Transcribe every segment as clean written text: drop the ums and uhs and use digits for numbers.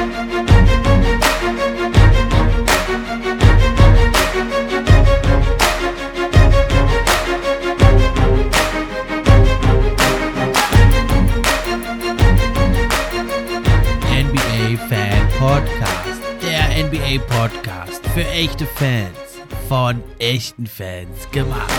NBA-Podcast für echte Fans, von echten Fans gemacht.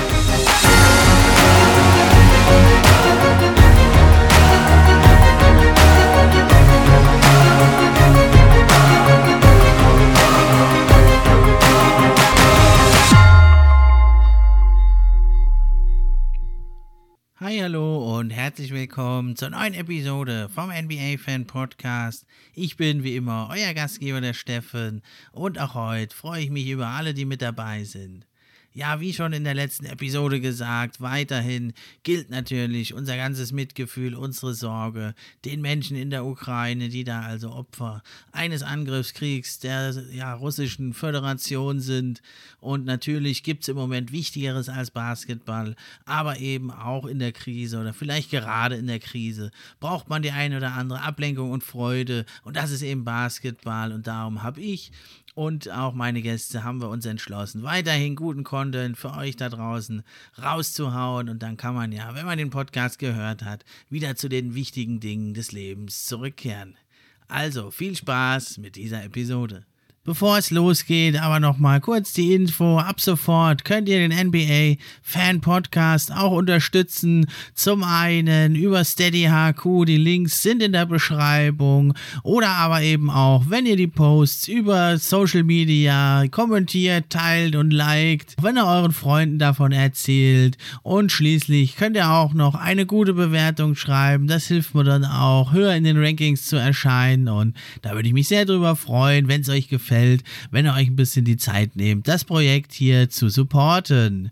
Hi, hallo und herzlich willkommen zur neuen Episode vom NBA-Fan-Podcast. Ich bin wie immer euer Gastgeber, der Steffen, und auch heute freue ich mich über alle, die mit dabei sind. Ja, wie schon in der letzten Episode gesagt, weiterhin gilt natürlich unser ganzes Mitgefühl, unsere Sorge den Menschen in der Ukraine, die da also Opfer eines Angriffskriegs der russischen Föderation sind. Und natürlich gibt es im Moment Wichtigeres als Basketball, aber eben auch in der Krise oder vielleicht gerade in der Krise braucht man die eine oder andere Ablenkung und Freude, und das ist eben Basketball, und darum habe ich und auch meine Gäste haben wir uns entschlossen, weiterhin guten Content für euch da draußen rauszuhauen, und dann kann man ja, wenn man den Podcast gehört hat, wieder zu den wichtigen Dingen des Lebens zurückkehren. Also viel Spaß mit dieser Episode. Bevor es losgeht, aber nochmal kurz die Info. Ab sofort könnt ihr den NBA-Fan-Podcast auch unterstützen. Zum einen über Steady HQ, die Links sind in der Beschreibung. Oder aber eben auch, wenn ihr die Posts über Social Media kommentiert, teilt und liked, wenn ihr euren Freunden davon erzählt. Und schließlich könnt ihr auch noch eine gute Bewertung schreiben. Das hilft mir dann auch, höher in den Rankings zu erscheinen. Und da würde ich mich sehr drüber freuen, wenn es euch gefällt, wenn ihr euch ein bisschen die Zeit nehmt, das Projekt hier zu supporten.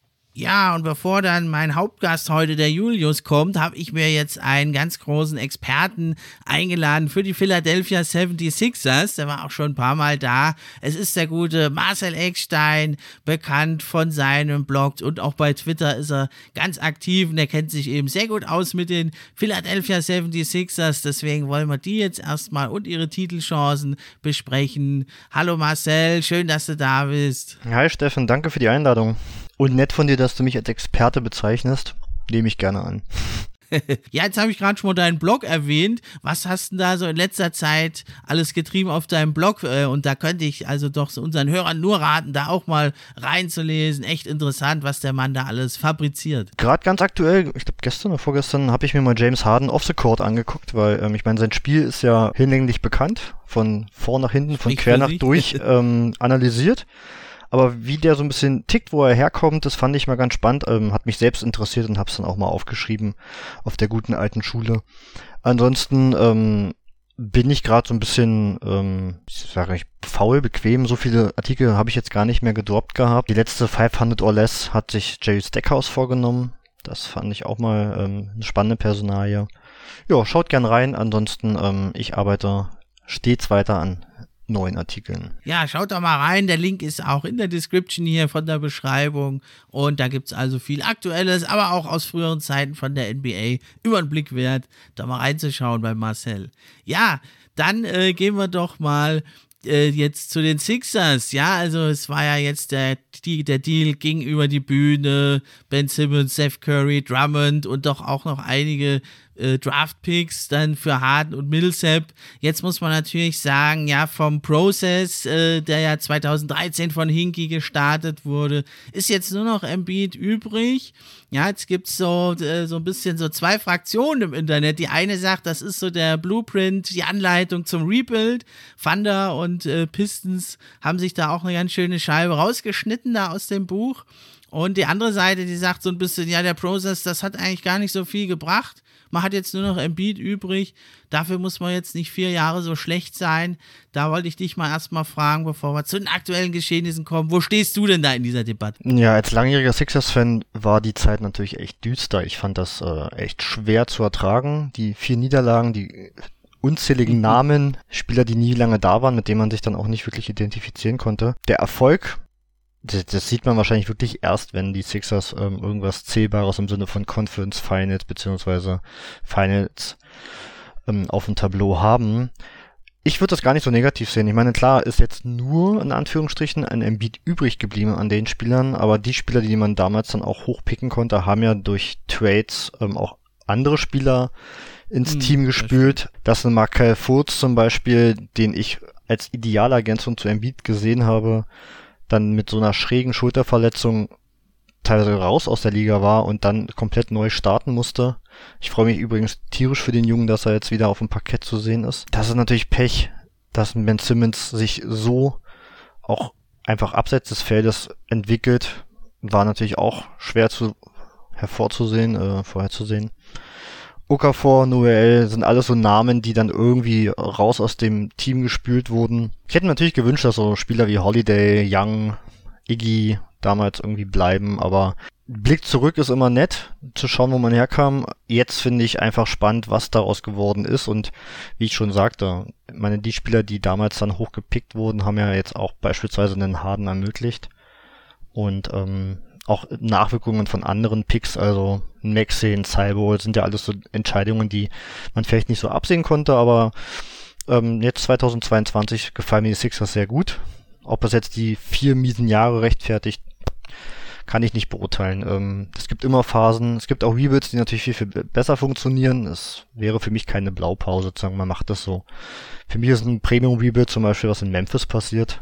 Ja, und bevor dann mein Hauptgast heute, der Julius, kommt, habe ich mir jetzt einen ganz großen Experten eingeladen für die Philadelphia 76ers. Der war auch schon ein paar Mal da. Es ist der gute Marcel Eckstein, bekannt von seinem Blog, und auch bei Twitter ist er ganz aktiv, und er kennt sich eben sehr gut aus mit den Philadelphia 76ers. Deswegen wollen wir die jetzt erstmal und ihre Titelchancen besprechen. Hallo Marcel, schön, dass du da bist. Hi Steffen, danke für die Einladung. Und nett von dir, dass du mich als Experte bezeichnest. Nehme ich gerne an. Ja, jetzt habe ich gerade schon mal deinen Blog erwähnt. Was hast du da so in letzter Zeit alles getrieben auf deinem Blog? Und da könnte ich also doch so unseren Hörern nur raten, da auch mal reinzulesen. Echt interessant, was der Mann da alles fabriziert. Gerade ganz aktuell, ich glaube gestern oder vorgestern, habe ich mir mal James Harden off the court angeguckt, weil ich meine, sein Spiel ist ja hinlänglich bekannt. Von vor nach hinten, von quer nach durch analysiert. Aber wie der so ein bisschen tickt, wo er herkommt, das fand ich mal ganz spannend, hat mich selbst interessiert und hab's dann auch mal aufgeschrieben auf der guten alten Schule. Ansonsten bin ich gerade so ein bisschen, faul, bequem. So viele Artikel habe ich jetzt gar nicht mehr gedroppt gehabt. Die letzte 500 or Less hat sich Jerry Stackhouse vorgenommen. Das fand ich auch mal eine spannende Personalie. Ja, schaut gern rein. Ansonsten, ich arbeite stets weiter an neuen Artikeln. Ja, schaut doch mal rein, der Link ist auch in der Description hier von der Beschreibung, und da gibt es also viel Aktuelles, aber auch aus früheren Zeiten von der NBA über den Blick wert, da mal reinzuschauen bei Marcel. Ja, dann gehen wir doch mal jetzt zu den Sixers. Ja, also es war ja jetzt der Deal ging über die Bühne, Ben Simmons, Steph Curry, Drummond und doch auch noch einige Draft-Picks dann für Harden und Millsap. Jetzt muss man natürlich sagen, ja, vom Process, der ja 2013 von Hinkie gestartet wurde, ist jetzt nur noch Embiid übrig. Ja, jetzt gibt es so ein bisschen so zwei Fraktionen im Internet. Die eine sagt, das ist so der Blueprint, die Anleitung zum Rebuild. Thunder und Pistons haben sich da auch eine ganz schöne Scheibe rausgeschnitten da aus dem Buch. Und die andere Seite, die sagt so ein bisschen, ja, der Process, das hat eigentlich gar nicht so viel gebracht. Man hat jetzt nur noch Embiid übrig. Dafür muss man jetzt nicht 4 Jahre so schlecht sein. Da wollte ich dich mal erstmal fragen, bevor wir zu den aktuellen Geschehnissen kommen. Wo stehst du denn da in dieser Debatte? Ja, als langjähriger Sixers-Fan war die Zeit natürlich echt düster. Ich fand das echt schwer zu ertragen. Die 4 Niederlagen, die unzähligen Namen, Spieler, die nie lange da waren, mit denen man sich dann auch nicht wirklich identifizieren konnte. Der Erfolg, das sieht man wahrscheinlich wirklich erst, wenn die Sixers irgendwas Zählbares im Sinne von Conference Finals beziehungsweise Finals auf dem Tableau haben. Ich würde das gar nicht so negativ sehen. Ich meine, klar ist jetzt nur in Anführungsstrichen ein Embiid übrig geblieben an den Spielern, aber die Spieler, die man damals dann auch hochpicken konnte, haben ja durch Trades auch andere Spieler ins Team gespült. Das ist ein Markelle Fultz zum Beispiel, den ich als Idealergänzung zu Embiid gesehen habe, dann mit so einer schrägen Schulterverletzung teilweise raus aus der Liga war und dann komplett neu starten musste. Ich freue mich übrigens tierisch für den Jungen, dass er jetzt wieder auf dem Parkett zu sehen ist. Das ist natürlich Pech, dass Ben Simmons sich so auch einfach abseits des Feldes entwickelt. War natürlich auch schwer vorherzusehen. Okafor, Noel sind alles so Namen, die dann irgendwie raus aus dem Team gespült wurden. Ich hätte mir natürlich gewünscht, dass so Spieler wie Holiday, Young, Iggy damals irgendwie bleiben, aber Blick zurück ist immer nett, zu schauen, wo man herkam. Jetzt finde ich einfach spannend, was daraus geworden ist und wie ich schon sagte, die Spieler, die damals dann hochgepickt wurden, haben ja jetzt auch beispielsweise einen Harden ermöglicht und auch Nachwirkungen von anderen Picks, also Maxey, Cyborg, sind ja alles so Entscheidungen, die man vielleicht nicht so absehen konnte, aber jetzt 2022 gefallen mir die Sixers sehr gut. Ob das jetzt die 4 miesen Jahre rechtfertigt, kann ich nicht beurteilen. Es gibt immer Phasen, es gibt auch Rebuilds, die natürlich viel besser funktionieren. Es wäre für mich keine Blaupause, sozusagen, man macht das so. Für mich ist ein Premium-Rebuild zum Beispiel, was in Memphis passiert.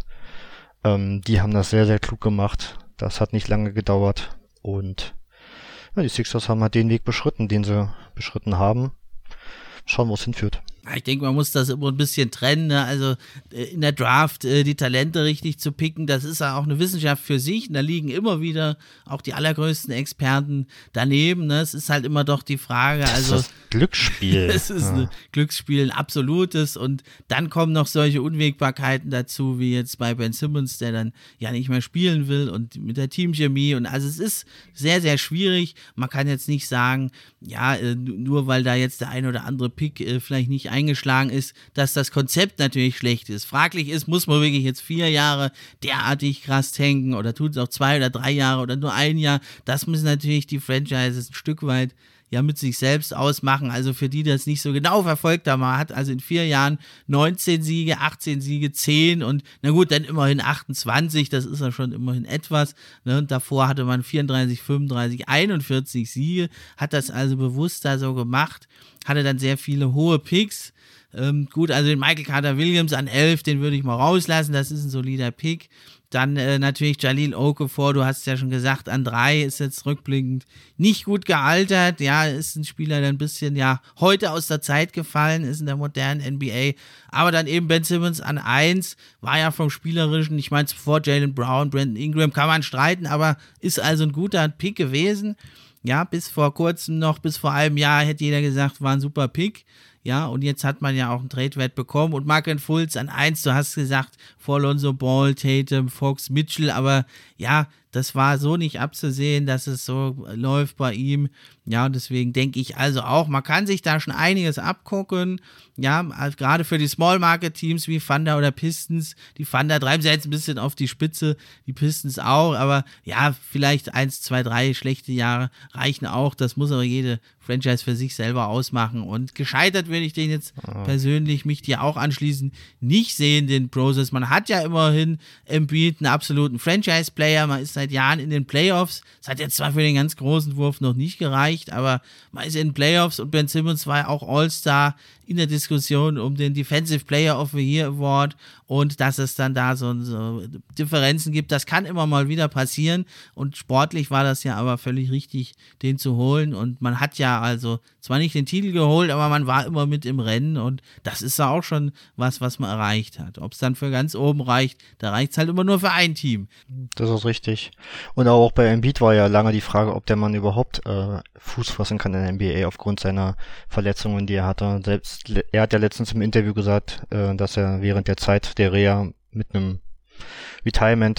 Die haben das sehr, sehr klug gemacht. Das hat nicht lange gedauert. Und ja, die Sixers haben halt den Weg beschritten, den sie beschritten haben. Schauen, wo es hinführt. Ich denke, man muss das immer ein bisschen trennen, ne? Also in der Draft die Talente richtig zu picken, das ist ja auch eine Wissenschaft für sich. Und da liegen immer wieder auch die allergrößten Experten daneben. Ne? Es ist halt immer doch die Frage. Das ist das Glücksspiel. Es ist ein Glücksspiel, ein absolutes. Und dann kommen noch solche Unwägbarkeiten dazu, wie jetzt bei Ben Simmons, der dann ja nicht mehr spielen will und mit der Teamchemie. Und also es ist sehr, sehr schwierig. Man kann jetzt nicht sagen, ja, nur weil da jetzt der ein oder andere Pick vielleicht nicht eingeschlagen ist, dass das Konzept natürlich schlecht ist. Fraglich ist, muss man wirklich jetzt 4 Jahre derartig krass tanken oder tut es auch 2 oder 3 Jahre oder nur 1 Jahr. Das müssen natürlich die Franchises ein Stück weit ja mit sich selbst ausmachen. Also für die das nicht so genau verfolgt haben, man hat also in 4 Jahren 19 Siege, 18 Siege, 10 und na gut, dann immerhin 28, das ist ja schon immerhin etwas. Ne? Und davor hatte man 34, 35, 41 Siege, hat das also bewusst da so gemacht, hatte dann sehr viele hohe Picks. Gut, also den Michael Carter Williams an 11, den würde ich mal rauslassen, das ist ein solider Pick. Dann natürlich Jahlil Okafor, du hast es ja schon gesagt, an 3 ist jetzt rückblickend nicht gut gealtert. Ja, ist ein Spieler, der ein bisschen ja heute aus der Zeit gefallen ist in der modernen NBA. Aber dann eben Ben Simmons an 1, war ja vom Spielerischen, ich meine, vor Jaylen Brown, Brandon Ingram kann man streiten, aber ist also ein guter Pick gewesen. Ja, bis vor kurzem noch, bis vor einem Jahr hätte jeder gesagt, war ein super Pick. Ja, und jetzt hat man ja auch einen Trade-Wert bekommen und Markelle Fultz an 1, du hast gesagt, vor Lonzo Ball, Tatum, Fox, Mitchell, aber ja, das war so nicht abzusehen, dass es so läuft bei ihm. Ja, und deswegen denke ich also auch, man kann sich da schon einiges abgucken. Ja, also gerade für die Small-Market-Teams wie Thunder oder Pistons. Die Thunder treiben sie jetzt ein bisschen auf die Spitze, die Pistons auch. Aber ja, vielleicht 1, 2, 3 schlechte Jahre reichen auch. Das muss aber jede Franchise für sich selber ausmachen. Und gescheitert würde ich den jetzt persönlich, mich dir auch anschließen, nicht sehen, den Prozess. Man hat ja immerhin Embiid einen absoluten Franchise-Player. Man ist seit Jahren in den Playoffs. Es hat jetzt zwar für den ganz großen Wurf noch nicht gereicht, aber man ist in den Playoffs und Ben Simmons war ja auch All-Star in der Diskussion um den Defensive Player of the Year Award und dass es dann da so Differenzen gibt, das kann immer mal wieder passieren und sportlich war das ja aber völlig richtig, den zu holen und man hat ja also zwar nicht den Titel geholt, aber man war immer mit im Rennen und das ist ja auch schon was man erreicht hat. Ob es dann für ganz oben reicht, da reicht es halt immer nur für ein Team. Das ist richtig. Und auch bei Embiid war ja lange die Frage, ob der Mann überhaupt Fuß fassen kann in der NBA aufgrund seiner Verletzungen, die er hatte. Selbst er hat ja letztens im Interview gesagt, dass er während der Zeit der Reha mit einem Retirement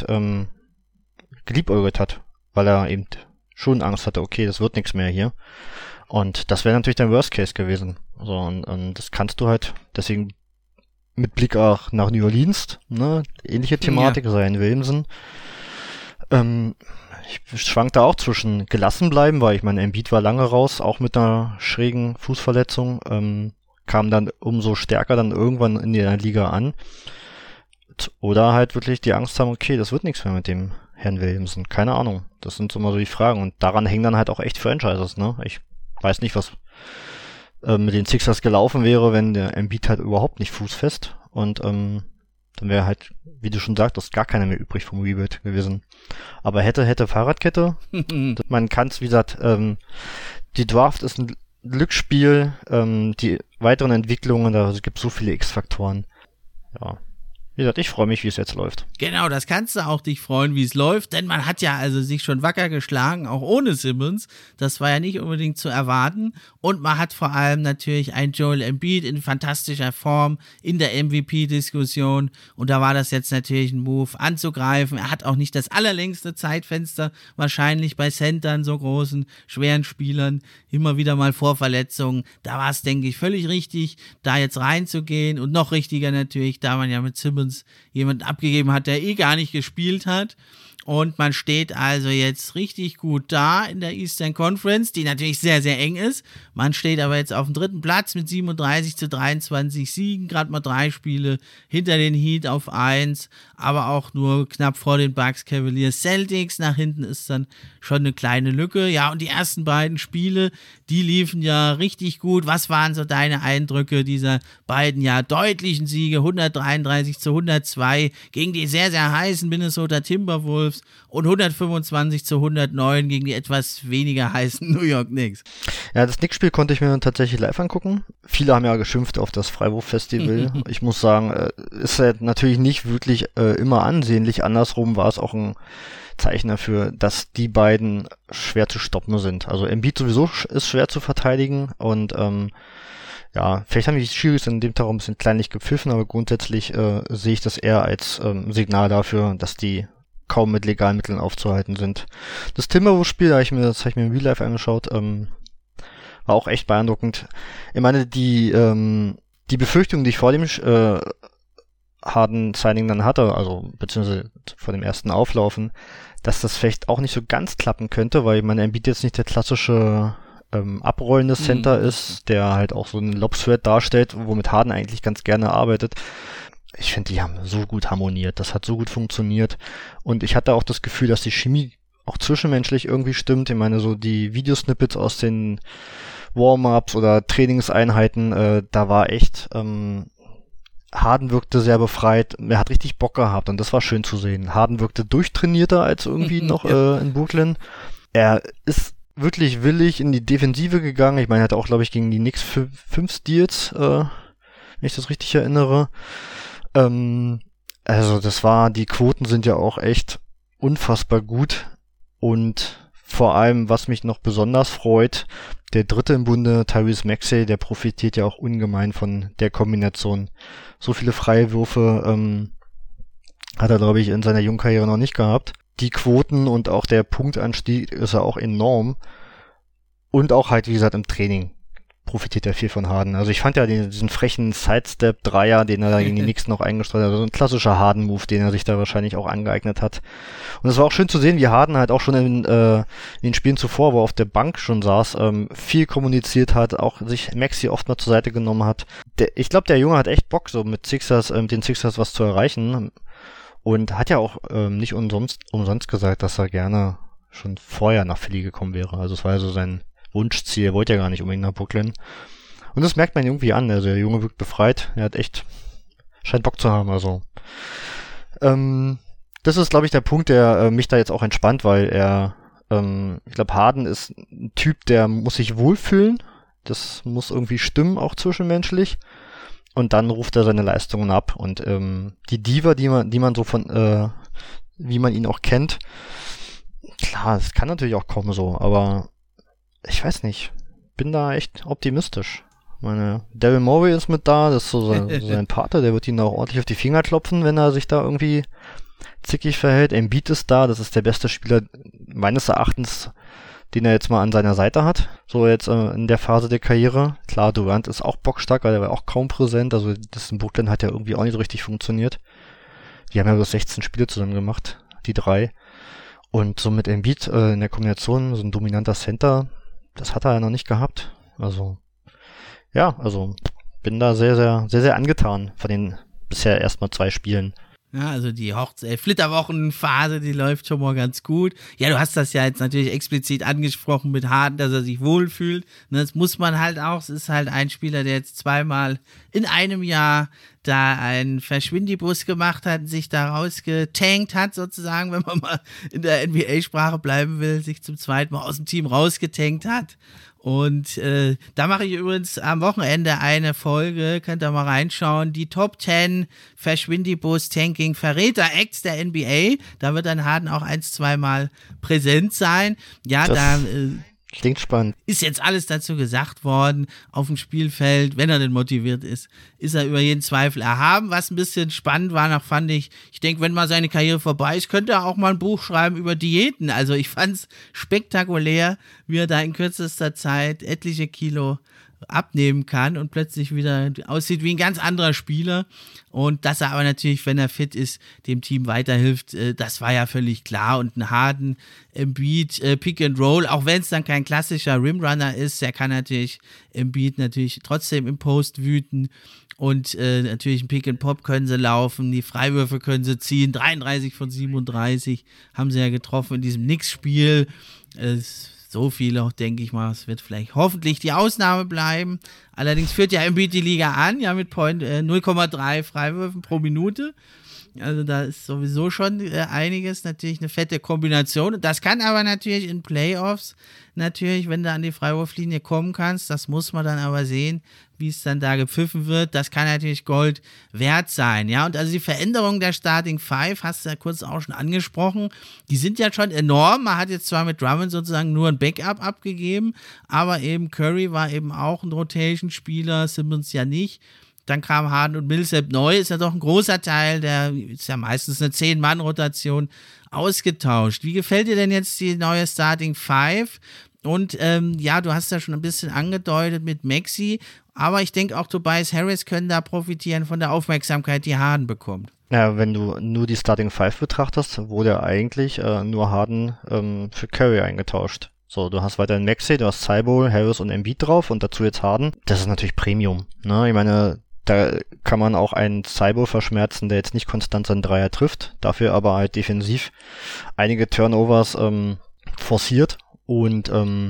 geliebäugelt hat, weil er eben schon Angst hatte, okay, das wird nichts mehr hier. Und das wäre natürlich dein Worst Case gewesen. So, und das kannst du halt, deswegen mit Blick auch nach New Orleans, ne, ähnliche Thematik, Zion Williamson. Ich schwank da auch zwischen gelassen bleiben, weil ich meine, Embiid war lange raus, auch mit einer schrägen Fußverletzung. kam dann umso stärker dann irgendwann in der Liga an. Oder halt wirklich die Angst haben, okay, das wird nichts mehr mit dem Herrn Williamson. Keine Ahnung. Das sind so immer so die Fragen. Und daran hängen dann halt auch echt Franchises, ne? Ich weiß nicht, was mit den Sixers gelaufen wäre, wenn der Embiid halt überhaupt nicht fußfest. Und dann wäre halt, wie du schon sagtest, gar keiner mehr übrig vom Rebuild gewesen. Aber hätte Fahrradkette. Man kann es, wie gesagt, die Draft ist ein Glücksspiel. Die weiteren Entwicklungen, da gibt es so viele X-Faktoren. Ja. Wie gesagt, ich freue mich, wie es jetzt läuft. Genau, das kannst du auch dich freuen, wie es läuft, denn man hat ja also sich schon wacker geschlagen, auch ohne Simmons. Das war ja nicht unbedingt zu erwarten. Und man hat vor allem natürlich einen Joel Embiid in fantastischer Form in der MVP-Diskussion. Und da war das jetzt natürlich ein Move anzugreifen. Er hat auch nicht das allerlängste Zeitfenster, wahrscheinlich bei Centern, so großen, schweren Spielern, immer wieder mal Vorverletzungen. Da war es, denke ich, völlig richtig, da jetzt reinzugehen. Und noch richtiger natürlich, da man ja mit Simmons jemanden abgegeben hat, der gar nicht gespielt hat. Und man steht also jetzt richtig gut da in der Eastern Conference, die natürlich sehr, sehr eng ist. Man steht aber jetzt auf dem 3. Platz mit 37-23 Siegen, gerade mal 3 Spiele hinter den Heat auf 1, aber auch nur knapp vor den Bucks, Cavaliers, Celtics. Nach hinten ist dann schon eine kleine Lücke. Ja, und die ersten beiden Spiele, die liefen ja richtig gut. Was waren so deine Eindrücke dieser beiden ja deutlichen Siege, 133-102 gegen die sehr, sehr heißen Minnesota Timberwolves und 125-109 gegen die etwas weniger heißen New York Knicks? Ja, das Knicks-Spiel konnte ich mir tatsächlich live angucken. Viele haben ja geschimpft auf das Freiwurf-Festival. Ich muss sagen, ist ja natürlich nicht wirklich immer ansehnlich. Andersrum war es auch ein Zeichen dafür, dass die beiden schwer zu stoppen sind. Also Embiid sowieso ist schwer zu verteidigen und ja, vielleicht haben die Schiris in dem Tag ein bisschen kleinlich gepfiffen, aber grundsätzlich sehe ich das eher als Signal dafür, dass die kaum mit legalen Mitteln aufzuhalten sind. Das Timberwolves-Spiel, das habe ich mir im Real Life angeschaut, war auch echt beeindruckend. Ich meine, die Befürchtung, die ich vor dem Harden-Signing dann hatte, also beziehungsweise vor dem ersten Auflaufen, dass das vielleicht auch nicht so ganz klappen könnte, weil man Embiid jetzt nicht der klassische abrollende Center ist, der halt auch so einen Lob-Threat darstellt, womit Harden eigentlich ganz gerne arbeitet. Ich finde, die haben so gut harmoniert, das hat so gut funktioniert und ich hatte auch das Gefühl, dass die Chemie auch zwischenmenschlich irgendwie stimmt. Ich meine, so die Videosnippets aus den Warm-Ups oder Trainingseinheiten, da war echt, Harden wirkte sehr befreit, er hat richtig Bock gehabt und das war schön zu sehen. Harden wirkte durchtrainierter als irgendwie noch in Brooklyn. Er ist wirklich willig in die Defensive gegangen. Ich meine, er hatte auch, glaube ich, gegen die Knicks 5 Steals, wenn ich das richtig erinnere. Also die Quoten sind ja auch echt unfassbar gut und vor allem, was mich noch besonders freut, der dritte im Bunde, Tyrese Maxey, der profitiert ja auch ungemein von der Kombination. So viele freie Würfe hat er, glaube ich, in seiner Jungkarriere noch nicht gehabt. Die Quoten und auch der Punktanstieg ist ja auch enorm. Und auch halt, wie gesagt, im Training profitiert er viel von Harden. Also ich fand ja diesen frechen Sidestep-Dreier, den er da gegen die Knicks noch eingestreut hat, also ein klassischer Harden-Move, den er sich da wahrscheinlich auch angeeignet hat. Und es war auch schön zu sehen, wie Harden halt auch schon in den Spielen zuvor, wo er auf der Bank schon saß, viel kommuniziert hat, auch sich Maxey oft mal zur Seite genommen hat. Ich glaube, der Junge hat echt Bock, so mit den Sixers was zu erreichen. Und hat ja auch nicht umsonst gesagt, dass er gerne schon vorher nach Philly gekommen wäre. Also es war ja so sein Wunschziel. Er wollte ja gar nicht unbedingt nach Brooklyn. Und das merkt man irgendwie an. Also der Junge wirkt befreit. Er hat scheint Bock zu haben. Also das ist, glaube ich, der Punkt, der mich da jetzt auch entspannt, weil ich glaube, Harden ist ein Typ, der muss sich wohlfühlen. Das muss irgendwie stimmen, auch zwischenmenschlich. Und dann ruft er seine Leistungen ab. Und die Diva, die man so von, wie man ihn auch kennt, klar, es kann natürlich auch kommen so, aber ich weiß nicht. Bin da echt optimistisch. Daryl Morey ist mit da, das ist so sein Partner, der wird ihn auch ordentlich auf die Finger klopfen, wenn er sich da irgendwie zickig verhält. Embiid ist da, das ist der beste Spieler meines Erachtens, den er jetzt mal an seiner Seite hat, so jetzt in der Phase der Karriere. Klar, Durant ist auch bockstark, weil er war auch kaum präsent, also das in Brooklyn hat ja irgendwie auch nicht so richtig funktioniert. Die haben ja bloß 16 Spiele zusammen gemacht, die 3. Und so mit Embiid in der Kombination, so ein dominanter Center, das hat er ja noch nicht gehabt. Also, ja, bin da sehr, sehr, sehr, sehr angetan von den bisher erstmal 2 Spielen. Ja, also die Flitterwochenphase, die läuft schon mal ganz gut. Ja, du hast das ja jetzt natürlich explizit angesprochen mit Harden, dass er sich wohlfühlt. Das muss man halt auch. Es ist halt ein Spieler, der jetzt 2-mal in einem Jahr da einen Verschwindibus gemacht hat, sich da rausgetankt hat sozusagen, wenn man mal in der NBA-Sprache bleiben will, sich zum 2. Mal aus dem Team rausgetankt hat. Und da mache ich übrigens am Wochenende eine Folge, könnt ihr mal reinschauen, die Top 10 Verschwindibus-Tanking-Verräter-Acts der NBA. Da wird dann Harden auch 1-2 Mal präsent sein. Ja, das klingt spannend. Ist jetzt alles dazu gesagt worden auf dem Spielfeld, wenn er denn motiviert ist er über jeden Zweifel erhaben. Was ein bisschen spannend war noch, fand ich denke, wenn mal seine Karriere vorbei ist, könnte er auch mal ein Buch schreiben über Diäten. Also ich fand es spektakulär, wie er da in kürzester Zeit etliche Kilo abnehmen kann und plötzlich wieder aussieht wie ein ganz anderer Spieler. Und dass er aber natürlich, wenn er fit ist, dem Team weiterhilft, das war ja völlig klar. Und ein Harden Embiid Pick and Roll, auch wenn es dann kein klassischer Rimrunner ist, der kann natürlich Embiid natürlich trotzdem im Post wüten. Und natürlich ein Pick and Pop können sie laufen, die Freiwürfe können sie ziehen, 33 von 37 haben sie ja getroffen in diesem Knicks-Spiel. So viel auch, denke ich mal, es wird vielleicht hoffentlich die Ausnahme bleiben. Allerdings führt ja Embiid die Liga an, ja, mit 0,3 Freiwürfen pro Minute. Also da ist sowieso schon einiges, natürlich eine fette Kombination. Das kann aber natürlich in Playoffs, natürlich, wenn du an die Freiwurflinie kommen kannst, das muss man dann aber sehen, wie es dann da gepfiffen wird. Das kann natürlich Gold wert sein, ja. Und also die Veränderung der Starting Five, hast du ja kurz auch schon angesprochen, die sind ja schon enorm. Man hat jetzt zwar mit Drummond sozusagen nur ein Backup abgegeben, aber eben Curry war eben auch ein Rotation-Spieler, Simmons ja nicht. Dann kam Harden und Millsap neu, ist ja doch ein großer Teil, der ist ja meistens eine 10-Mann-Rotation ausgetauscht. Wie gefällt dir denn jetzt die neue Starting Five? Und ja, du hast ja schon ein bisschen angedeutet mit Maxey, aber ich denke auch Tobias Harris können da profitieren von der Aufmerksamkeit, die Harden bekommt. Ja, wenn du nur die Starting Five betrachtest, wurde ja eigentlich nur Harden für Curry eingetauscht. So, du hast weiterhin Maxey, du hast Thibault, Harris und Embiid drauf und dazu jetzt Harden. Das ist natürlich Premium, ne? Ich meine, da kann man auch einen Thibault verschmerzen, der jetzt nicht konstant seinen Dreier trifft, dafür aber halt defensiv einige Turnovers forciert. Und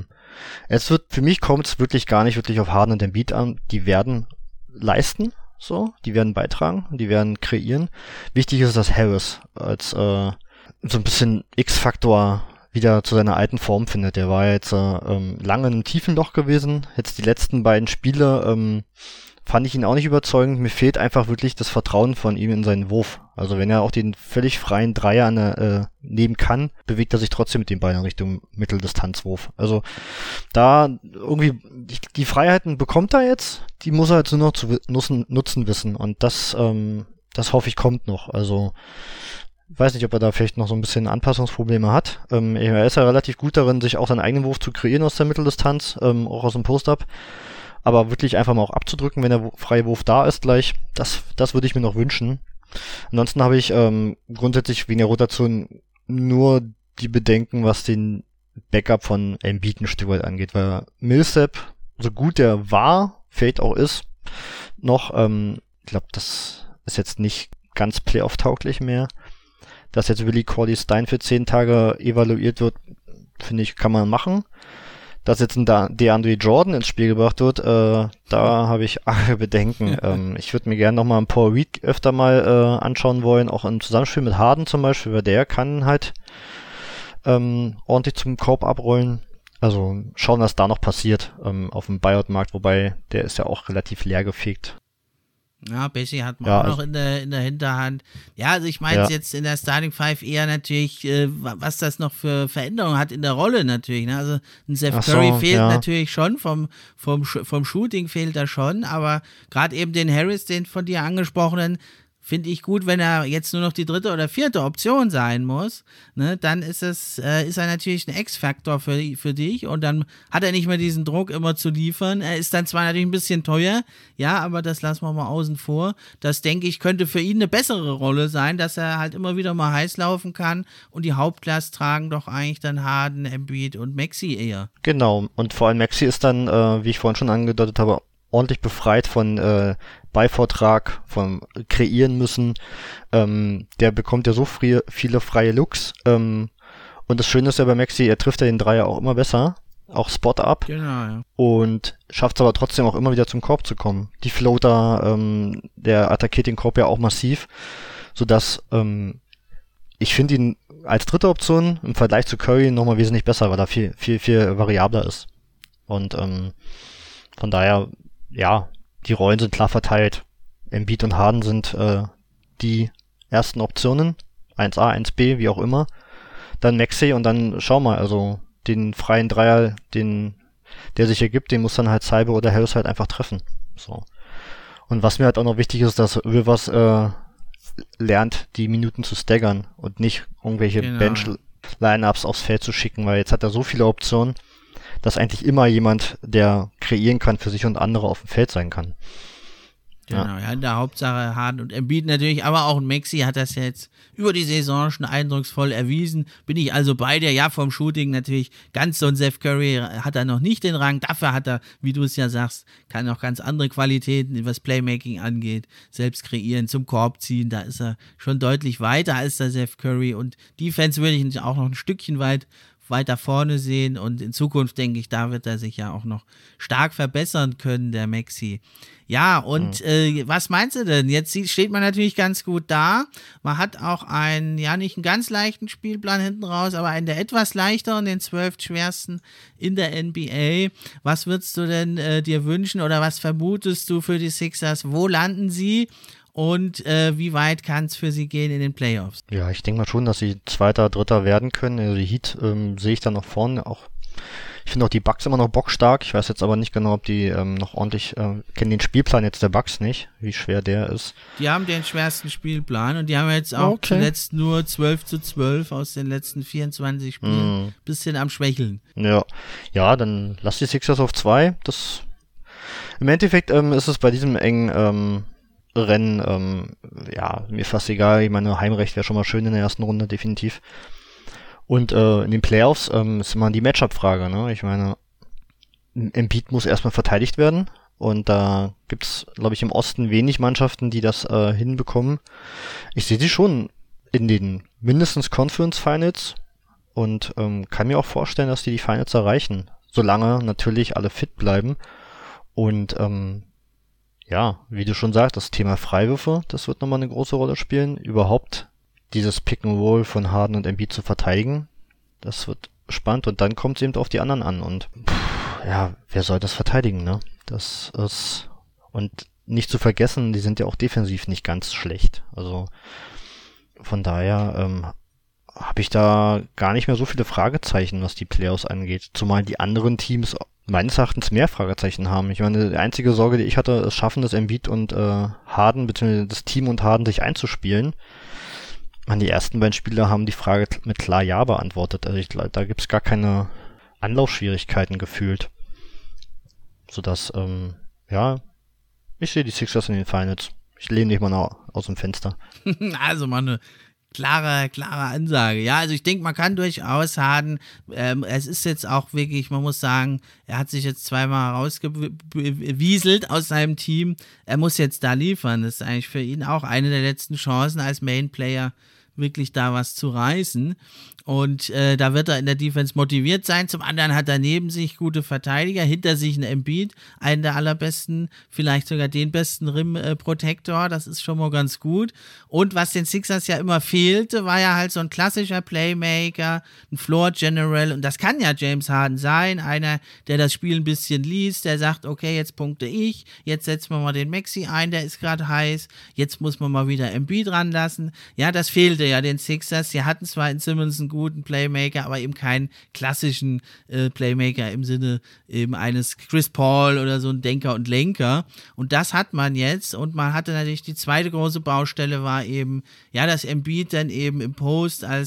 für mich kommt es wirklich gar nicht wirklich auf Harden und Embiid an. Die werden leisten, so, die werden beitragen, die werden kreieren. Wichtig ist, dass Harris als so ein bisschen X-Faktor wieder zu seiner alten Form findet. Der war jetzt lange in einem tiefen Loch gewesen. Jetzt die letzten beiden Spiele fand ich ihn auch nicht überzeugend. Mir fehlt einfach wirklich das Vertrauen von ihm in seinen Wurf. Also wenn er auch den völlig freien Dreier nehmen kann, bewegt er sich trotzdem mit den Beinen Richtung Mitteldistanzwurf. Also da irgendwie, die Freiheiten bekommt er jetzt, die muss er jetzt nur noch zu nutzen wissen. Und das hoffe ich kommt noch. Also weiß nicht, ob er da vielleicht noch so ein bisschen Anpassungsprobleme hat. Er ist ja relativ gut darin, sich auch seinen eigenen Wurf zu kreieren aus der Mitteldistanz, auch aus dem Post-Up. Aber wirklich einfach mal auch abzudrücken, wenn der freie Wurf da ist gleich, das würde ich mir noch wünschen. Ansonsten habe ich grundsätzlich wegen der Rotation nur die Bedenken, was den Backup von Embiid ein Stück weit angeht, weil Millsap, so gut der war, vielleicht auch ist, noch, ich glaube, das ist jetzt nicht ganz Playoff-tauglich mehr. Dass jetzt Willie Cauley-Stein für 10 Tage evaluiert wird, finde ich, kann man machen. Dass jetzt ein DeAndre Jordan ins Spiel gebracht wird, da habe ich arge Bedenken. Ich würde mir gerne nochmal einen Paul Reed öfter mal anschauen wollen, auch im Zusammenspiel mit Harden zum Beispiel, weil der kann halt ordentlich zum Korb abrollen. Also schauen, was da noch passiert auf dem Buyout-Markt, wobei der ist ja auch relativ leer gefegt. Ja, Bessie hat man auch noch in der Hinterhand. Ja, also ich meine jetzt in der Starting Five eher natürlich, was das noch für Veränderungen hat in der Rolle natürlich. Ne? Also ein Seth Curry fehlt natürlich schon, vom Shooting fehlt er schon, aber gerade eben den Harris, den von dir angesprochenen, finde ich gut, wenn er jetzt nur noch die 3. oder 4. Option sein muss, ne, dann ist er natürlich ein X-Faktor für dich und dann hat er nicht mehr diesen Druck, immer zu liefern. Er ist dann zwar natürlich ein bisschen teuer, ja, aber das lassen wir mal außen vor. Das, denke ich, könnte für ihn eine bessere Rolle sein, dass er halt immer wieder mal heiß laufen kann und die Hauptlast tragen doch eigentlich dann Harden, Embiid und Maxey eher. Genau, und vor allem Maxey ist dann, wie ich vorhin schon angedeutet habe, ordentlich befreit von Ballvortrag, vom Kreieren müssen. Der bekommt ja so viele freie Looks. Und das Schöne ist ja bei Maxey, er trifft ja den Dreier auch immer besser. Auch Spot-Up. Genau, ja. Und schafft es aber trotzdem auch immer wieder zum Korb zu kommen. Die Floater, der attackiert den Korb ja auch massiv. Sodass ich finde ihn als dritte Option im Vergleich zu Curry nochmal wesentlich besser, weil er viel variabler ist. Und von daher, ja, die Rollen sind klar verteilt. Embiid und Harden sind die ersten Optionen. 1A, 1B, wie auch immer. Dann Maxey und dann schau mal, also den freien Dreier, der sich ergibt, den muss dann halt Cyber oder Harris halt einfach treffen. So. Und was mir halt auch noch wichtig ist, dass Rivers lernt, die Minuten zu staggern und nicht irgendwelche Bench-Line-Ups aufs Feld zu schicken, weil jetzt hat er so viele Optionen, dass eigentlich immer jemand, der kreieren kann für sich und andere, auf dem Feld sein kann. Genau, ja, in der Hauptsache Harden und Embiid natürlich, aber auch ein Maxey hat das jetzt über die Saison schon eindrucksvoll erwiesen. Bin ich also bei dir, ja, vom Shooting natürlich ganz so ein Steph Curry hat er noch nicht den Rang, dafür hat er, wie du es ja sagst, kann auch ganz andere Qualitäten, was Playmaking angeht, selbst kreieren, zum Korb ziehen, da ist er schon deutlich weiter als der Steph Curry und Defense würde ich auch noch ein Stückchen weiter vorne sehen und in Zukunft denke ich, da wird er sich ja auch noch stark verbessern können, der Maxey. Ja, und was meinst du denn? Jetzt steht man natürlich ganz gut da. Man hat auch nicht einen ganz leichten Spielplan hinten raus, aber einen der etwas leichteren, den 12 schwersten in der NBA. Was würdest du denn dir wünschen oder was vermutest du für die Sixers? Wo landen sie? Und wie weit kann es für sie gehen in den Playoffs? Ja, ich denke mal schon, dass sie Zweiter, Dritter werden können. Also die Heat sehe ich dann noch vorne. Auch ich finde auch die Bucks immer noch bockstark. Ich weiß jetzt aber nicht genau, ob die noch ordentlich kennen den Spielplan jetzt der Bucks nicht, wie schwer der ist. Die haben den schwersten Spielplan und die haben jetzt auch zuletzt nur 12-12 aus den letzten 24 Spielen. Bisschen am Schwächeln. Ja, dann lass die Sixers auf 2. Das im Endeffekt ist es bei diesem engen Rennen, mir fast egal. Ich meine, Heimrecht wäre schon mal schön in der ersten Runde, definitiv. Und in den Playoffs ist immer die Matchup-Frage, ne? Ich meine, Embiid muss erstmal verteidigt werden und da gibt's, glaube ich, im Osten wenig Mannschaften, die das hinbekommen. Ich sehe sie schon in den mindestens Conference Finals und kann mir auch vorstellen, dass die Finals erreichen, solange natürlich alle fit bleiben. Und wie du schon sagst, das Thema Freiwürfe, das wird nochmal eine große Rolle spielen. Überhaupt dieses Pick-and-Roll von Harden und Embiid zu verteidigen, das wird spannend. Und dann kommt es eben auf die anderen an. Und wer soll das verteidigen, ne? Das ist... Und nicht zu vergessen, die sind ja auch defensiv nicht ganz schlecht. Also von daher habe ich da gar nicht mehr so viele Fragezeichen, was die Playoffs angeht. Zumal die anderen Teams meines Erachtens mehr Fragezeichen haben. Ich meine, die einzige Sorge, die ich hatte, ist schaffen das Embiid und Harden, beziehungsweise das Team und Harden sich einzuspielen. Die ersten beiden Spieler haben die Frage mit klar Ja beantwortet. Also da gibt's gar keine Anlaufschwierigkeiten gefühlt. Sodass, ich sehe die Sixers in den Finals. Ich lehne dich mal aus dem Fenster. Also mal eine klare Ansage. Ja, also ich denke, man kann durchaus Harden, es ist jetzt auch wirklich, man muss sagen, er hat sich jetzt zweimal rausgewieselt aus seinem Team. Er muss jetzt da liefern. Das ist eigentlich für ihn auch eine der letzten Chancen als Main-Player, wirklich da was zu reißen. Und da wird er in der Defense motiviert sein. Zum anderen hat er neben sich gute Verteidiger, hinter sich einen Embiid, einen der allerbesten, vielleicht sogar den besten Rim-Protector. Das ist schon mal ganz gut. Und was den Sixers ja immer fehlte, war ja halt so ein klassischer Playmaker, ein Floor-General. Und das kann ja James Harden sein, einer, der das Spiel ein bisschen liest, der sagt, okay, jetzt punkte ich, jetzt setzen wir mal den Maxey ein, der ist gerade heiß, jetzt muss man mal wieder Embiid ranlassen. Ja, das fehlte ja den Sixers. Sie hatten zwar in Simmons einen guten Playmaker, aber eben keinen klassischen Playmaker im Sinne eben eines Chris Paul oder so ein Denker und Lenker. Und das hat man jetzt. Und man hatte natürlich die zweite große Baustelle war eben, ja, dass Embiid dann eben im Post als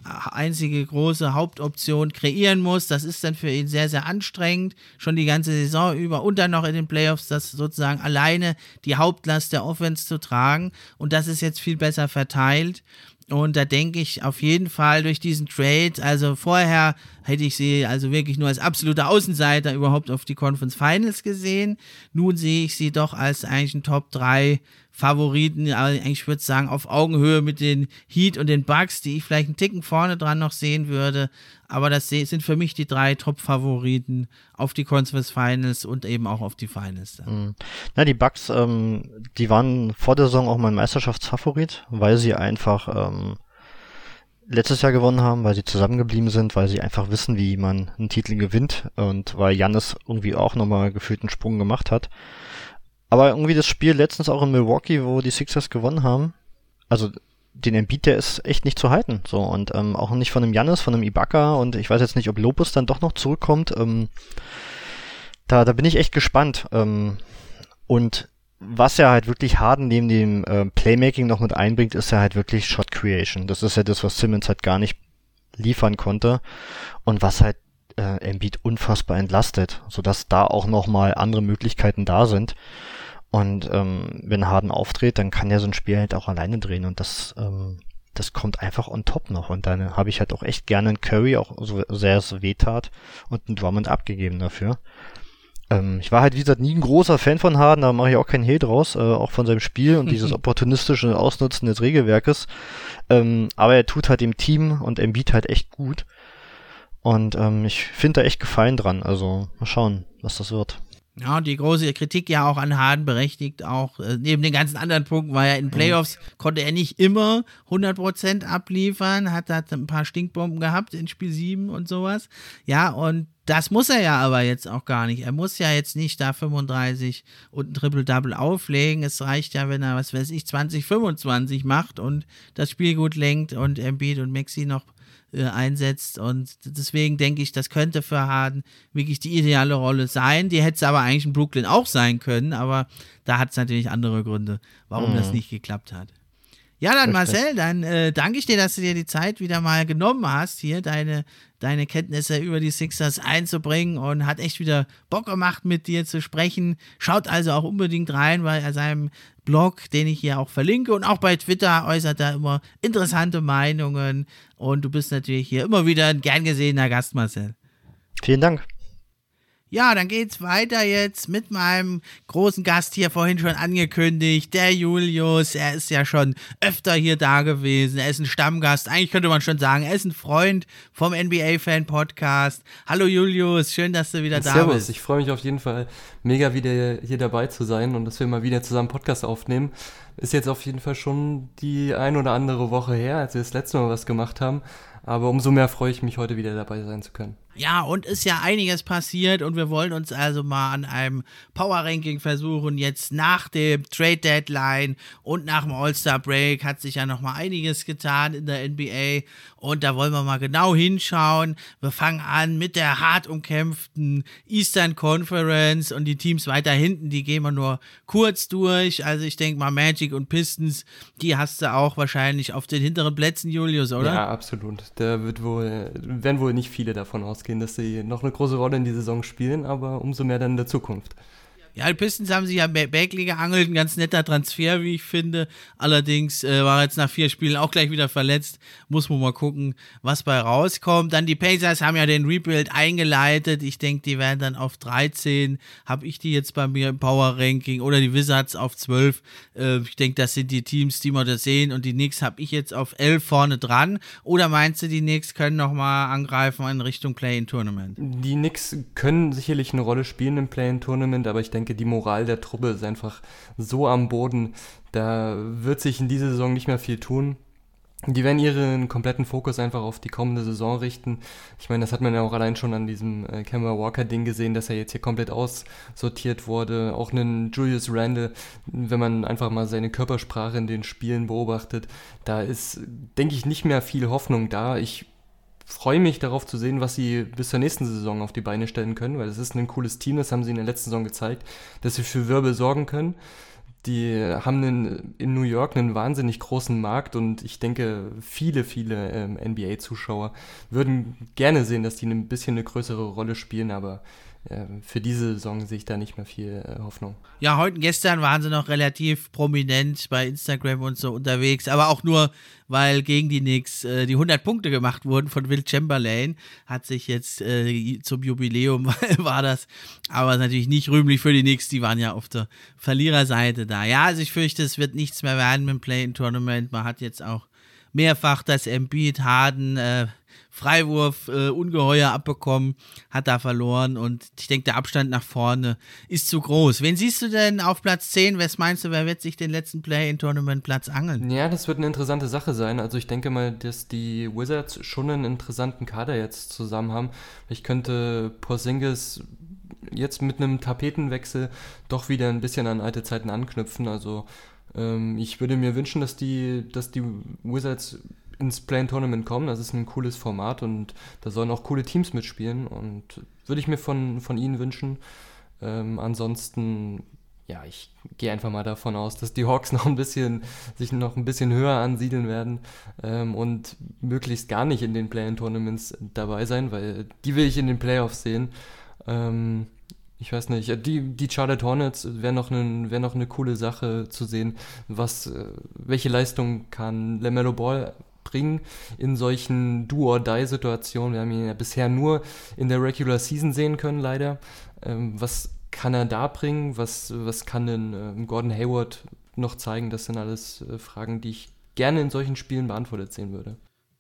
einzige große Hauptoption kreieren muss. Das ist dann für ihn sehr, sehr anstrengend, schon die ganze Saison über und dann noch in den Playoffs das sozusagen alleine die Hauptlast der Offense zu tragen. Und das ist jetzt viel besser verteilt. Und da denke ich auf jeden Fall durch diesen Trade, also vorher hätte ich sie also wirklich nur als absolute Außenseiter überhaupt auf die Conference Finals gesehen. Nun sehe ich sie doch als eigentlich ein Top 3 Favoriten, aber eigentlich würde ich sagen auf Augenhöhe mit den Heat und den Bucks, die ich vielleicht einen Ticken vorne dran noch sehen würde. Aber das sind für mich die 3 Top-Favoriten auf die Conference Finals und eben auch auf die Finals dann. Na, die Bucks, die waren vor der Saison auch mein Meisterschaftsfavorit, weil sie einfach letztes Jahr gewonnen haben, weil sie zusammengeblieben sind, weil sie einfach wissen, wie man einen Titel gewinnt und weil Giannis irgendwie auch nochmal gefühlt einen Sprung gemacht hat. Aber irgendwie das Spiel letztens auch in Milwaukee, wo die Sixers gewonnen haben, also den Embiid, der ist echt nicht zu halten. So und auch nicht von einem Giannis, von einem Ibaka und ich weiß jetzt nicht, ob Lopez dann doch noch zurückkommt. Da bin ich echt gespannt. Und was er halt wirklich Harden neben dem Playmaking noch mit einbringt, ist ja halt wirklich Shot Creation. Das ist ja das, was Simmons halt gar nicht liefern konnte und was halt Embiid unfassbar entlastet, sodass da auch nochmal andere Möglichkeiten da sind. Und wenn Harden auftritt, dann kann er so ein Spiel halt auch alleine drehen und das kommt einfach on top noch. Und dann habe ich halt auch echt gerne einen Curry, auch so sehr es wehtat, und einen Drummond abgegeben dafür. Ich war halt, wie gesagt, nie ein großer Fan von Harden, da mache ich auch keinen Hehl draus, auch von seinem Spiel und dieses opportunistische Ausnutzen des Regelwerkes. Aber er tut halt dem Team und Embiid halt echt gut. Und ich finde da echt Gefallen dran. Also mal schauen, was das wird. Ja, und die große Kritik ja auch an Harden berechtigt, auch neben den ganzen anderen Punkten, weil er in Playoffs konnte er nicht immer 100% abliefern, hat ein paar Stinkbomben gehabt in Spiel 7 und sowas. Ja, und das muss er ja aber jetzt auch gar nicht. Er muss ja jetzt nicht da 35 und ein Triple-Double auflegen. Es reicht ja, wenn er, 20, 25 macht und das Spiel gut lenkt und Embiid und Maxey noch einsetzt und deswegen denke ich, das könnte für Harden wirklich die ideale Rolle sein. Die hätte es aber eigentlich in Brooklyn auch sein können, aber da hat es natürlich andere Gründe, warum das nicht geklappt hat. Ja, dann Marcel, dann danke ich dir, dass du dir die Zeit wieder mal genommen hast, hier deine Kenntnisse über die Sixers einzubringen und hat echt wieder Bock gemacht, mit dir zu sprechen. Schaut also auch unbedingt rein, weil er seinem Blog, den ich hier auch verlinke und auch bei Twitter äußert er immer interessante Meinungen und du bist natürlich hier immer wieder ein gern gesehener Gast, Marcel. Vielen Dank. Ja, dann geht's weiter jetzt mit meinem großen Gast hier vorhin schon angekündigt, der Julius. Er ist ja schon öfter hier da gewesen. Er ist ein Stammgast. Eigentlich könnte man schon sagen, er ist ein Freund vom NBA-Fan-Podcast. Hallo Julius, schön, dass du wieder da bist. Servus, ich freue mich auf jeden Fall mega wieder hier dabei zu sein und dass wir mal wieder zusammen Podcast aufnehmen. Ist jetzt auf jeden Fall schon die ein oder andere Woche her, als wir das letzte Mal was gemacht haben. Aber umso mehr freue ich mich, heute wieder dabei sein zu können. Ja, und ist ja einiges passiert und wir wollen uns also mal an einem Power-Ranking versuchen. Jetzt nach dem Trade-Deadline und nach dem All-Star-Break hat sich ja noch mal einiges getan in der NBA und da wollen wir mal genau hinschauen. Wir fangen an mit der hart umkämpften Eastern Conference und die Teams weiter hinten, die gehen wir nur kurz durch. Also ich denke mal Magic und Pistons, die hast du auch wahrscheinlich auf den hinteren Plätzen, Julius, oder? Ja, absolut. Da werden wohl nicht viele davon ausgehen, dass sie noch eine große Rolle in die Saison spielen, aber umso mehr dann in der Zukunft. Ja, die Pistons haben sich ja Bagley geangelt, ein ganz netter Transfer, wie ich finde. Allerdings war er jetzt nach 4 Spielen auch gleich wieder verletzt. Muss man mal gucken, was bei rauskommt. Dann die Pacers haben ja den Rebuild eingeleitet. Ich denke, die werden dann auf 13. Habe ich die jetzt bei mir im Power-Ranking oder die Wizards auf 12. Ich denke, das sind die Teams, die wir da sehen. Und die Knicks habe ich jetzt auf 11 vorne dran. Oder meinst du, die Knicks können nochmal angreifen in Richtung Play-in-Tournament? Die Knicks können sicherlich eine Rolle spielen im Play-in-Tournament, aber ich denke, die Moral der Truppe ist einfach so am Boden, da wird sich in dieser Saison nicht mehr viel tun. Die werden ihren kompletten Fokus einfach auf die kommende Saison richten. Ich meine, das hat man ja auch allein schon an diesem Kemba Walker-Ding gesehen, dass er jetzt hier komplett aussortiert wurde. Auch einen Julius Randle, wenn man einfach mal seine Körpersprache in den Spielen beobachtet, da ist, denke ich, nicht mehr viel Hoffnung da. Ich freue mich darauf zu sehen, was sie bis zur nächsten Saison auf die Beine stellen können, weil das ist ein cooles Team, das haben sie in der letzten Saison gezeigt, dass sie für Wirbel sorgen können. Die haben in New York einen wahnsinnig großen Markt und ich denke, viele NBA-Zuschauer würden gerne sehen, dass die ein bisschen eine größere Rolle spielen, aber für diese Saison sehe ich da nicht mehr viel Hoffnung. Ja, heute und gestern waren sie noch relativ prominent bei Instagram und so unterwegs, aber auch nur, weil gegen die Knicks die 100 Punkte gemacht wurden von Will Chamberlain. Hat sich jetzt zum Jubiläum war das, aber natürlich nicht rühmlich für die Knicks, die waren ja auf der Verliererseite da. Ja, also ich fürchte, es wird nichts mehr werden mit dem Play-in-Tournament. Man hat jetzt auch mehrfach das Embiid, Harden, Freiwurf ungeheuer abbekommen, hat da verloren und ich denke, der Abstand nach vorne ist zu groß. Wen siehst du denn auf Platz 10? Was meinst du, wer wird sich den letzten Play-in-Tournament-Platz angeln? Ja, das wird eine interessante Sache sein. Also ich denke mal, dass die Wizards schon einen interessanten Kader jetzt zusammen haben. Ich könnte Porzingis jetzt mit einem Tapetenwechsel doch wieder ein bisschen an alte Zeiten anknüpfen. Also ich würde mir wünschen, dass die Wizards ins Play-in-Tournament kommen. Das ist ein cooles Format und da sollen auch coole Teams mitspielen und würde ich mir von ihnen wünschen. Ansonsten, ja, ich gehe einfach mal davon aus, dass die Hawks sich noch ein bisschen höher ansiedeln werden und möglichst gar nicht in den Play-in-Tournaments dabei sein, weil die will ich in den Playoffs sehen. Ich weiß nicht, die Charlotte Hornets wäre noch eine coole Sache zu sehen, welche Leistung kann LaMelo Ball bringen in solchen Do-or-Die-Situationen. Wir haben ihn ja bisher nur in der Regular Season sehen können, leider. Was kann er da bringen? Was kann denn Gordon Hayward noch zeigen? Das sind alles Fragen, die ich gerne in solchen Spielen beantwortet sehen würde.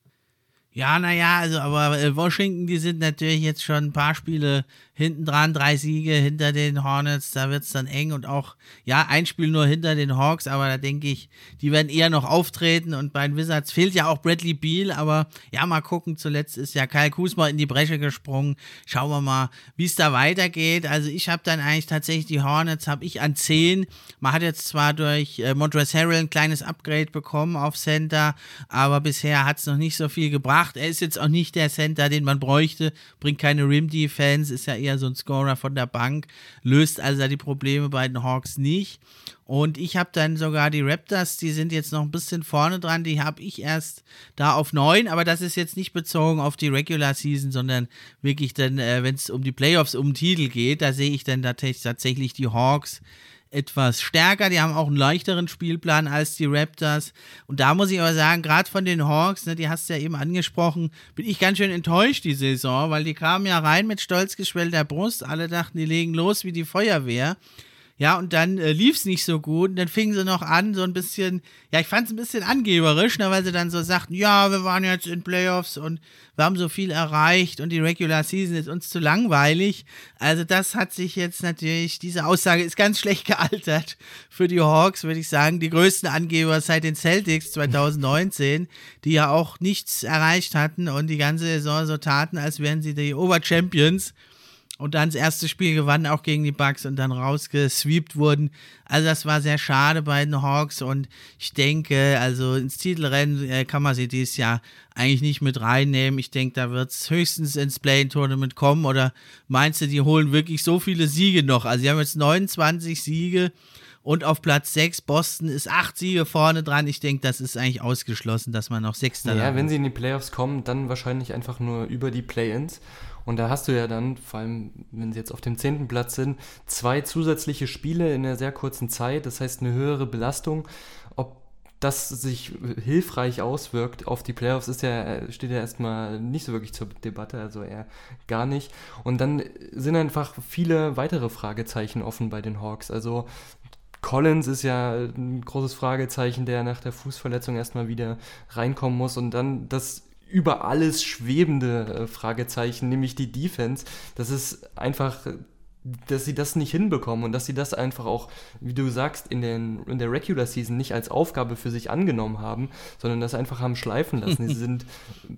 Ja, naja, also aber Washington, die sind natürlich jetzt schon ein paar Spiele hinten dran, 3 Siege hinter den Hornets, da wird's dann eng und auch, ja, ein Spiel nur hinter den Hawks, aber da denke ich, die werden eher noch auftreten und bei den Wizards fehlt ja auch Bradley Beal, aber ja, mal gucken, zuletzt ist ja Kyle Kuzma in die Bresche gesprungen, schauen wir mal, wie es da weitergeht, also ich habe dann eigentlich tatsächlich die Hornets, habe ich an 10, man hat jetzt zwar durch Montrezl Harrell ein kleines Upgrade bekommen auf Center, aber bisher hat's noch nicht so viel gebracht. Er ist jetzt auch nicht der Center, den man bräuchte, bringt keine Rim-Defense, ist ja eher so ein Scorer von der Bank, löst also die Probleme bei den Hawks nicht. Und ich habe dann sogar die Raptors, die sind jetzt noch ein bisschen vorne dran, die habe ich erst da auf 9, aber das ist jetzt nicht bezogen auf die Regular Season, sondern wirklich dann, wenn es um die Playoffs, um den Titel geht, da sehe ich dann tatsächlich die Hawks etwas stärker, die haben auch einen leichteren Spielplan als die Raptors und da muss ich aber sagen, gerade von den Hawks, ne, die hast du ja eben angesprochen, bin ich ganz schön enttäuscht die Saison, weil die kamen ja rein mit stolz geschwellter Brust, alle dachten, die legen los wie die Feuerwehr. Ja, und dann lief es nicht so gut und dann fingen sie noch an, so ein bisschen, ja, ich fand es ein bisschen angeberisch, ne, weil sie dann so sagten, ja, wir waren jetzt in Playoffs und wir haben so viel erreicht und die Regular Season ist uns zu langweilig. Also das hat sich jetzt natürlich, diese Aussage ist ganz schlecht gealtert für die Hawks, würde ich sagen, die größten Angeber seit den Celtics 2019, die ja auch nichts erreicht hatten und die ganze Saison so taten, als wären sie die Oberchampions. Und dann das erste Spiel gewannen, auch gegen die Bucks und dann rausgesweept wurden. Also das war sehr schade bei den Hawks und ich denke, also ins Titelrennen kann man sie dieses Jahr eigentlich nicht mit reinnehmen. Ich denke, da wird es höchstens ins Play-in-Tournament kommen oder meinst du, die holen wirklich so viele Siege noch? Also sie haben jetzt 29 Siege und auf Platz 6 Boston ist 8 Siege vorne dran. Ich denke, das ist eigentlich ausgeschlossen, dass man noch Sechster Ja, wenn sie in die Playoffs kommen, dann wahrscheinlich einfach nur über die Play-ins. Und da hast du ja dann, vor allem wenn sie jetzt auf dem 10. Platz sind, 2 zusätzliche Spiele in einer sehr kurzen Zeit. Das heißt, eine höhere Belastung. Ob das sich hilfreich auswirkt auf die Playoffs, steht ja erstmal nicht so wirklich zur Debatte, also eher gar nicht. Und dann sind einfach viele weitere Fragezeichen offen bei den Hawks. Also Collins ist ja ein großes Fragezeichen, der nach der Fußverletzung erstmal wieder reinkommen muss. Und dann das über alles schwebende Fragezeichen, nämlich die Defense. Das ist einfach, dass sie das nicht hinbekommen und dass sie das einfach auch, wie du sagst, in der Regular Season nicht als Aufgabe für sich angenommen haben, sondern das einfach haben schleifen lassen. Sie sind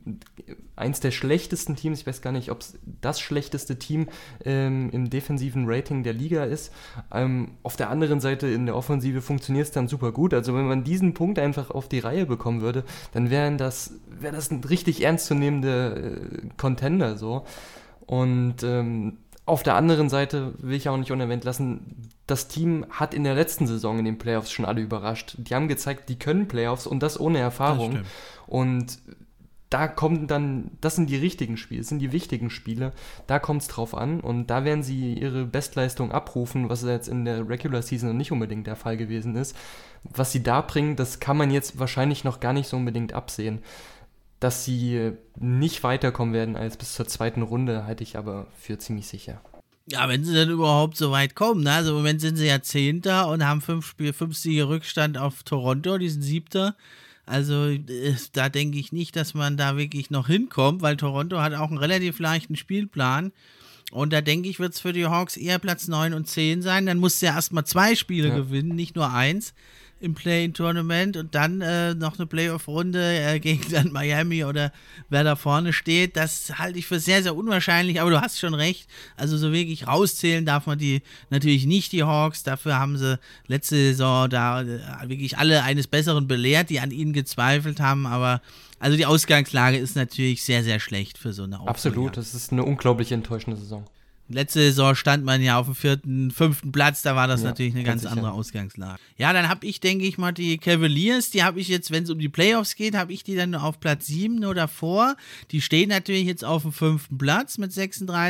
eins der schlechtesten Teams, ich weiß gar nicht, ob es das schlechteste Team im defensiven Rating der Liga ist. Auf der anderen Seite in der Offensive funktioniert es dann super gut. Also wenn man diesen Punkt einfach auf die Reihe bekommen würde, dann wäre das ein richtig ernstzunehmende Contender so. Und Auf der anderen Seite will ich auch nicht unerwähnt lassen, das Team hat in der letzten Saison in den Playoffs schon alle überrascht. Die haben gezeigt, die können Playoffs und das ohne Erfahrung. Und da kommen dann, das sind die richtigen Spiele, das sind die wichtigen Spiele, da kommt es drauf an und da werden sie ihre Bestleistung abrufen, was jetzt in der Regular Season nicht unbedingt der Fall gewesen ist. Was sie da bringen, das kann man jetzt wahrscheinlich noch gar nicht so unbedingt absehen. Dass sie nicht weiterkommen werden als bis zur zweiten Runde, halte ich aber für ziemlich sicher. Ja, wenn sie dann überhaupt so weit kommen. Ne? Also im Moment sind sie ja 10. und haben 5 Siege Rückstand auf Toronto, die sind 7. Also da denke ich nicht, dass man da wirklich noch hinkommt, weil Toronto hat auch einen relativ leichten Spielplan. Und da denke ich, wird es für die Hawks eher Platz 9 und 10 sein. Dann musst du ja erstmal 2 Spiele gewinnen, nicht nur 1 im Play-In-Tournament und dann noch eine Playoff-Runde gegen dann Miami oder wer da vorne steht. Das halte ich für sehr, sehr unwahrscheinlich, aber du hast schon recht. Also so wirklich rauszählen darf man die natürlich nicht, die Hawks. Dafür haben sie letzte Saison da wirklich alle eines Besseren belehrt, die an ihnen gezweifelt haben, aber also die Ausgangslage ist natürlich sehr, sehr schlecht für so eine Aufgabe. Absolut, das ist eine unglaublich enttäuschende Saison. Letzte Saison stand man ja auf dem 4., 5. Platz, da war das natürlich eine ganz andere Ausgangslage. Ja, dann habe ich, denke ich mal, die Cavaliers, die habe ich jetzt, wenn es um die Playoffs geht, habe ich die dann auf Platz 7 oder davor. Die stehen natürlich jetzt auf dem 5. Platz mit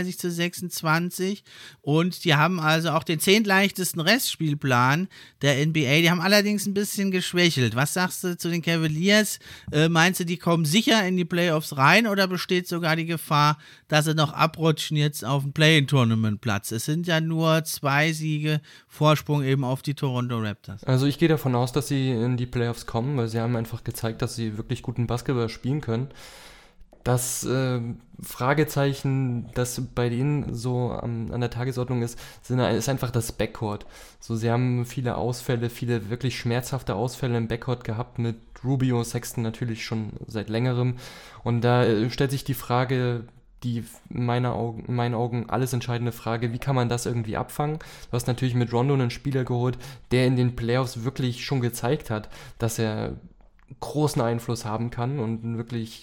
36-26 und die haben also auch den 10. leichtesten Restspielplan der NBA. Die haben allerdings ein bisschen geschwächelt. Was sagst du zu den Cavaliers? Meinst du, die kommen sicher in die Playoffs rein oder besteht sogar die Gefahr, dass sie noch abrutschen jetzt auf den Play-In-Tournament-Platz? Es sind ja nur 2 Siege Vorsprung eben auf die Toronto Raptors. Also ich gehe davon aus, dass sie in die Playoffs kommen, weil sie haben einfach gezeigt, dass sie wirklich guten Basketball spielen können. Das Fragezeichen, das bei denen so an der Tagesordnung ist einfach das Backcourt. So, sie haben viele Ausfälle, viele wirklich schmerzhafte Ausfälle im Backcourt gehabt, mit Rubio, Sexton natürlich schon seit längerem. Und da stellt sich die Frage, die in meinen Augen alles entscheidende Frage, wie kann man das irgendwie abfangen? Du hast natürlich mit Rondo einen Spieler geholt, der in den Playoffs wirklich schon gezeigt hat, dass er großen Einfluss haben kann und wirklich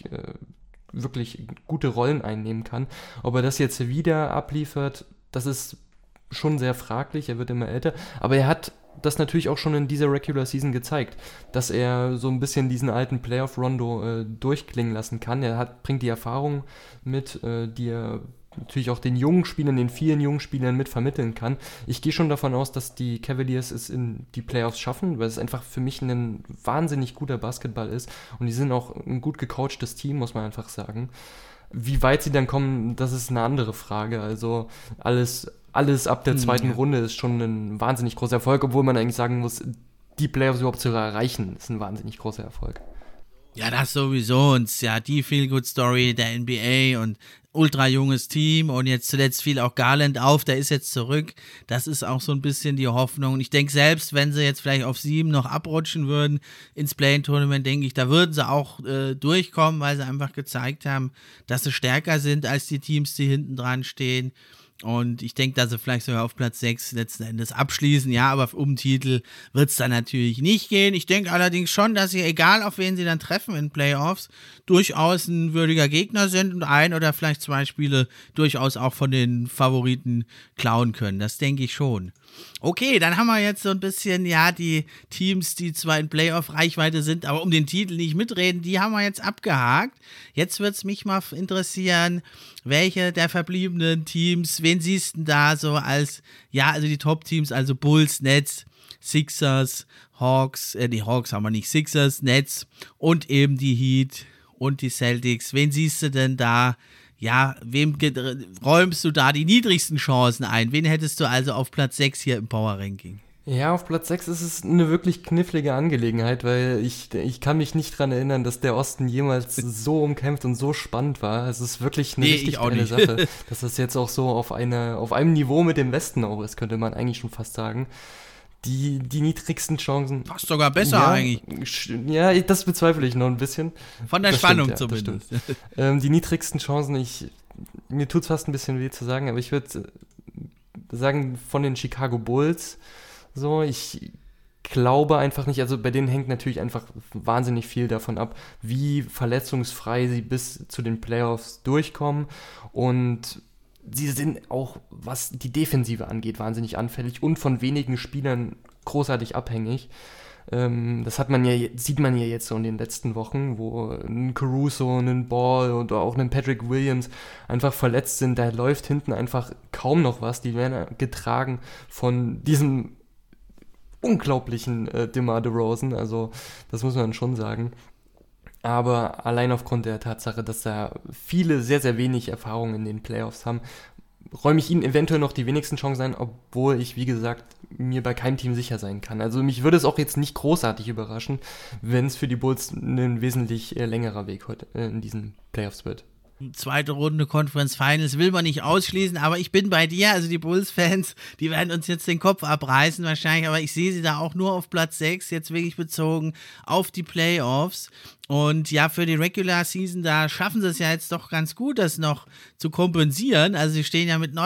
gute Rollen einnehmen kann. Ob er das jetzt wieder abliefert, das ist schon sehr fraglich, er wird immer älter, aber er hat das natürlich auch schon in dieser Regular Season gezeigt, dass er so ein bisschen diesen alten Playoff-Rondo durchklingen lassen kann. Er bringt die Erfahrung mit, die er natürlich auch den vielen jungen Spielern mit vermitteln kann. Ich gehe schon davon aus, dass die Cavaliers es in die Playoffs schaffen, weil es einfach für mich ein wahnsinnig guter Basketball ist und die sind auch ein gut gecoachtes Team, muss man einfach sagen. Wie weit sie dann kommen, das ist eine andere Frage. Also alles ab der zweiten Runde ist schon ein wahnsinnig großer Erfolg, obwohl man eigentlich sagen muss, die Playoffs überhaupt zu erreichen, ist ein wahnsinnig großer Erfolg. Ja, das sowieso und ja, die Feel-Good-Story der NBA und ultra junges Team und jetzt zuletzt fiel auch Garland auf, der ist jetzt zurück. Das ist auch so ein bisschen die Hoffnung. Und ich denke, selbst wenn sie jetzt vielleicht auf 7 noch abrutschen würden ins Play-In-Tournament, denke ich, da würden sie auch durchkommen, weil sie einfach gezeigt haben, dass sie stärker sind als die Teams, die hinten dran stehen. Und ich denke, dass sie vielleicht sogar auf Platz 6 letzten Endes abschließen. Ja, aber um Titel wird es dann natürlich nicht gehen. Ich denke allerdings schon, dass sie, egal auf wen sie dann treffen in Playoffs, durchaus ein würdiger Gegner sind und 1 oder vielleicht 2 Spiele durchaus auch von den Favoriten klauen können. Das denke ich schon. Okay, dann haben wir jetzt so ein bisschen, ja, die Teams, die zwar in Playoff-Reichweite sind, aber um den Titel nicht mitreden, die haben wir jetzt abgehakt. Jetzt würde es mich mal interessieren, welche der verbliebenen Teams, wen siehst du da so als, ja, also die Top-Teams, also Bulls, Nets, Sixers, Hawks, die Hawks haben wir nicht, Sixers, Nets und eben die Heat und die Celtics. Wen siehst du denn da? Ja, wem räumst du da die niedrigsten Chancen ein? Wen hättest du also auf Platz 6 hier im Power-Ranking? Ja, auf Platz 6 ist es eine wirklich knifflige Angelegenheit, weil ich kann mich nicht dran erinnern, dass der Osten jemals so umkämpft und so spannend war. Es ist wirklich eine richtig geile Sache, dass das jetzt auch so auf einem Niveau mit dem Westen auch ist, könnte man eigentlich schon fast sagen. Die niedrigsten Chancen. Fast sogar besser eigentlich. Ja, das bezweifle ich noch ein bisschen. Von der Spannung zumindest. Die niedrigsten Chancen, mir tut es fast ein bisschen weh zu sagen, aber ich würde sagen, von den Chicago Bulls, so, ich glaube einfach nicht, also bei denen hängt natürlich einfach wahnsinnig viel davon ab, wie verletzungsfrei sie bis zu den Playoffs durchkommen und sie sind auch, was die Defensive angeht, wahnsinnig anfällig und von wenigen Spielern großartig abhängig. Das sieht man ja jetzt so in den letzten Wochen, wo ein Caruso, ein Ball oder auch ein Patrick Williams einfach verletzt sind. Da läuft hinten einfach kaum noch was. Die werden getragen von diesem unglaublichen DeMar DeRozan. Also das muss man schon sagen. Aber allein aufgrund der Tatsache, dass da viele sehr, sehr wenig Erfahrung in den Playoffs haben, räume ich ihnen eventuell noch die wenigsten Chancen ein, obwohl ich, wie gesagt, mir bei keinem Team sicher sein kann. Also mich würde es auch jetzt nicht großartig überraschen, wenn es für die Bulls ein wesentlich längerer Weg heute in diesen Playoffs wird. Zweite Runde Conference Finals will man nicht ausschließen, aber ich bin bei dir, also die Bulls-Fans, die werden uns jetzt den Kopf abreißen wahrscheinlich, aber ich sehe sie da auch nur auf Platz 6, jetzt wirklich bezogen auf die Playoffs. Und ja, für die Regular Season, da schaffen sie es ja jetzt doch ganz gut, das noch zu kompensieren. Also sie stehen ja mit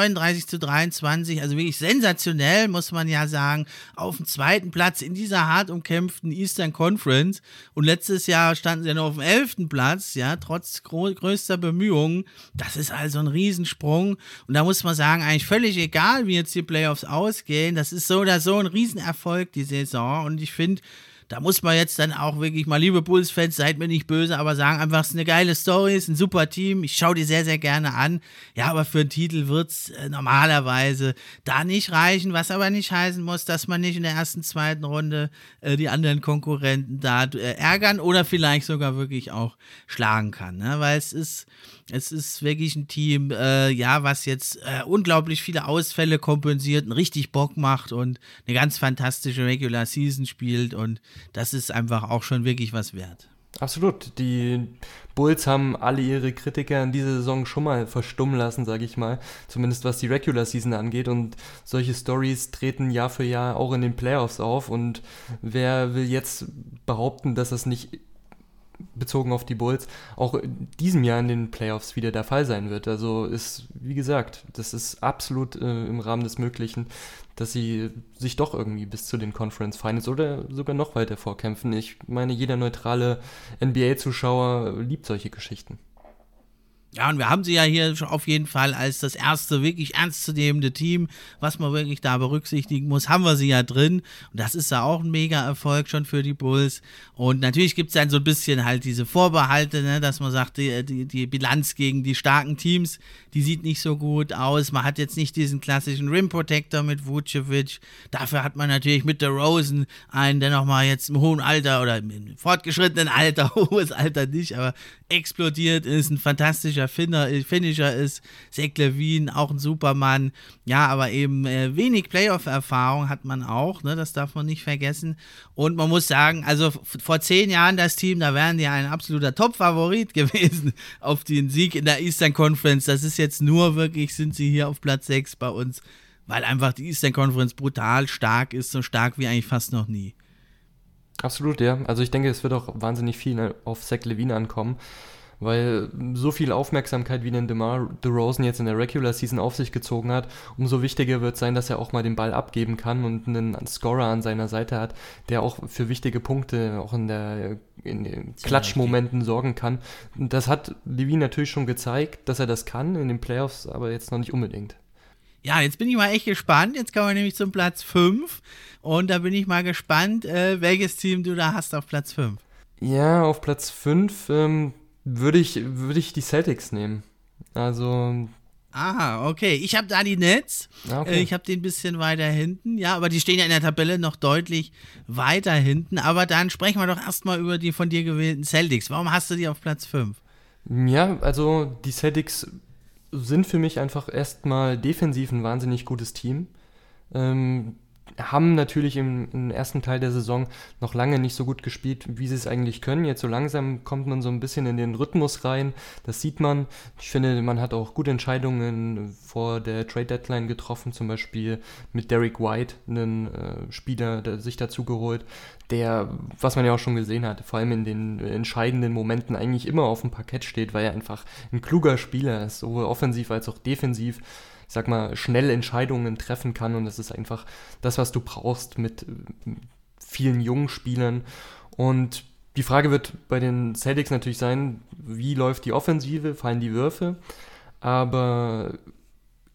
39-23, also wirklich sensationell, muss man ja sagen, auf dem zweiten Platz in dieser hart umkämpften Eastern Conference. Und letztes Jahr standen sie ja nur auf dem 11. Platz, ja, trotz größter Bemühungen. Das ist also ein Riesensprung. Und da muss man sagen, eigentlich völlig egal, wie jetzt die Playoffs ausgehen. Das ist so oder so ein Riesenerfolg, die Saison. Und ich finde, da muss man jetzt dann auch wirklich mal, liebe Bulls-Fans, seid mir nicht böse, aber sagen einfach, es ist eine geile Story, es ist ein super Team, ich schaue die sehr, sehr gerne an. Ja, aber für einen Titel wird es normalerweise da nicht reichen, was aber nicht heißen muss, dass man nicht in der ersten, zweiten Runde die anderen Konkurrenten da ärgern oder vielleicht sogar wirklich auch schlagen kann, ne? Weil es ist wirklich ein Team, was jetzt unglaublich viele Ausfälle kompensiert und richtig Bock macht und eine ganz fantastische Regular Season spielt und das ist einfach auch schon wirklich was wert. Absolut. Die Bulls haben alle ihre Kritiker in dieser Saison schon mal verstummen lassen, sage ich mal. Zumindest was die Regular Season angeht. Und solche Stories treten Jahr für Jahr auch in den Playoffs auf. Und wer will jetzt behaupten, dass das nicht bezogen auf die Bulls auch in diesem Jahr in den Playoffs wieder der Fall sein wird. Also ist, wie gesagt, das ist absolut im Rahmen des Möglichen, dass sie sich doch irgendwie bis zu den Conference Finals oder sogar noch weiter vorkämpfen. Ich meine, jeder neutrale NBA-Zuschauer liebt solche Geschichten. Ja, und wir haben sie ja hier schon auf jeden Fall als das erste wirklich ernstzunehmende Team, was man wirklich da berücksichtigen muss, haben wir sie ja drin. Und das ist ja auch ein Mega-Erfolg schon für die Bulls. Und natürlich gibt es dann so ein bisschen halt diese Vorbehalte, ne, dass man sagt, die Bilanz gegen die starken Teams, die sieht nicht so gut aus. Man hat jetzt nicht diesen klassischen Rim Protector mit Vucevic. Dafür hat man natürlich mit DeRozan einen, der nochmal jetzt im hohen Alter oder im fortgeschrittenen Alter, hohes Alter nicht, aber explodiert ist, ein fantastischer Finisher ist, Zach LaVine, auch ein Supermann, ja, aber eben wenig Playoff-Erfahrung hat man auch, ne, das darf man nicht vergessen und man muss sagen, also vor 10 Jahren das Team, da wären die ein absoluter Top-Favorit gewesen auf den Sieg in der Eastern Conference, das ist jetzt nur wirklich, sind sie hier auf Platz 6 bei uns, weil einfach die Eastern Conference brutal stark ist, so stark wie eigentlich fast noch nie. Absolut, ja. Also ich denke, es wird auch wahnsinnig viel auf Zach LaVine ankommen, weil so viel Aufmerksamkeit wie den DeMar DeRozan jetzt in der Regular Season auf sich gezogen hat, umso wichtiger wird sein, dass er auch mal den Ball abgeben kann und einen Scorer an seiner Seite hat, der auch für wichtige Punkte auch in den Klatschmomenten sorgen kann. Und das hat LaVine natürlich schon gezeigt, dass er das kann in den Playoffs, aber jetzt noch nicht unbedingt. Ja, jetzt bin ich mal echt gespannt. Jetzt kommen wir nämlich zum Platz 5. Und da bin ich mal gespannt, welches Team du da hast auf Platz 5. Ja, auf Platz 5 würde ich die Celtics nehmen. Also. Aha, okay. Ich habe da die Nets. Okay. Ich habe die ein bisschen weiter hinten. Ja, aber die stehen ja in der Tabelle noch deutlich weiter hinten. Aber dann sprechen wir doch erstmal über die von dir gewählten Celtics. Warum hast du die auf Platz 5? Ja, also die Celtics sind für mich einfach erstmal defensiv ein wahnsinnig gutes Team. Haben natürlich im ersten Teil der Saison noch lange nicht so gut gespielt, wie sie es eigentlich können. Jetzt so langsam kommt man so ein bisschen in den Rhythmus rein. Das sieht man. Ich finde, man hat auch gute Entscheidungen vor der Trade-Deadline getroffen, zum Beispiel mit Derrick White, einen Spieler, der sich dazu geholt, der, was man ja auch schon gesehen hat, vor allem in den entscheidenden Momenten eigentlich immer auf dem Parkett steht, weil er einfach ein kluger Spieler ist, sowohl offensiv als auch defensiv. Ich sag mal, schnell Entscheidungen treffen kann und das ist einfach das, was du brauchst mit vielen jungen Spielern. Und die Frage wird bei den Celtics natürlich sein, wie läuft die Offensive, fallen die Würfe, aber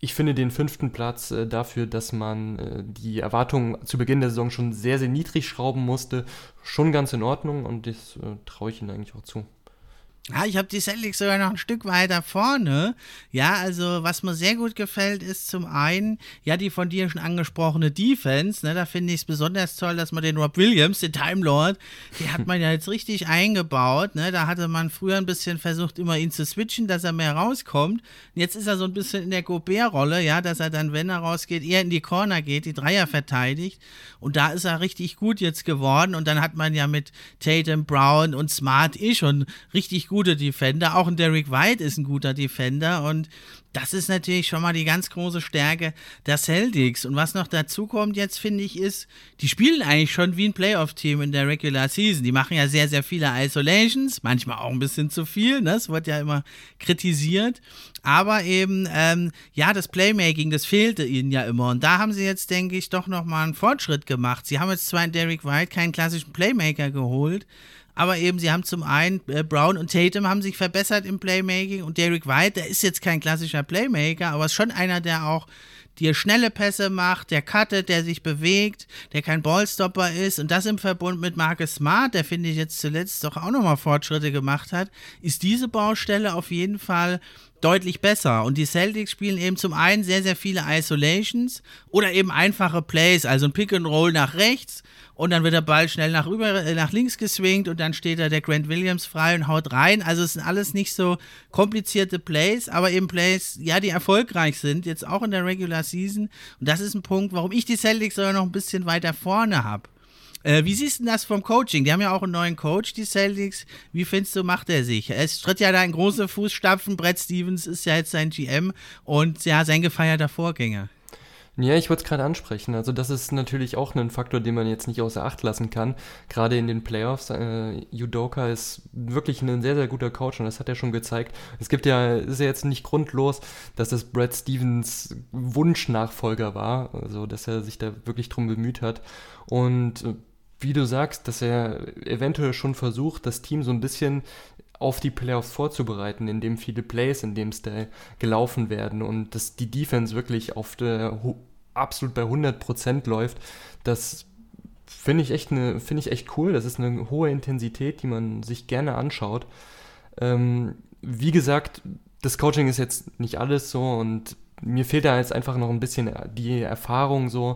ich finde den 5. Platz dafür, dass man die Erwartungen zu Beginn der Saison schon sehr, sehr niedrig schrauben musste, schon ganz in Ordnung und das traue ich ihnen eigentlich auch zu. Ja, ich habe die Celtics sogar noch ein Stück weiter vorne. Ja, also was mir sehr gut gefällt, ist zum einen, ja, die von dir schon angesprochene Defense. Ne, da finde ich es besonders toll, dass man den Rob Williams, den Time Lord, den hat man ja jetzt richtig eingebaut. Ne, da hatte man früher ein bisschen versucht, immer ihn zu switchen, dass er mehr rauskommt. Und jetzt ist er so ein bisschen in der Gobert-Rolle, ja, dass er dann, wenn er rausgeht, eher in die Corner geht, die Dreier verteidigt. Und da ist er richtig gut jetzt geworden. Und dann hat man ja mit Tatum, Brown und Smart schon richtig gute Defender, auch ein Derrick White ist ein guter Defender und das ist natürlich schon mal die ganz große Stärke der Celtics. Und was noch dazu kommt jetzt, finde ich, ist, die spielen eigentlich schon wie ein Playoff-Team in der Regular Season. Die machen ja sehr, sehr viele Isolations, manchmal auch ein bisschen zu viel, ne? Das wird ja immer kritisiert. Aber eben, ja, das Playmaking, das fehlte ihnen ja immer. Und da haben sie jetzt, denke ich, doch nochmal einen Fortschritt gemacht. Sie haben jetzt zwar in Derrick White keinen klassischen Playmaker geholt, aber eben, sie haben zum einen, Brown und Tatum haben sich verbessert im Playmaking und Derrick White, der ist jetzt kein klassischer Playmaker, aber ist schon einer, der auch dir schnelle Pässe macht, der cuttet, der sich bewegt, der kein Ballstopper ist und das im Verbund mit Marcus Smart, der finde ich jetzt zuletzt doch auch nochmal Fortschritte gemacht hat, ist diese Baustelle auf jeden Fall deutlich besser. Und die Celtics spielen eben zum einen sehr, sehr viele Isolations oder eben einfache Plays, also ein Pick and Roll nach rechts und dann wird der Ball schnell nach links geswingt und dann steht da der Grant Williams frei und haut rein. Also es sind alles nicht so komplizierte Plays, aber eben Plays, ja, die erfolgreich sind, jetzt auch in der Regular Season. Und das ist ein Punkt, warum ich die Celtics sogar noch ein bisschen weiter vorne habe. Wie siehst du das vom Coaching? Die haben ja auch einen neuen Coach, die Celtics. Wie findest du, macht er sich? Es tritt ja da in große Fußstapfen. Brad Stevens ist ja jetzt sein GM und ja, sein gefeierter Vorgänger. Ja, ich wollte es gerade ansprechen. Also das ist natürlich auch ein Faktor, den man jetzt nicht außer Acht lassen kann. Gerade in den Playoffs. Udoka ist wirklich ein sehr, sehr guter Coach und das hat er schon gezeigt. Ist ja jetzt nicht grundlos, dass es Brad Stevens Wunschnachfolger war. Also dass er sich da wirklich drum bemüht hat. Und wie du sagst, dass er eventuell schon versucht, das Team so ein bisschen auf die Playoffs vorzubereiten, indem viele Plays in dem Style gelaufen werden und dass die Defense wirklich absolut bei 100% läuft, das finde ich echt cool. Das ist eine hohe Intensität, die man sich gerne anschaut. Wie gesagt, das Coaching ist jetzt nicht alles so und mir fehlt da jetzt einfach noch ein bisschen die Erfahrung so.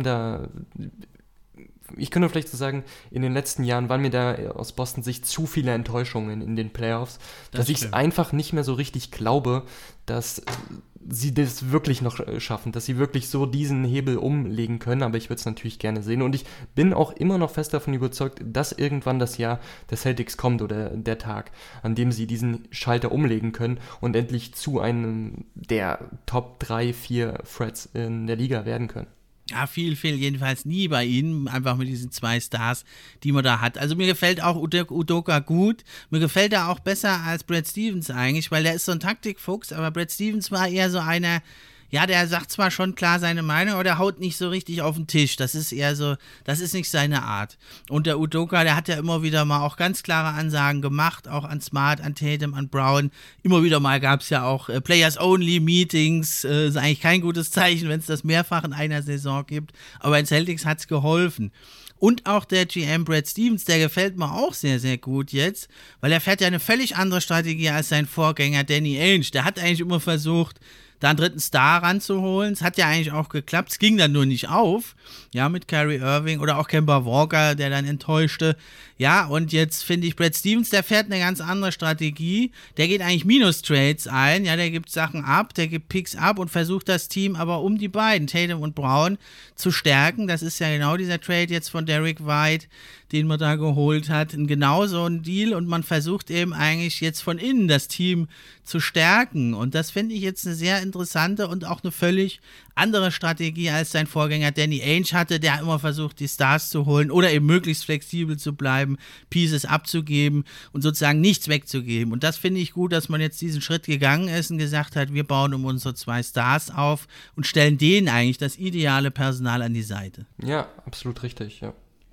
Ich könnte vielleicht so sagen, in den letzten Jahren waren mir da aus Boston Sicht zu viele Enttäuschungen in den Playoffs, dass ich es einfach nicht mehr so richtig glaube, dass sie das wirklich noch schaffen, dass sie wirklich so diesen Hebel umlegen können, aber ich würde es natürlich gerne sehen und ich bin auch immer noch fest davon überzeugt, dass irgendwann das Jahr der Celtics kommt oder der Tag, an dem sie diesen Schalter umlegen können und endlich zu einem der Top 3, 4 Threats in der Liga werden können. Ja, viel jedenfalls nie bei ihnen, einfach mit diesen 2 Stars, die man da hat. Also mir gefällt auch Udoka gut, mir gefällt er auch besser als Brad Stevens eigentlich, weil der ist so ein Taktikfuchs, aber Brad Stevens war eher so einer, ja, der sagt zwar schon klar seine Meinung, aber der haut nicht so richtig auf den Tisch. Das ist eher so, das ist nicht seine Art. Und der Udoka, der hat ja immer wieder mal auch ganz klare Ansagen gemacht, auch an Smart, an Tatum, an Brown. Immer wieder mal gab es ja auch Players-Only-Meetings. Ist eigentlich kein gutes Zeichen, wenn es das mehrfach in einer Saison gibt. Aber in Celtics hat es geholfen. Und auch der GM Brad Stevens, der gefällt mir auch sehr, sehr gut jetzt, weil er fährt ja eine völlig andere Strategie als sein Vorgänger Danny Ainge. Der hat eigentlich immer versucht, da einen dritten Star ranzuholen. Es hat ja eigentlich auch geklappt, es ging dann nur nicht auf, ja, mit Kyrie Irving oder auch Kemba Walker, der dann enttäuschte. Ja, und jetzt finde ich, Brad Stevens, der fährt eine ganz andere Strategie. Der geht eigentlich Minus-Trades ein, ja, der gibt Sachen ab, der gibt Picks ab und versucht das Team aber um die beiden, Tatum und Brown, zu stärken. Das ist ja genau dieser Trade jetzt von Derrick White, den man da geholt hat. Genau so ein Deal und man versucht eben eigentlich jetzt von innen das Team zu stärken. Und das finde ich jetzt eine sehr interessante und auch eine völlig andere Strategie als sein Vorgänger Danny Ainge hatte, der immer versucht, die Stars zu holen oder eben möglichst flexibel zu bleiben, Pieces abzugeben und sozusagen nichts wegzugeben. Und das finde ich gut, dass man jetzt diesen Schritt gegangen ist und gesagt hat, wir bauen um unsere 2 Stars auf und stellen denen eigentlich das ideale Personal an die Seite. Ja, absolut richtig, ja.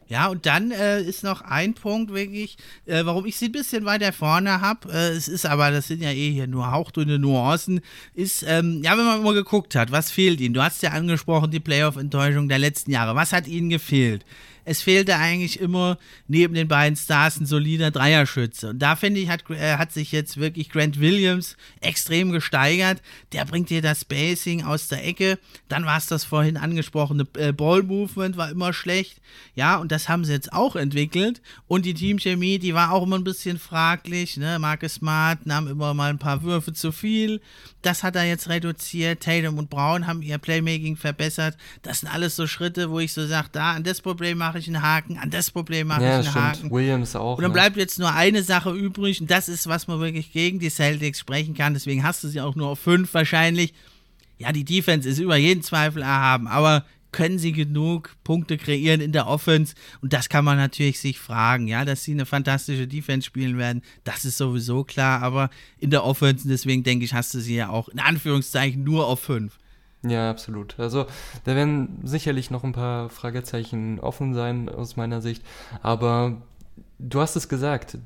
Ja, und dann ist noch ein Punkt wirklich, warum ich sie ein bisschen weiter vorne habe, es ist aber, das sind ja hier nur hauchdünne Nuancen, ist, wenn man mal geguckt hat, was fehlt ihnen? Du hast ja angesprochen, die Playoff-Enttäuschung der letzten Jahre. Was hat ihnen gefehlt? Es fehlte eigentlich immer neben den beiden Stars ein solider Dreierschütze. Und da finde ich, hat sich jetzt wirklich Grant Williams extrem gesteigert. Der bringt dir das Spacing aus der Ecke. Dann war es das vorhin angesprochene Ball-Movement, war immer schlecht. Ja, und das haben sie jetzt auch entwickelt. Und die Teamchemie, die war auch immer ein bisschen fraglich. Ne? Marcus Smart nahm immer mal ein paar Würfe zu viel. Das hat er jetzt reduziert. Tatum und Brown haben ihr Playmaking verbessert. Das sind alles so Schritte, wo ich so sage, an das Problem mache ich einen Haken, an das Problem mache ich einen Haken. Williams auch. Und dann bleibt jetzt nur eine Sache übrig und das ist, was man wirklich gegen die Celtics sprechen kann. Deswegen hast du sie auch nur auf 5 wahrscheinlich. Ja, die Defense ist über jeden Zweifel erhaben, aber können sie genug Punkte kreieren in der Offense? Und das kann man natürlich sich fragen, ja, dass sie eine fantastische Defense spielen werden, das ist sowieso klar, aber in der Offense, deswegen denke ich, hast du sie ja auch in Anführungszeichen nur auf 5. Ja, absolut. Also da werden sicherlich noch ein paar Fragezeichen offen sein aus meiner Sicht, aber du hast es gesagt,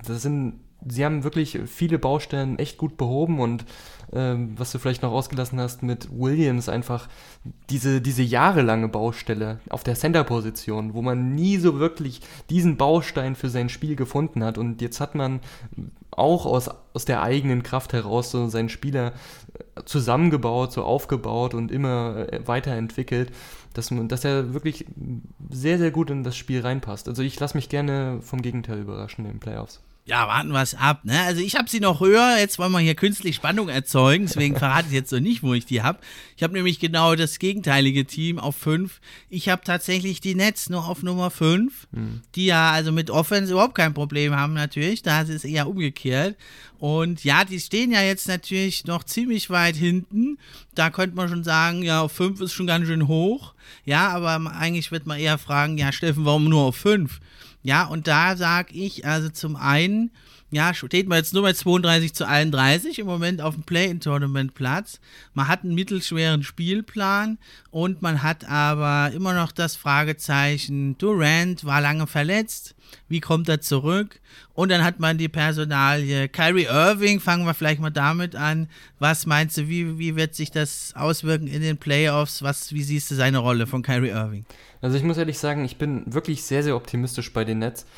sie haben wirklich viele Baustellen echt gut behoben und was du vielleicht noch ausgelassen hast mit Williams, einfach diese jahrelange Baustelle auf der Center-Position, wo man nie so wirklich diesen Baustein für sein Spiel gefunden hat und jetzt hat man auch aus der eigenen Kraft heraus so seinen Spieler zusammengebaut, so aufgebaut und immer weiterentwickelt, dass er wirklich sehr, sehr gut in das Spiel reinpasst. Also ich lasse mich gerne vom Gegenteil überraschen in den Playoffs. Ja, warten wir es ab, ne? Also ich habe sie noch höher, jetzt wollen wir hier künstlich Spannung erzeugen, deswegen verrate ich jetzt noch nicht, wo ich die habe. Ich habe nämlich genau das gegenteilige Team auf 5. Ich habe tatsächlich die Nets nur auf Nummer 5, die ja also mit Offense überhaupt kein Problem haben natürlich, da ist es eher umgekehrt. Und ja, die stehen ja jetzt natürlich noch ziemlich weit hinten, da könnte man schon sagen, ja, auf 5 ist schon ganz schön hoch. Ja, aber eigentlich wird man eher fragen, ja Steffen, warum nur auf 5? Ja, und da sage ich, also zum einen, ja, steht man jetzt nur bei 32-31 im Moment auf dem Play-in-Tournament-Platz. Man hat einen mittelschweren Spielplan und man hat aber immer noch das Fragezeichen, Durant war lange verletzt, wie kommt er zurück? Und dann hat man die Personalie Kyrie Irving, fangen wir vielleicht mal damit an. Was meinst du, wie wird sich das auswirken in den Playoffs? Wie siehst du seine Rolle von Kyrie Irving? Also ich muss ehrlich sagen, ich bin wirklich sehr, sehr optimistisch bei den Nets.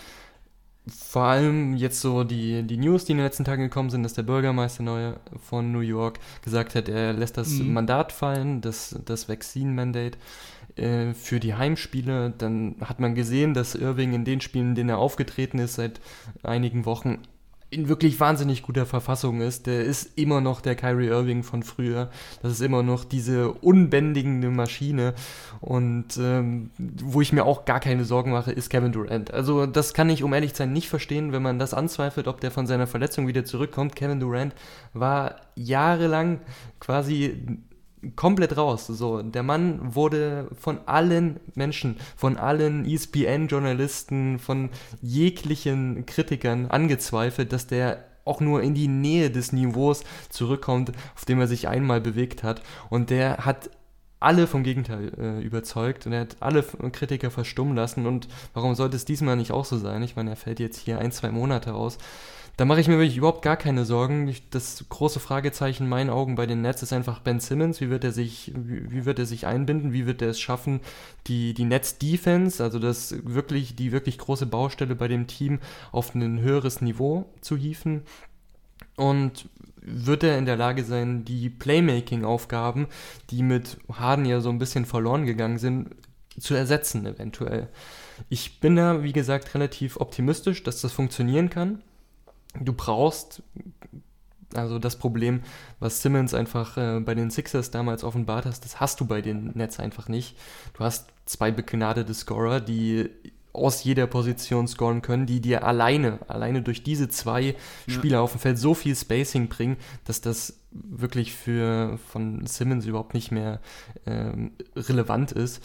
Vor allem jetzt so die News, die in den letzten Tagen gekommen sind, dass der Bürgermeister von New York gesagt hat, er lässt das Mandat fallen, das Vaccine-Mandate für die Heimspiele. Dann hat man gesehen, dass Irving in den Spielen, in denen er aufgetreten ist seit einigen Wochen, in wirklich wahnsinnig guter Verfassung ist. Der ist immer noch der Kyrie Irving von früher. Das ist immer noch diese unbändigende Maschine. Und wo ich mir auch gar keine Sorgen mache, ist Kevin Durant. Also das kann ich, um ehrlich zu sein, nicht verstehen, wenn man das anzweifelt, ob der von seiner Verletzung wieder zurückkommt. Kevin Durant war jahrelang quasi komplett raus. So, der Mann wurde von allen Menschen, von allen ESPN-Journalisten, von jeglichen Kritikern angezweifelt, dass der auch nur in die Nähe des Niveaus zurückkommt, auf dem er sich einmal bewegt hat. Und der hat alle vom Gegenteil überzeugt und er hat alle Kritiker verstummen lassen. Und warum sollte es diesmal nicht auch so sein? Ich meine, er fällt jetzt hier 1-2 Monate aus. Da mache ich mir wirklich überhaupt gar keine Sorgen. Das große Fragezeichen in meinen Augen bei den Nets ist einfach Ben Simmons. Wie wird er sich einbinden? Wie wird er es schaffen, die Nets-Defense, also die wirklich große Baustelle bei dem Team, auf ein höheres Niveau zu hieven? Und wird er in der Lage sein, die Playmaking-Aufgaben, die mit Harden ja so ein bisschen verloren gegangen sind, zu ersetzen eventuell? Ich bin da, wie gesagt, relativ optimistisch, dass das funktionieren kann. Du brauchst, also das Problem, was Simmons einfach bei den Sixers damals offenbart hast, das hast du bei den Nets einfach nicht. Du hast 2 begnadete Scorer, die aus jeder Position scoren können, die dir alleine durch diese 2 Spieler auf dem Feld so viel Spacing bringen, dass das wirklich von Simmons überhaupt nicht mehr relevant ist.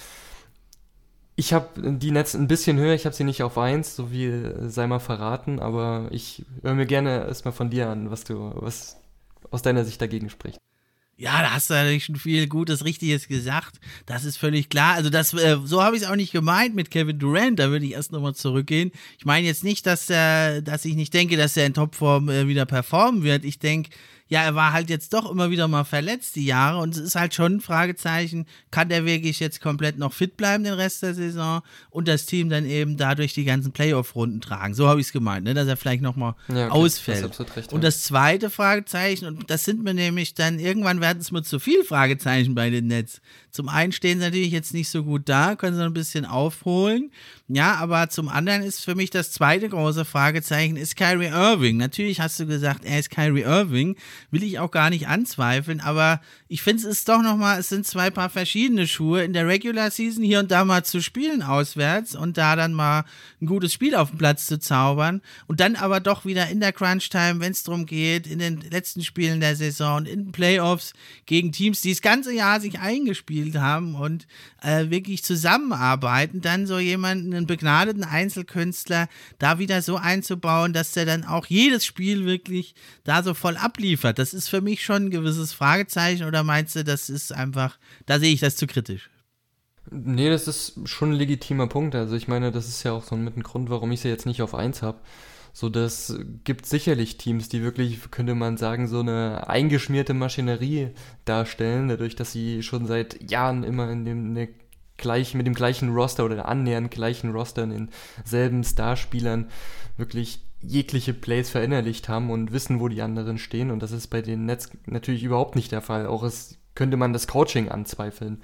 Ich habe die Nets ein bisschen höher, ich habe sie nicht auf 1, so viel sei mal verraten, aber ich höre mir gerne erstmal von dir an, was aus deiner Sicht dagegen spricht. Ja, da hast du natürlich schon viel Gutes, Richtiges gesagt. Das ist völlig klar. Also so habe ich es auch nicht gemeint mit Kevin Durant. Da würde ich erst nochmal zurückgehen. Ich meine jetzt nicht, dass ich nicht denke, dass er in Topform wieder performen wird. Ich denke, ja, er war halt jetzt doch immer wieder mal verletzt die Jahre und es ist halt schon ein Fragezeichen, kann der wirklich jetzt komplett noch fit bleiben den Rest der Saison und das Team dann eben dadurch die ganzen Playoff-Runden tragen. So habe ich es gemeint, ne? Dass er vielleicht nochmal ausfällt. Das ist recht, ja. Und das zweite Fragezeichen, und das sind mir nämlich dann, irgendwann werden es mir zu viel Fragezeichen bei den Nets. Zum einen stehen sie natürlich jetzt nicht so gut da, können sie ein bisschen aufholen. Ja, aber zum anderen ist für mich das zweite große Fragezeichen, ist Kyrie Irving. Natürlich hast du gesagt, er ist Kyrie Irving, will ich auch gar nicht anzweifeln, aber ich finde, es ist doch nochmal, es sind zwei Paar verschiedene Schuhe. In der Regular Season hier und da mal zu spielen auswärts und da dann mal ein gutes Spiel auf den Platz zu zaubern und dann aber doch wieder in der Crunch-Time, wenn es darum geht, in den letzten Spielen der Saison und in den Playoffs gegen Teams, die das ganze Jahr sich eingespielt haben und wirklich zusammenarbeiten, dann so jemanden, einen begnadeten Einzelkünstler, da wieder so einzubauen, dass der dann auch jedes Spiel wirklich da so voll abliefert. Das ist für mich schon ein gewisses Fragezeichen, oder meinst du, das ist einfach, da sehe ich das zu kritisch? Nee, das ist schon ein legitimer Punkt. Also ich meine, das ist ja auch so mit ein Grund, warum ich sie jetzt nicht auf 1 habe. So, das gibt sicherlich Teams, die wirklich, könnte man sagen, so eine eingeschmierte Maschinerie darstellen, dadurch, dass sie schon seit Jahren immer mit dem gleichen Roster oder annähernd gleichen Roster in denselben Starspielern wirklich jegliche Plays verinnerlicht haben und wissen, wo die anderen stehen. Und das ist bei den Nets natürlich überhaupt nicht der Fall. Auch könnte man das Coaching anzweifeln.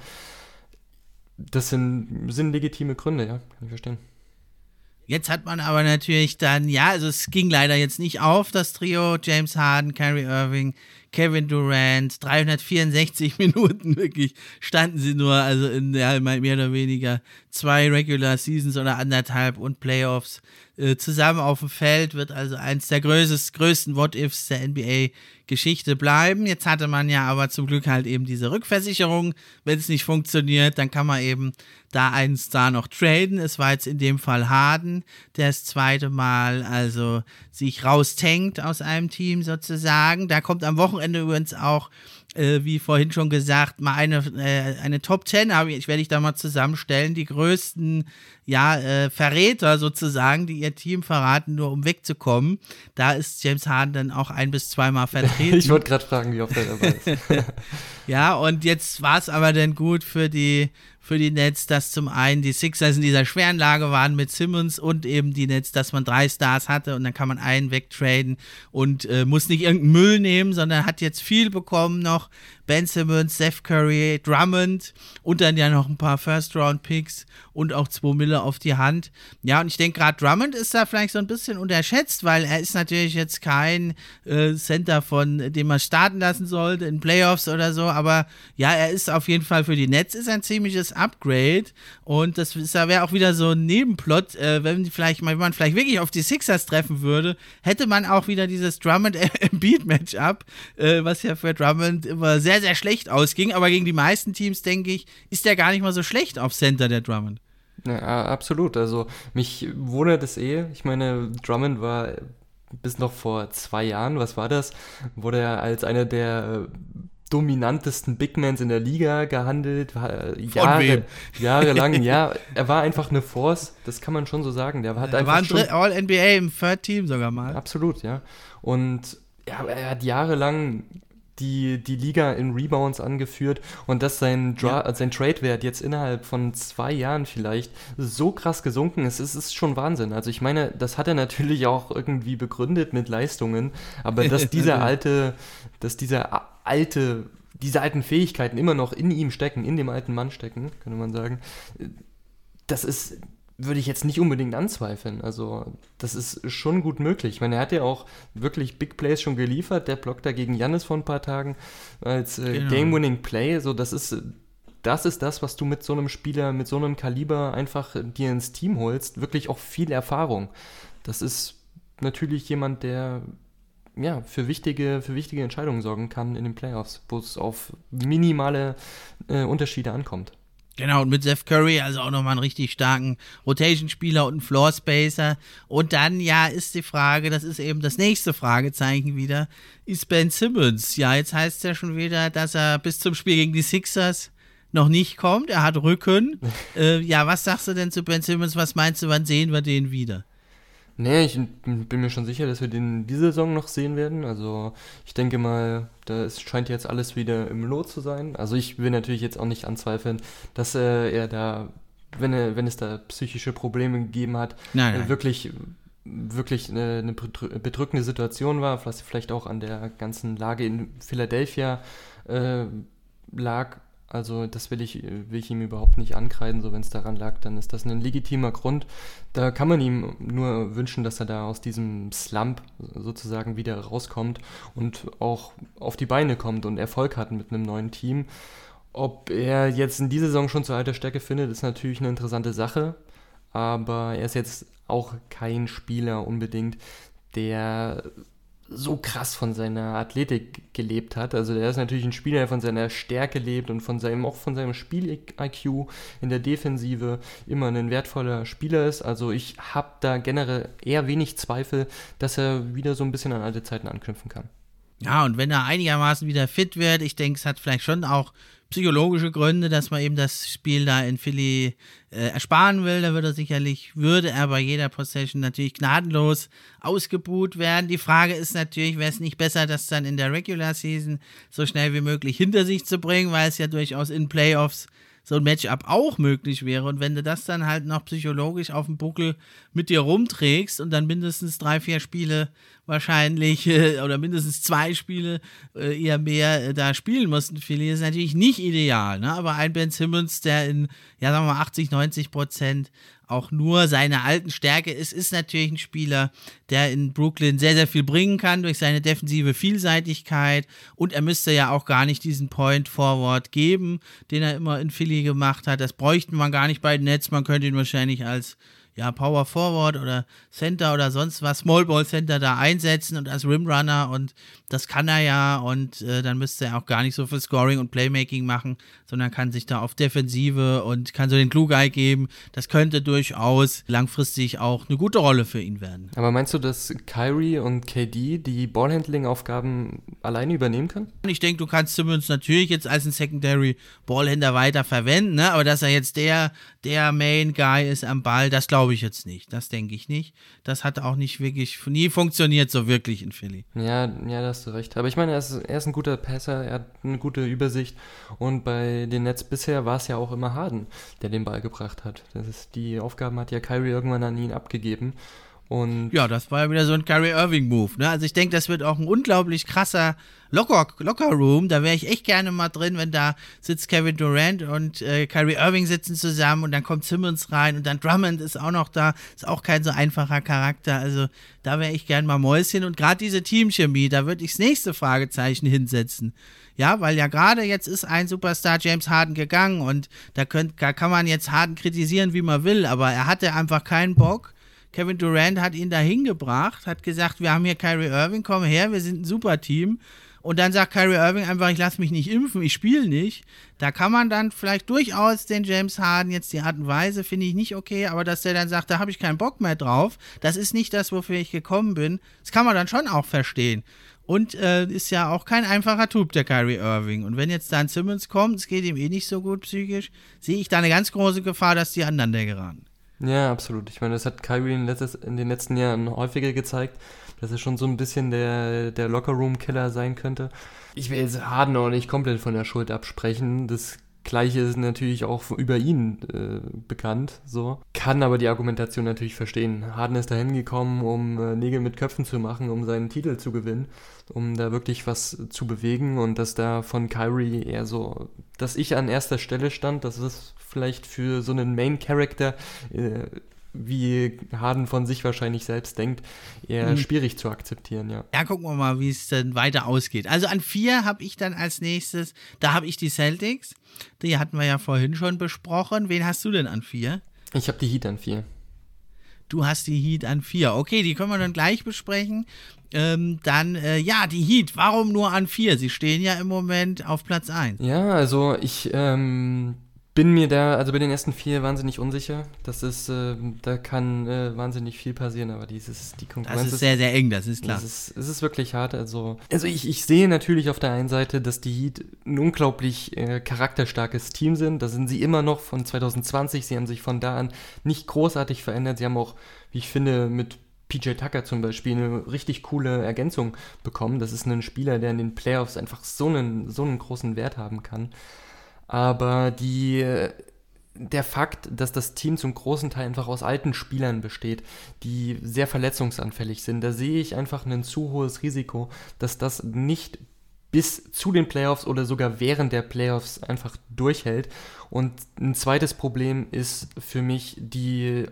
Das sind legitime Gründe, ja, kann ich verstehen. Jetzt hat man aber natürlich dann, ja, also es ging leider jetzt nicht auf, das Trio James Harden, Kyrie Irving, Kevin Durant, 364 Minuten wirklich standen sie nur, also in mehr oder weniger 2 Regular Seasons oder 1,5 und Playoffs zusammen auf dem Feld, wird also eins der größten What-Ifs der NBA-Geschichte bleiben. Jetzt hatte man ja aber zum Glück halt eben diese Rückversicherung. Wenn es nicht funktioniert, dann kann man eben da einen Star noch traden. Es war jetzt in dem Fall Harden, der das zweite Mal also sich raustankt aus einem Team sozusagen. Da kommt am Wochenende übrigens auch, wie vorhin schon gesagt, mal eine Top 10 werde ich da mal zusammenstellen, die größten Verräter sozusagen, die ihr Team verraten, nur um wegzukommen. Da ist James Harden dann auch 1- bis 2-mal vertreten. Ich wollte gerade fragen, wie oft er dabei ist. Ja, und jetzt war es aber dann gut für die Nets, dass zum einen die Sixers in dieser schweren Lage waren mit Simmons und eben die Nets, dass man 3 Stars hatte und dann kann man einen wegtraden und muss nicht irgendeinen Müll nehmen, sondern hat jetzt viel bekommen noch. Ben Simmons, Steph Curry, Drummond und dann ja noch ein paar First-Round-Picks und auch 2 Mille auf die Hand. Ja, und ich denke, gerade Drummond ist da vielleicht so ein bisschen unterschätzt, weil er ist natürlich jetzt kein Center, von dem man starten lassen sollte in Playoffs oder so, aber ja, er ist auf jeden Fall für die Nets ist ein ziemliches Upgrade und das wäre auch wieder so ein Nebenplot, wenn man vielleicht wirklich auf die Sixers treffen würde, hätte man auch wieder dieses Drummond-Embiid-Matchup, was ja für Drummond immer sehr, sehr schlecht ausging, aber gegen die meisten Teams, denke ich, ist der gar nicht mal so schlecht auf Center, der Drummond. Ja, absolut, also mich wundert es ich meine, Drummond war bis noch vor 2 Jahren, was war das, wurde er als einer der dominantesten Bigmans in der Liga gehandelt, jahrelang, ja, er war einfach eine Force, das kann man schon so sagen, er war ein All-NBA im Third Team sogar mal. Absolut, ja, und ja, er hat jahrelang die Liga in Rebounds angeführt und dass sein Trade-Wert jetzt innerhalb von 2 Jahren vielleicht so krass gesunken ist, ist schon Wahnsinn. Also ich meine, das hat er natürlich auch irgendwie begründet mit Leistungen, aber dass diese alten Fähigkeiten immer noch in ihm stecken, in dem alten Mann stecken, könnte man sagen, würde ich jetzt nicht unbedingt anzweifeln. Also das ist schon gut möglich. Ich meine, er hat ja auch wirklich Big Plays schon geliefert. Der Block da gegen Giannis vor ein paar Tagen als Game-Winning Play. So, das ist das, was du mit so einem Spieler, mit so einem Kaliber einfach dir ins Team holst. Wirklich auch viel Erfahrung. Das ist natürlich jemand, der für wichtige Entscheidungen sorgen kann in den Playoffs, wo es auf minimale Unterschiede ankommt. Genau, und mit Seth Curry, also auch nochmal einen richtig starken Rotation-Spieler und einen Floor-Spacer. Und dann, ja, ist die Frage, das ist eben das nächste Fragezeichen wieder, ist Ben Simmons. Ja, jetzt heißt es ja schon wieder, dass er bis zum Spiel gegen die Sixers noch nicht kommt. Er hat Rücken. Ja, was sagst du denn zu Ben Simmons? Was meinst du, wann sehen wir den wieder? Nee, ich bin mir schon sicher, dass wir den diese Saison noch sehen werden. Also ich denke mal, scheint jetzt alles wieder im Lot zu sein. Also ich will natürlich jetzt auch nicht anzweifeln, dass er da, wenn es da psychische Probleme gegeben hat, Nein. wirklich eine bedrückende Situation war, was vielleicht auch an der ganzen Lage in Philadelphia lag. Also das will ich ihm überhaupt nicht ankreiden, so wenn es daran lag, dann ist das ein legitimer Grund. Da kann man ihm nur wünschen, dass er da aus diesem Slump sozusagen wieder rauskommt und auch auf die Beine kommt und Erfolg hat mit einem neuen Team. Ob er jetzt in dieser Saison schon zur alter Stärke findet, ist natürlich eine interessante Sache, aber er ist jetzt auch kein Spieler unbedingt, der so krass von seiner Athletik gelebt hat. Also der ist natürlich ein Spieler, der von seiner Stärke lebt und von seinem Spiel-IQ in der Defensive immer ein wertvoller Spieler ist. Also ich habe da generell eher wenig Zweifel, dass er wieder so ein bisschen an alte Zeiten anknüpfen kann. Ja, und wenn er einigermaßen wieder fit wird, ich denke, es hat vielleicht schon auch psychologische Gründe, dass man eben das Spiel da in Philly ersparen will. Da würde er bei jeder Possession natürlich gnadenlos ausgebuht werden. Die Frage ist natürlich, wäre es nicht besser, das dann in der Regular Season so schnell wie möglich hinter sich zu bringen, weil es ja durchaus in Playoffs so ein Matchup auch möglich wäre. Und wenn du das dann halt noch psychologisch auf dem Buckel mit dir rumträgst und dann mindestens 3-4 Spiele wahrscheinlich oder mindestens 2 Spiele eher mehr da spielen mussten, Philly, ist natürlich nicht ideal. Ne? Aber ein Ben Simmons, der in, ja sagen wir mal 80-90% auch nur seine alten Stärke ist natürlich ein Spieler, der in Brooklyn sehr, sehr viel bringen kann durch seine defensive Vielseitigkeit, und er müsste ja auch gar nicht diesen Point Forward geben, den er immer in Philly gemacht hat. Das bräuchte man gar nicht bei den Nets, man könnte ihn wahrscheinlich als Power Forward oder Center oder sonst was, Small Ball Center da einsetzen und als Rimrunner, und das kann er ja, und dann müsste er auch gar nicht so viel Scoring und Playmaking machen, sondern kann sich da auf Defensive und kann so den Glue Guy geben. Das könnte durchaus langfristig auch eine gute Rolle für ihn werden. Aber meinst du, dass Kyrie und KD die Ballhandling-Aufgaben alleine übernehmen können? Ich denke, du kannst Simmons natürlich jetzt als ein Secondary Ballhänder weiter verwenden, ne? Aber dass er jetzt der Main Guy ist am Ball, das glaube ich jetzt nicht. Das denke ich nicht. Das hat auch nicht wirklich, nie funktioniert so wirklich in Philly. Ja, da hast du recht. Aber ich meine, er ist ein guter Passer, er hat eine gute Übersicht, und bei den Nets bisher war es ja auch immer Harden, der den Ball gebracht hat. Die Aufgaben hat ja Kyrie irgendwann an ihn abgegeben. Und ja, das war ja wieder so ein Kyrie Irving-Move, ne? Also ich denke, das wird auch ein unglaublich krasser Locker-Room. Da wäre ich echt gerne mal drin, wenn da sitzt Kevin Durant und Kyrie Irving sitzen zusammen und dann kommt Simmons rein und dann Drummond ist auch noch da. Ist auch kein so einfacher Charakter. Also da wäre ich gerne mal Mäuschen. Und gerade diese Teamchemie, da würde ich das nächste Fragezeichen hinsetzen. Ja, weil ja gerade jetzt ist ein Superstar James Harden gegangen, und da kann man jetzt Harden kritisieren, wie man will, aber er hatte einfach keinen Bock. Kevin Durant hat ihn dahin gebracht, hat gesagt, wir haben hier Kyrie Irving, komm her, wir sind ein super Team. Und dann sagt Kyrie Irving einfach, ich lasse mich nicht impfen, ich spiele nicht. Da kann man dann vielleicht durchaus den James Harden, jetzt die Art und Weise finde ich nicht okay, aber dass der dann sagt, da habe ich keinen Bock mehr drauf, das ist nicht das, wofür ich gekommen bin, das kann man dann schon auch verstehen. Und ist ja auch kein einfacher Typ, der Kyrie Irving. Und wenn jetzt dann Simmons kommt, es geht ihm eh nicht so gut psychisch, sehe ich da eine ganz große Gefahr, dass die aneinander geraten. Ja, absolut. Ich meine, das hat Kyrie in den letzten Jahren häufiger gezeigt, dass er schon so ein bisschen der Locker-Room-Killer sein könnte. Ich will jetzt Harden auch nicht komplett von der Schuld absprechen. Das Gleiche ist natürlich auch über ihn bekannt. So. Kann aber die Argumentation natürlich verstehen. Harden ist da hingekommen, um Nägel mit Köpfen zu machen, um seinen Titel zu gewinnen, um da wirklich was zu bewegen, und dass da von Kyrie eher so, dass ich an erster Stelle stand, das ist vielleicht für so einen Main-Character, wie Harden von sich wahrscheinlich selbst denkt, eher schwierig zu akzeptieren, ja. Ja, gucken wir mal, wie es dann weiter ausgeht. Also an 4 habe ich dann als nächstes, da habe ich die Celtics, die hatten wir ja vorhin schon besprochen. Wen hast du denn an 4? Ich habe die Heat an 4. Du hast die Heat an 4. Okay, die können wir dann gleich besprechen. Die Heat, warum nur an 4? Sie stehen ja im Moment auf Platz 1. Ja, also ich bin mir also bei den ersten 4 wahnsinnig unsicher. Das ist, da kann wahnsinnig viel passieren, aber die Konkurrenz ist sehr, sehr eng, das ist klar. Es ist wirklich hart. Also ich sehe natürlich auf der einen Seite, dass die Heat ein unglaublich charakterstarkes Team sind. Da sind sie immer noch von 2020. Sie haben sich von da an nicht großartig verändert. Sie haben auch, wie ich finde, mit PJ Tucker zum Beispiel eine richtig coole Ergänzung bekommen. Das ist ein Spieler, der in den Playoffs einfach so einen großen Wert haben kann. Aber der Fakt, dass das Team zum großen Teil einfach aus alten Spielern besteht, die sehr verletzungsanfällig sind, da sehe ich einfach ein zu hohes Risiko, dass das nicht bis zu den Playoffs oder sogar während der Playoffs einfach durchhält. Und ein zweites Problem ist für mich der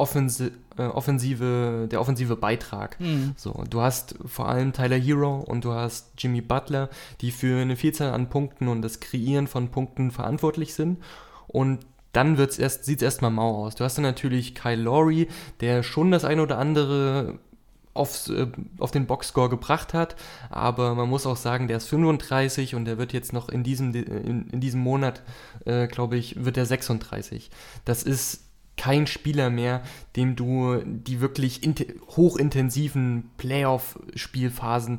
offensive Beitrag. So, du hast vor allem Tyler Hero und du hast Jimmy Butler, die für eine Vielzahl an Punkten und das Kreieren von Punkten verantwortlich sind. Und dann sieht es erstmal mau aus. Du hast dann natürlich Kyle Lowry, der schon das eine oder andere auf den Boxscore gebracht hat, aber man muss auch sagen, der ist 35 und der wird jetzt noch in diesem Monat, glaube ich, wird er 36. Das ist kein Spieler mehr, dem du die wirklich hochintensiven Playoff-Spielphasen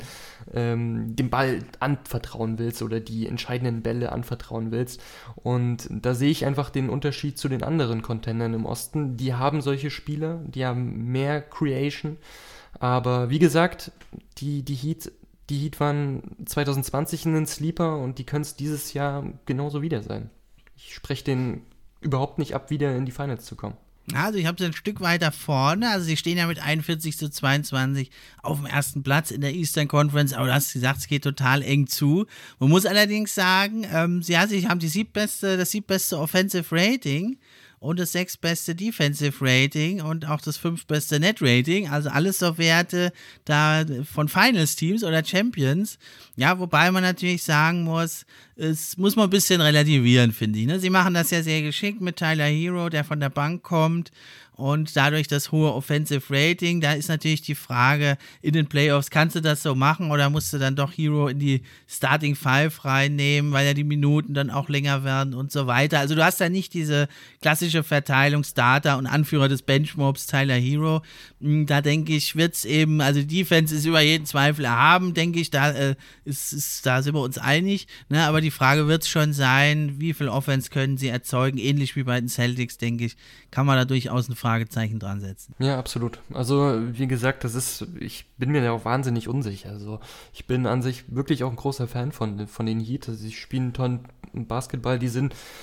den Ball anvertrauen willst oder die entscheidenden Bälle anvertrauen willst. Und da sehe ich einfach den Unterschied zu den anderen Contendern im Osten. Die haben solche Spieler, die haben mehr Creation. Aber wie gesagt, die Heat waren 2020 ein Sleeper und die können es dieses Jahr genauso wieder sein. Ich spreche den überhaupt nicht ab, wieder in die Finals zu kommen. Also ich habe sie ein Stück weiter vorne, also sie stehen ja mit 41-22 auf dem ersten Platz in der Eastern Conference, aber du hast gesagt, es geht total eng zu. Man muss allerdings sagen, sie haben das siebtbeste Offensive Rating und das 6. beste Defensive Rating und auch das 5. beste Net Rating, also alles so Werte da von Finals-Teams oder Champions. Ja, wobei man natürlich sagen muss, es muss man ein bisschen relativieren, finde ich. Ne? Sie machen das ja sehr geschickt mit Tyler Hero, der von der Bank kommt und dadurch das hohe Offensive Rating. Da ist natürlich die Frage, in den Playoffs, kannst du das so machen oder musst du dann doch Hero in die Starting Five reinnehmen, weil ja die Minuten dann auch länger werden und so weiter. Also du hast da nicht diese klassische Verteilung Starter und Anführer des Benchmobs Tyler Hero. Da denke ich, wird's eben, also die Defense ist über jeden Zweifel erhaben, denke ich, da sind wir uns einig, ne? Aber die Frage wird es schon sein, wie viel Offense können sie erzeugen, ähnlich wie bei den Celtics, denke ich, kann man da durchaus ein Fragezeichen dran setzen. Ja, absolut. Also, wie gesagt, ich bin mir da auch wahnsinnig unsicher. Also, ich bin an sich wirklich auch ein großer Fan von den Heat. Also, sie spielen tollen Basketball, die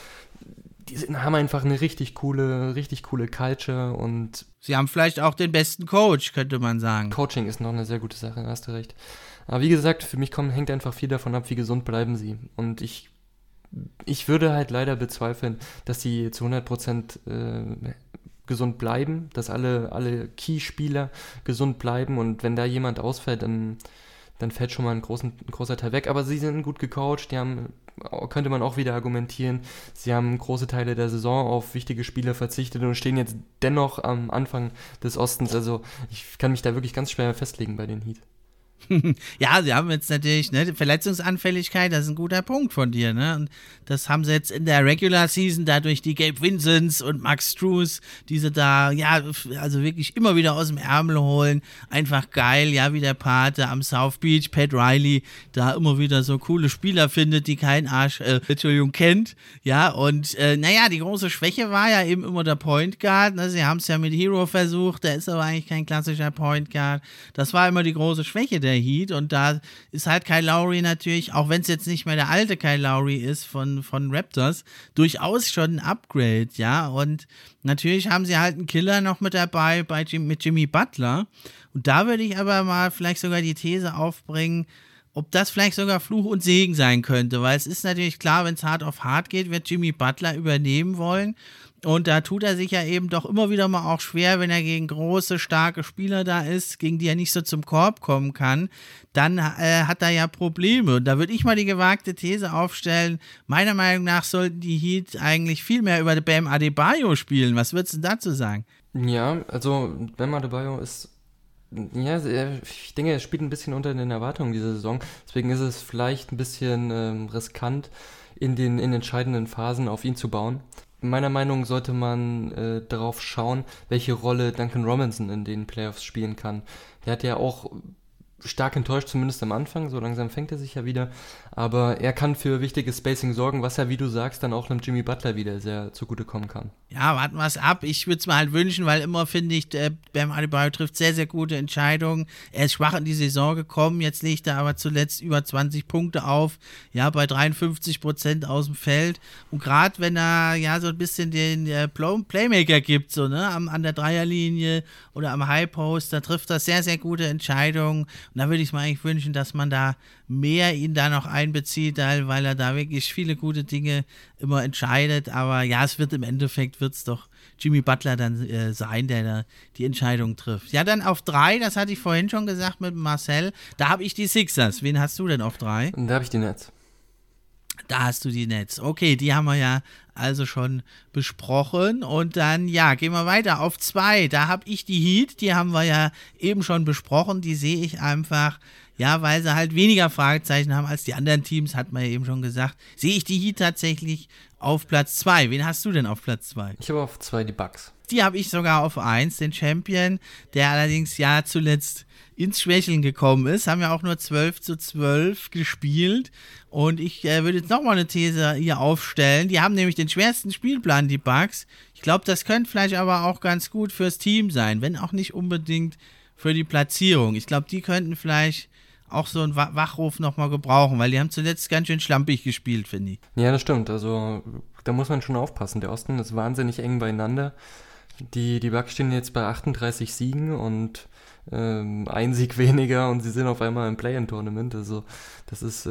haben einfach eine richtig coole Culture und sie haben vielleicht auch den besten Coach, könnte man sagen. Coaching ist noch eine sehr gute Sache, hast du recht. Aber wie gesagt, für mich hängt einfach viel davon ab, wie gesund bleiben sie. Und ich würde halt leider bezweifeln, dass sie zu 100% gesund bleiben, dass alle Key-Spieler gesund bleiben und wenn da jemand ausfällt, dann fällt schon mal ein großer Teil weg. Aber sie sind gut gecoacht, könnte man auch wieder argumentieren, sie haben große Teile der Saison auf wichtige Spieler verzichtet und stehen jetzt dennoch am Anfang des Ostens. Also ich kann mich da wirklich ganz schwer festlegen bei den Heat. Ja, sie haben jetzt natürlich, ne, Verletzungsanfälligkeit, das ist ein guter Punkt von dir, ne? Und das haben sie jetzt in der Regular Season dadurch die Gabe Vincents und Max Strus, die sie da, ja, also wirklich immer wieder aus dem Ärmel holen. Einfach geil, ja, wie der Pate am South Beach, Pat Riley, da immer wieder so coole Spieler findet, die kein Arsch, kennt, ja, und naja, die große Schwäche war ja eben immer der Point Guard, ne? Sie haben es ja mit Hero versucht, der ist aber eigentlich kein klassischer Point Guard. Das war immer die große Schwäche der Heat und da ist halt Kyle Lowry natürlich, auch wenn es jetzt nicht mehr der alte Kyle Lowry ist von Raptors, durchaus schon ein Upgrade, ja, und natürlich haben sie halt einen Killer noch mit dabei mit Jimmy Butler und da würde ich aber mal vielleicht sogar die These aufbringen, ob das vielleicht sogar Fluch und Segen sein könnte, weil es ist natürlich klar, wenn es hart auf hart geht, wird Jimmy Butler übernehmen wollen. Und da tut er sich ja eben doch immer wieder mal auch schwer, wenn er gegen große, starke Spieler da ist, gegen die er nicht so zum Korb kommen kann, dann hat er ja Probleme. Und da würde ich mal die gewagte These aufstellen, meiner Meinung nach sollten die Heat eigentlich viel mehr über Bam Adebayo spielen. Was würdest du dazu sagen? Ja, also Bam Adebayo ist Ja, ich denke, er spielt ein bisschen unter den Erwartungen diese Saison. Deswegen ist es vielleicht ein bisschen riskant, in den entscheidenden Phasen auf ihn zu bauen. Meiner Meinung nach sollte man darauf schauen, welche Rolle Duncan Robinson in den Playoffs spielen kann. Der hat ja auch stark enttäuscht, zumindest am Anfang, so langsam fängt er sich ja wieder, aber er kann für wichtiges Spacing sorgen, was ja, wie du sagst, dann auch einem Jimmy Butler wieder sehr zugutekommen kann. Ja, warten wir es ab. Ich würde es mir halt wünschen, weil immer finde ich, Bam Adebayo trifft sehr, sehr gute Entscheidungen. Er ist schwach in die Saison gekommen, jetzt legt er aber zuletzt über 20 Punkte auf, ja, bei 53% aus dem Feld. Und gerade wenn er ja so ein bisschen den Playmaker gibt, so, ne, an der Dreierlinie oder am High Post, da trifft er sehr, sehr gute Entscheidungen. Und da würde ich mir eigentlich wünschen, dass man da mehr ihn da noch einbezieht, weil er da wirklich viele gute Dinge immer entscheidet. Aber ja, es wird im Endeffekt wird's doch Jimmy Butler dann sein, der da die Entscheidung trifft. Ja, dann auf 3, das hatte ich vorhin schon gesagt mit Marcel, da habe ich die Sixers. Wen hast du denn auf 3? Da habe ich die Nets. Da hast du die Nets. Okay, die haben wir ja also schon besprochen. Und dann, ja, gehen wir weiter auf 2. Da habe ich die Heat, die haben wir ja eben schon besprochen. Die sehe ich einfach, ja, weil sie halt weniger Fragezeichen haben als die anderen Teams, hat man ja eben schon gesagt. Sehe ich die Heat tatsächlich auf Platz 2. Wen hast du denn auf Platz 2? Ich habe auf 2 die Bucks. Die habe ich sogar auf 1, den Champion, der allerdings ja zuletzt ins Schwächeln gekommen ist, haben ja auch nur 12-12 gespielt und ich würde jetzt nochmal eine These hier aufstellen, die haben nämlich den schwersten Spielplan, die Bucks. Ich glaube, das könnte vielleicht aber auch ganz gut fürs Team sein, wenn auch nicht unbedingt für die Platzierung. Ich glaube, die könnten vielleicht auch so einen Wachruf nochmal gebrauchen, weil die haben zuletzt ganz schön schlampig gespielt, finde ich. Ja, das stimmt, also da muss man schon aufpassen, der Osten ist wahnsinnig eng beieinander. Die Bucks stehen jetzt bei 38 Siegen und ein Sieg weniger und sie sind auf einmal im Play-in-Tournament, also das ist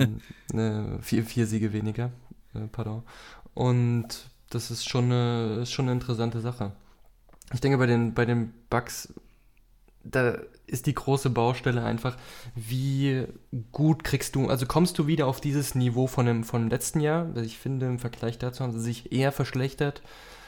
4 Siege weniger, pardon. Und das ist schon eine interessante Sache. Ich denke, bei den Bucks, da ist die große Baustelle einfach, wie gut kommst du wieder auf dieses Niveau von letzten Jahr? Ich finde, im Vergleich dazu haben sie sich eher verschlechtert.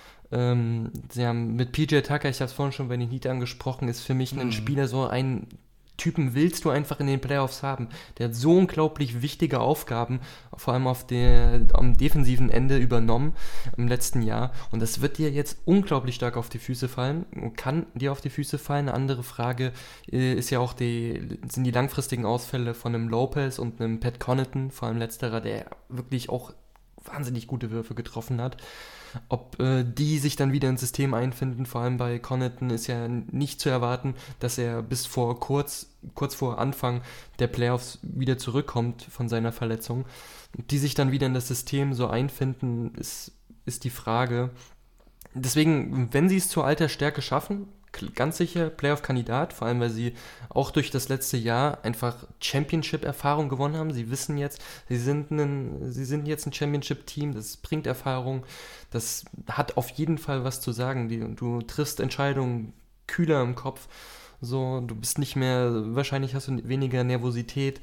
Sie haben mit PJ Tucker, ich habe es vorhin schon bei den Heat angesprochen, ist für mich ein Spieler, so einen Typen willst du einfach in den Playoffs haben. Der hat so unglaublich wichtige Aufgaben, vor allem am defensiven Ende übernommen im letzten Jahr. Und das wird dir jetzt unglaublich stark auf die Füße fallen, kann dir auf die Füße fallen. Eine andere Frage ist ja auch sind die langfristigen Ausfälle von einem Lopez und einem Pat Connaughton, vor allem letzterer, der wirklich auch wahnsinnig gute Würfe getroffen hat. Ob die sich dann wieder ins System einfinden, vor allem bei Connaughton ist ja nicht zu erwarten, dass er bis kurz vor Anfang der Playoffs wieder zurückkommt von seiner Verletzung. Die sich dann wieder in das System so einfinden, ist die Frage. Deswegen, wenn sie es zur alter Stärke schaffen, ganz sicher Playoff-Kandidat, vor allem weil sie auch durch das letzte Jahr einfach Championship-Erfahrung gewonnen haben. Sie wissen jetzt, sie sind jetzt ein Championship-Team, das bringt Erfahrung, das hat auf jeden Fall was zu sagen. Du triffst Entscheidungen kühler im Kopf, so, du bist nicht mehr, wahrscheinlich hast du weniger Nervosität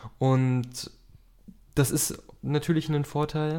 und das ist natürlich ein Vorteil,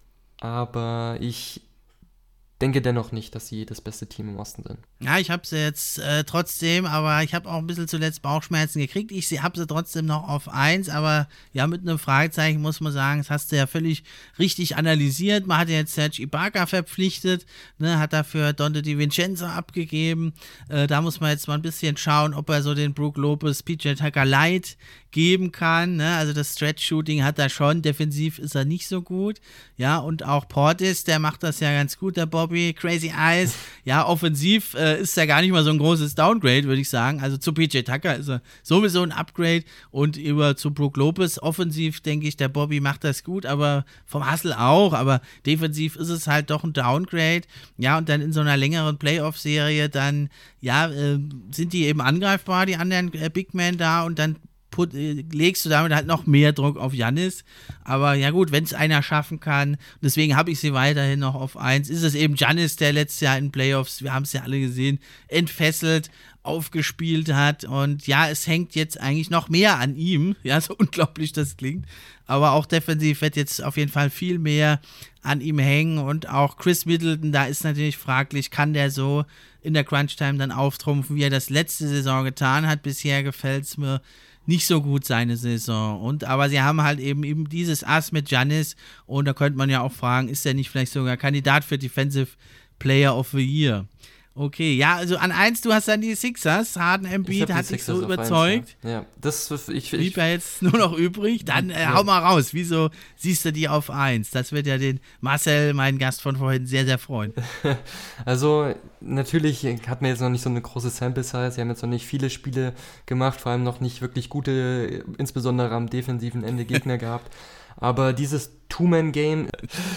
aber ich denke dennoch nicht, dass sie das beste Team im Osten sind. Ja, ich habe sie jetzt trotzdem, aber ich habe auch ein bisschen zuletzt Bauchschmerzen gekriegt. Ich habe sie trotzdem noch auf 1, aber ja, mit einem Fragezeichen muss man sagen, das hast du ja völlig richtig analysiert. Man hat ja jetzt Serge Ibaka verpflichtet, ne, hat dafür Donte DiVincenzo abgegeben. Da muss man jetzt mal ein bisschen schauen, ob er so den Brook Lopez, PJ Tucker Light geben kann, ne? Also das Stretch-Shooting hat er schon, defensiv ist er nicht so gut, ja, und auch Portis, der macht das ja ganz gut, der Bobby, Crazy Eyes, ja, offensiv ist er gar nicht mal so ein großes Downgrade, würde ich sagen, also zu PJ Tucker ist er sowieso ein Upgrade und zu Brook Lopez, offensiv denke ich, der Bobby macht das gut, aber vom Hustle auch, aber defensiv ist es halt doch ein Downgrade, ja, und dann in so einer längeren Playoff-Serie dann, ja, sind die eben angreifbar, die anderen Big Men da und dann legst du damit halt noch mehr Druck auf Giannis. Aber ja gut, wenn es einer schaffen kann, deswegen habe ich sie weiterhin noch auf 1, ist es eben Giannis, der letztes Jahr in Playoffs, wir haben es ja alle gesehen, entfesselt, aufgespielt hat. Und ja, es hängt jetzt eigentlich noch mehr an ihm. Ja, so unglaublich das klingt. Aber auch defensiv wird jetzt auf jeden Fall viel mehr an ihm hängen. Und auch Chris Middleton, da ist natürlich fraglich, kann der so in der Crunch-Time dann auftrumpfen, wie er das letzte Saison getan hat. Bisher gefällt es mir nicht so gut, seine Saison. Aber sie haben halt eben dieses Ass mit Giannis und da könnte man ja auch fragen, ist er nicht vielleicht sogar Kandidat für Defensive Player of the Year? Okay, ja, also an 1, du hast dann die Sixers, Harden, Embiid, hat dich so überzeugt. 1, ja. Das blieb ja jetzt nur noch übrig, dann hau mal raus, wieso siehst du die auf 1? Das wird ja den Marcel, meinen Gast von vorhin, sehr, sehr freuen. Also natürlich hat man jetzt noch nicht so eine große Sample-Size, sie haben jetzt noch nicht viele Spiele gemacht, vor allem noch nicht wirklich gute, insbesondere am defensiven Ende Gegner gehabt. Aber dieses Two-Man-Game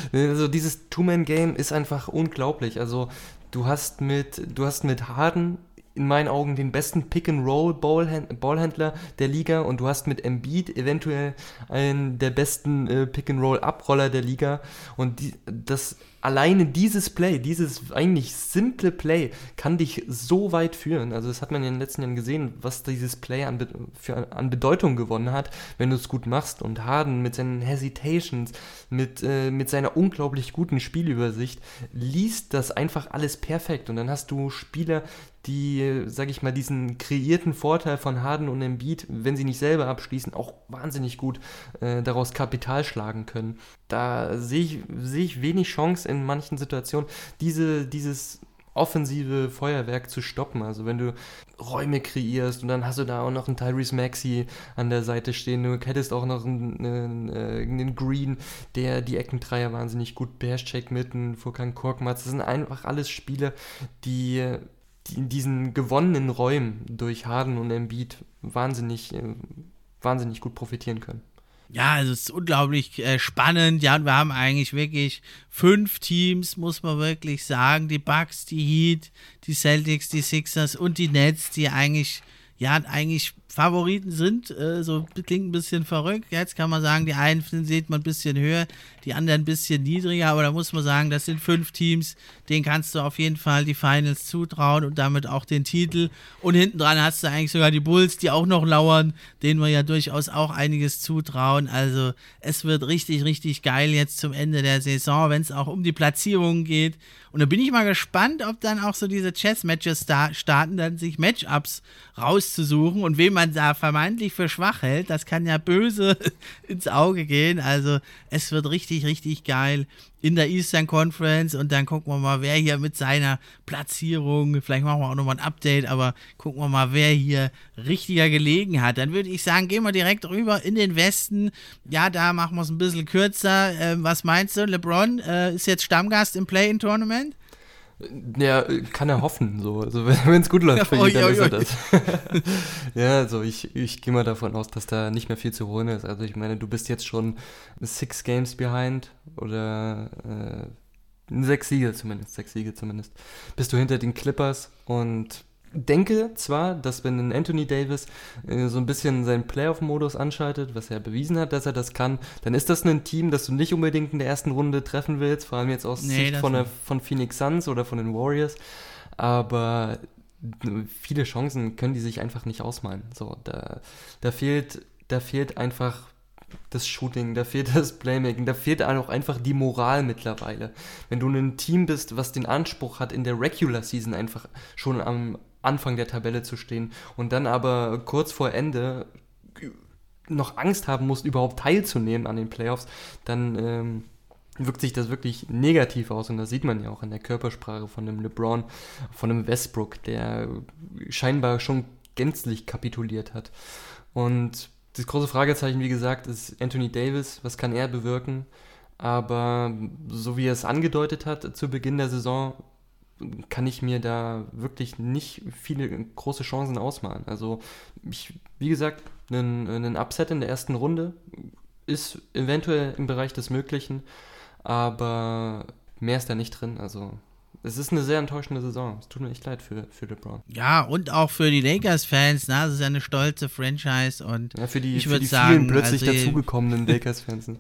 ist einfach unglaublich. Also du hast mit Harden in meinen Augen den besten Pick-and-Roll-Ballhändler der Liga und du hast mit Embiid eventuell einen der besten Pick-and-Roll-Abroller der Liga und alleine dieses Play, dieses eigentlich simple Play kann dich so weit führen. Also das hat man in den letzten Jahren gesehen, was dieses Play an Bedeutung gewonnen hat, wenn du es gut machst. Und Harden mit seinen Hesitations, mit seiner unglaublich guten Spielübersicht liest das einfach alles perfekt. Und dann hast du Spieler, die, sag ich mal, diesen kreierten Vorteil von Harden und Embiid, wenn sie nicht selber abschließen, auch wahnsinnig gut daraus Kapital schlagen können. Da sehe ich wenig Chance in manchen Situationen, dieses offensive Feuerwerk zu stoppen. Also wenn du Räume kreierst und dann hast du da auch noch einen Tyrese Maxey an der Seite stehen, du hättest auch noch einen Green, der die Eckendreier wahnsinnig gut beherrscht, Shake Milton, Furkan Korkmaz, das sind einfach alles Spieler, die in diesen gewonnenen Räumen durch Harden und Embiid wahnsinnig gut profitieren können. Ja, also es ist unglaublich spannend. Ja, und wir haben eigentlich wirklich 5 Teams, muss man wirklich sagen. Die Bucks, die Heat, die Celtics, die Sixers und die Nets, die eigentlich Favoriten sind. So klingt ein bisschen verrückt. Jetzt kann man sagen, die einen sieht man ein bisschen höher, die anderen ein bisschen niedriger. Aber da muss man sagen, das sind 5 Teams, denen kannst du auf jeden Fall die Finals zutrauen und damit auch den Titel. Und hinten dran hast du eigentlich sogar die Bulls, die auch noch lauern, denen wir ja durchaus auch einiges zutrauen. Also es wird richtig, richtig geil jetzt zum Ende der Saison, wenn es auch um die Platzierungen geht. Und da bin ich mal gespannt, ob dann auch so diese Chess-Matches starten, dann sich Matchups rauszusuchen und wen man da vermeintlich für schwach hält. Das kann ja böse ins Auge gehen. Also es wird richtig, richtig geil in der Eastern Conference und dann gucken wir mal, wer hier mit seiner Platzierung, vielleicht machen wir auch nochmal ein Update, aber gucken wir mal, wer hier richtiger gelegen hat. Dann würde ich sagen, gehen wir direkt rüber in den Westen. Ja, da machen wir es ein bisschen kürzer. Was meinst du? LeBron ist jetzt Stammgast im Play-In-Tournament? Ja, kann er hoffen, so. Also wenn es gut läuft für ihn, dann ist er das. Ja, also ich gehe mal davon aus, dass da nicht mehr viel zu holen ist. Also ich meine, du bist jetzt schon 6 Games behind oder 6 Siege zumindest. Bist du hinter den Clippers und denke zwar, dass wenn ein Anthony Davis so ein bisschen seinen Playoff-Modus anschaltet, was er bewiesen hat, dass er das kann, dann ist das ein Team, das du nicht unbedingt in der ersten Runde treffen willst, vor allem jetzt aus Sicht von Phoenix Suns oder von den Warriors, aber viele Chancen können die sich einfach nicht ausmalen. So, da fehlt einfach das Shooting, da fehlt das Playmaking, da fehlt auch einfach die Moral mittlerweile. Wenn du ein Team bist, was den Anspruch hat, in der Regular Season einfach schon am Anfang der Tabelle zu stehen und dann aber kurz vor Ende noch Angst haben musst, überhaupt teilzunehmen an den Playoffs, dann wirkt sich das wirklich negativ aus und das sieht man ja auch in der Körpersprache von einem LeBron, von einem Westbrook, der scheinbar schon gänzlich kapituliert hat. Und das große Fragezeichen, wie gesagt, ist Anthony Davis, was kann er bewirken? Aber so wie er es angedeutet hat zu Beginn der Saison, kann ich mir da wirklich nicht viele große Chancen ausmalen. Also, wie gesagt, ein Upset in der ersten Runde ist eventuell im Bereich des Möglichen, aber mehr ist da nicht drin. Also, es ist eine sehr enttäuschende Saison. Es tut mir echt leid für LeBron. Ja, und auch für die Lakers-Fans. Das ist ja eine stolze Franchise. Und ja, für die vielen plötzlich dazugekommenen Lakers-Fans.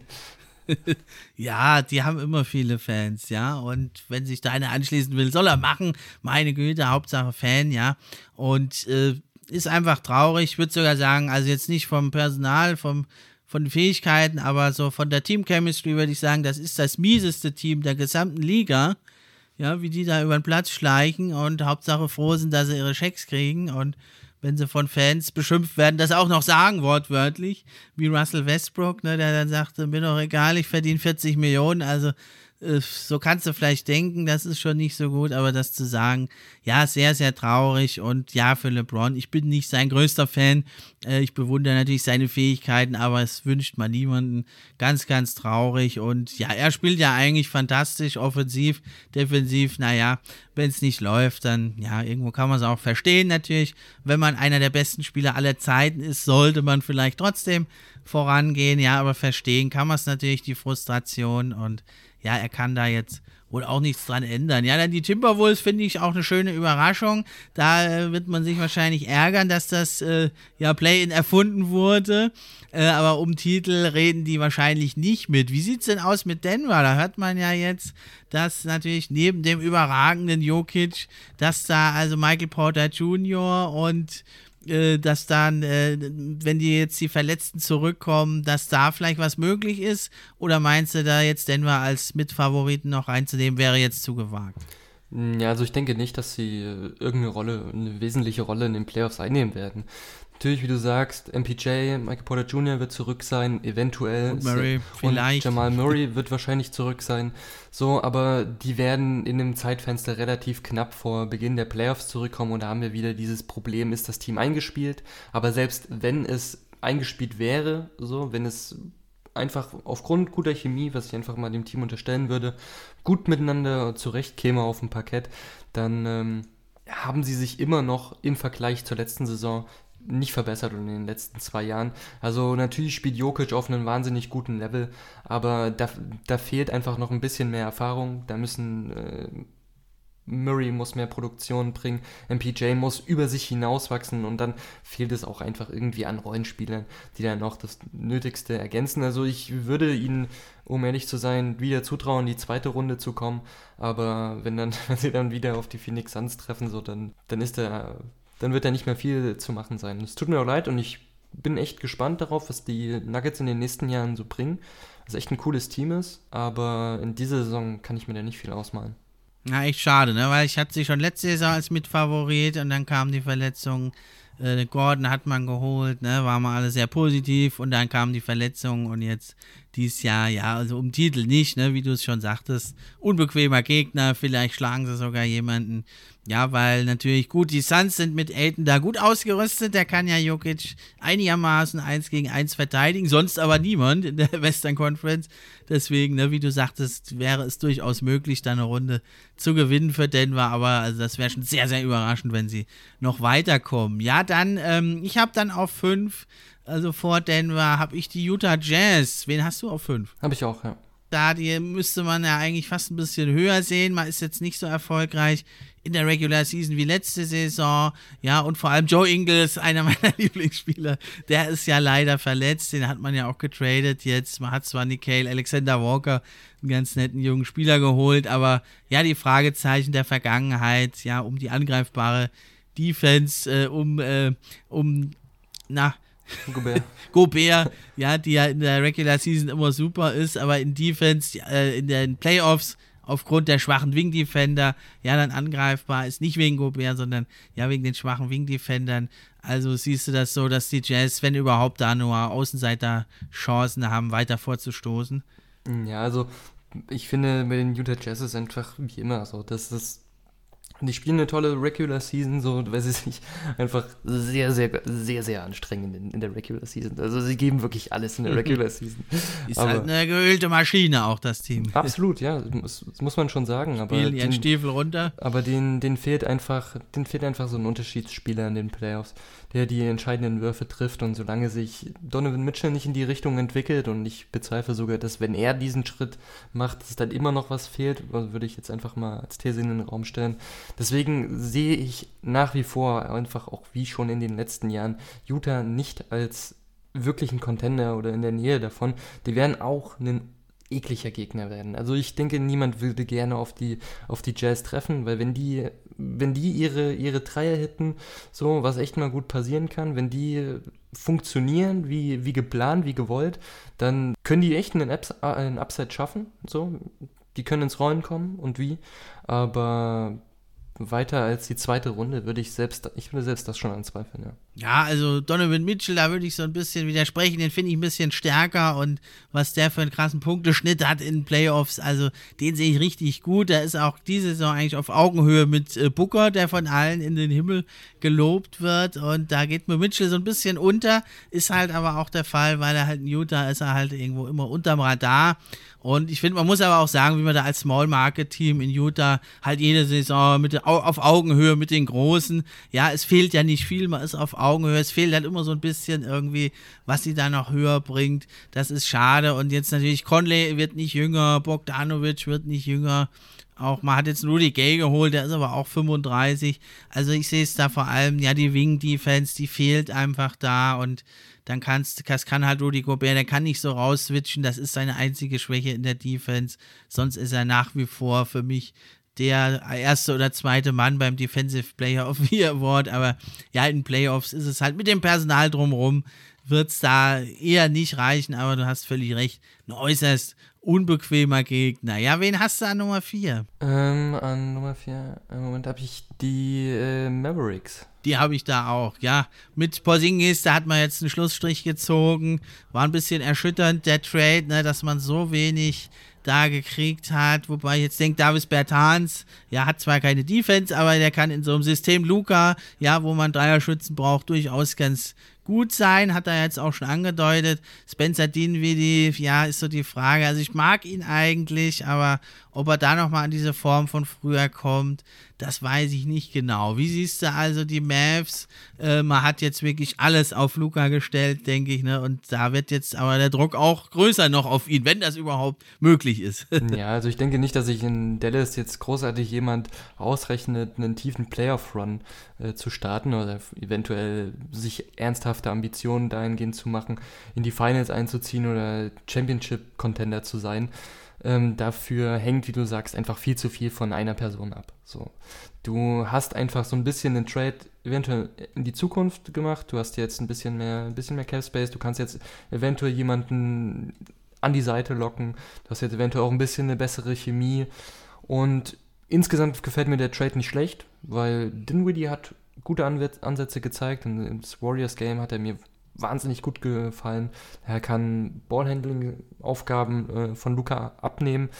Ja, die haben immer viele Fans, ja, und wenn sich da einer anschließen will, soll er machen, meine Güte, Hauptsache Fan, ja, und ist einfach traurig, ich würde sogar sagen, also jetzt nicht vom Personal, von den Fähigkeiten, aber so von der Team-Chemistry würde ich sagen, das ist das mieseste Team der gesamten Liga, ja, wie die da über den Platz schleichen und Hauptsache froh sind, dass sie ihre Schecks kriegen und wenn sie von Fans beschimpft werden, das auch noch sagen, wortwörtlich, wie Russell Westbrook, ne, der dann sagte, mir doch egal, ich verdiene 40 Millionen, also so kannst du vielleicht denken, das ist schon nicht so gut, aber das zu sagen, ja, sehr, sehr traurig und ja, für LeBron, ich bin nicht sein größter Fan, ich bewundere natürlich seine Fähigkeiten, aber es wünscht man niemanden, ganz, ganz traurig und ja, er spielt ja eigentlich fantastisch, offensiv, defensiv, naja, wenn es nicht läuft, dann ja, irgendwo kann man es auch verstehen natürlich, wenn man einer der besten Spieler aller Zeiten ist, sollte man vielleicht trotzdem vorangehen, ja, aber verstehen kann man es natürlich, die Frustration und ja, er kann da jetzt wohl auch nichts dran ändern. Ja, dann die Timberwolves finde ich auch eine schöne Überraschung. Da wird man sich wahrscheinlich ärgern, dass das Play-in erfunden wurde. Aber um Titel reden die wahrscheinlich nicht mit. Wie sieht's denn aus mit Denver? Da hört man ja jetzt, dass natürlich neben dem überragenden Jokic, dass da also Michael Porter Jr. und dass dann, wenn die Verletzten zurückkommen, dass da vielleicht was möglich ist? Oder meinst du, da jetzt Denver als Mitfavoriten noch reinzunehmen, wäre jetzt zu gewagt? Ja, also ich denke nicht, dass sie eine wesentliche Rolle in den Playoffs einnehmen werden. Natürlich, wie du sagst, MPJ, Michael Porter Jr. wird zurück sein, eventuell. Und Murray vielleicht. Und Jamal Murray wird wahrscheinlich zurück sein. So, aber die werden in einem Zeitfenster relativ knapp vor Beginn der Playoffs zurückkommen und da haben wir wieder dieses Problem, ist das Team eingespielt? Aber selbst wenn es eingespielt wäre, so, wenn es einfach aufgrund guter Chemie, was ich einfach mal dem Team unterstellen würde, gut miteinander zurechtkäme auf dem Parkett, dann haben sie sich immer noch im Vergleich zur letzten Saison nicht verbessert in den letzten 2 Jahren. Also natürlich spielt Jokic auf einem wahnsinnig guten Level, aber da fehlt einfach noch ein bisschen mehr Erfahrung. Da Murray muss mehr Produktion bringen, MPJ muss über sich hinauswachsen und dann fehlt es auch einfach irgendwie an Rollenspielern, die dann noch das Nötigste ergänzen. Also ich würde ihnen, um ehrlich zu sein, wieder zutrauen, in die 2. Runde zu kommen, aber wenn sie dann wieder auf die Phoenix Suns treffen, so dann wird da nicht mehr viel zu machen sein. Es tut mir auch leid und ich bin echt gespannt darauf, was die Nuggets in den nächsten Jahren so bringen. Was echt ein cooles Team ist, aber in dieser Saison kann ich mir da nicht viel ausmalen. Na, echt schade, ne? Weil ich hatte sie schon letzte Saison als Mitfavorit und dann kam die Verletzung. Gordon hat man geholt, ne? Waren wir alle sehr positiv und dann kam die Verletzung und jetzt dieses Jahr, ja, also um Titel nicht, ne? Wie du es schon sagtest, unbequemer Gegner, vielleicht schlagen sie sogar jemanden. Ja, weil natürlich gut, die Suns sind mit Ayton da gut ausgerüstet, der kann ja Jokic einigermaßen 1 gegen 1 verteidigen, sonst aber niemand in der Western Conference. Deswegen, ne, wie du sagtest, wäre es durchaus möglich, da eine Runde zu gewinnen für Denver, aber also das wäre schon sehr, sehr überraschend, wenn sie noch weiterkommen. Ja, dann, ich habe dann auf 5, also vor Denver, habe ich die Utah Jazz. Wen hast du auf 5? Habe ich auch, ja. Da müsste man ja eigentlich fast ein bisschen höher sehen. Man ist jetzt nicht so erfolgreich in der Regular Season wie letzte Saison. Ja, und vor allem Joe Ingles, einer meiner Lieblingsspieler, der ist ja leider verletzt. Den hat man ja auch getradet jetzt. Man hat zwar Nickeil Alexander-Walker, einen ganz netten jungen Spieler geholt, aber ja, die Fragezeichen der Vergangenheit, ja, um die angreifbare Defense, Gobert, ja, die ja in der Regular Season immer super ist, aber in Defense, in den Playoffs, aufgrund der schwachen Wing-Defender, ja, dann angreifbar ist, nicht wegen Gobert, sondern ja, wegen den schwachen Wing-Defendern. Also siehst du das so, dass die Jazz, wenn überhaupt, da nur Außenseiter-Chancen haben, weiter vorzustoßen? Ja, also ich finde, mit den Utah Jazz ist einfach wie immer so, dass das die spielen eine tolle Regular Season, so, weil sie sich einfach sehr, sehr, sehr, sehr anstrengen in der Regular Season. Also sie geben wirklich alles in der Regular Season. Ist halt eine geölte Maschine auch, das Team. Absolut, ja, das muss man schon sagen. Aber spielen ihren Stiefel runter. Aber denen fehlt einfach so ein Unterschiedsspieler in den Playoffs, der die entscheidenden Würfe trifft, und solange sich Donovan Mitchell nicht in die Richtung entwickelt, und ich bezweifle sogar, dass wenn er diesen Schritt macht, dass dann immer noch was fehlt, würde ich jetzt einfach mal als These in den Raum stellen. Deswegen sehe ich nach wie vor einfach auch wie schon in den letzten Jahren Utah nicht als wirklichen Contender oder in der Nähe davon. Die werden auch ein ekliger Gegner werden. Also ich denke, niemand würde gerne auf die Jazz treffen, weil wenn die ihre Dreier hitten, so, was echt mal gut passieren kann, wenn die funktionieren wie geplant, wie gewollt, dann können die echt einen Upside schaffen, so. die können ins Rollen kommen und wie, aber weiter als die zweite Runde würde ich würde selbst das schon anzweifeln, ja. Ja, also Donovan Mitchell, da würde ich so ein bisschen widersprechen, den finde ich ein bisschen stärker und was der für einen krassen Punkteschnitt hat in Playoffs, also den sehe ich richtig gut, da ist auch diese Saison eigentlich auf Augenhöhe mit Booker, der von allen in den Himmel gelobt wird und da geht mir Mitchell so ein bisschen unter, ist halt aber auch der Fall, weil er halt in Utah ist, er halt irgendwo immer unterm Radar. Und ich finde, man muss aber auch sagen, wie man da als Small-Market-Team in Utah halt jede Saison auf Augenhöhe mit den Großen, ja, es fehlt ja nicht viel, man ist auf Augenhöhe, es fehlt halt immer so ein bisschen irgendwie, was sie da noch höher bringt, das ist schade und jetzt natürlich Conley wird nicht jünger, Bogdanovic wird nicht jünger, auch man hat jetzt Rudy Gay geholt, der ist aber auch 35, also ich sehe es da vor allem, ja, die Wing-Defense, die fehlt einfach da und dann kann halt Rudy Gobert, der kann nicht so rausswitchen, das ist seine einzige Schwäche in der Defense, sonst ist er nach wie vor für mich der erste oder zweite Mann beim Defensive Player of the Year Award, aber ja, in Playoffs ist es halt mit dem Personal drumherum, wird es da eher nicht reichen, aber du hast völlig recht, ein äußerst unbequemer Gegner. Ja, wen hast du an Nummer 4? An Nummer 4, im Moment habe ich die Mavericks. Die habe ich da auch, ja. Mit Porzingis, da hat man jetzt einen Schlussstrich gezogen. War ein bisschen erschütternd, der Trade, ne, dass man so wenig da gekriegt hat. Wobei ich jetzt denke, Davis Bertans, ja, hat zwar keine Defense, aber der kann in so einem System Luka, ja, wo man Dreierschützen braucht, durchaus ganz gut sein, hat er jetzt auch schon angedeutet. Spencer Dinwiddie, ja, ist so die Frage. Also ich mag ihn eigentlich, aber ob er da nochmal an diese Form von früher kommt, das weiß ich nicht genau. Wie siehst du also die Mavs? Man hat jetzt wirklich alles auf Luka gestellt, denke ich, ne? Und da wird jetzt aber der Druck auch größer noch auf ihn, wenn das überhaupt möglich ist. Ja, also ich denke nicht, dass sich in Dallas jetzt großartig jemand ausrechnet, einen tiefen Playoff-Run zu starten oder eventuell sich ernsthafte Ambitionen dahingehend zu machen, in die Finals einzuziehen oder Championship-Contender zu sein. Dafür hängt, wie du sagst, einfach viel zu viel von einer Person ab. So. Du hast einfach so ein bisschen den Trade eventuell in die Zukunft gemacht, du hast jetzt ein bisschen mehr Cap Space, du kannst jetzt eventuell jemanden an die Seite locken, du hast jetzt eventuell auch ein bisschen eine bessere Chemie und insgesamt gefällt mir der Trade nicht schlecht, weil Dinwiddie hat gute Ansätze gezeigt und im Warriors-Game hat er mir wahnsinnig gut gefallen. Er kann Ballhandling-Aufgaben von Luka abnehmen.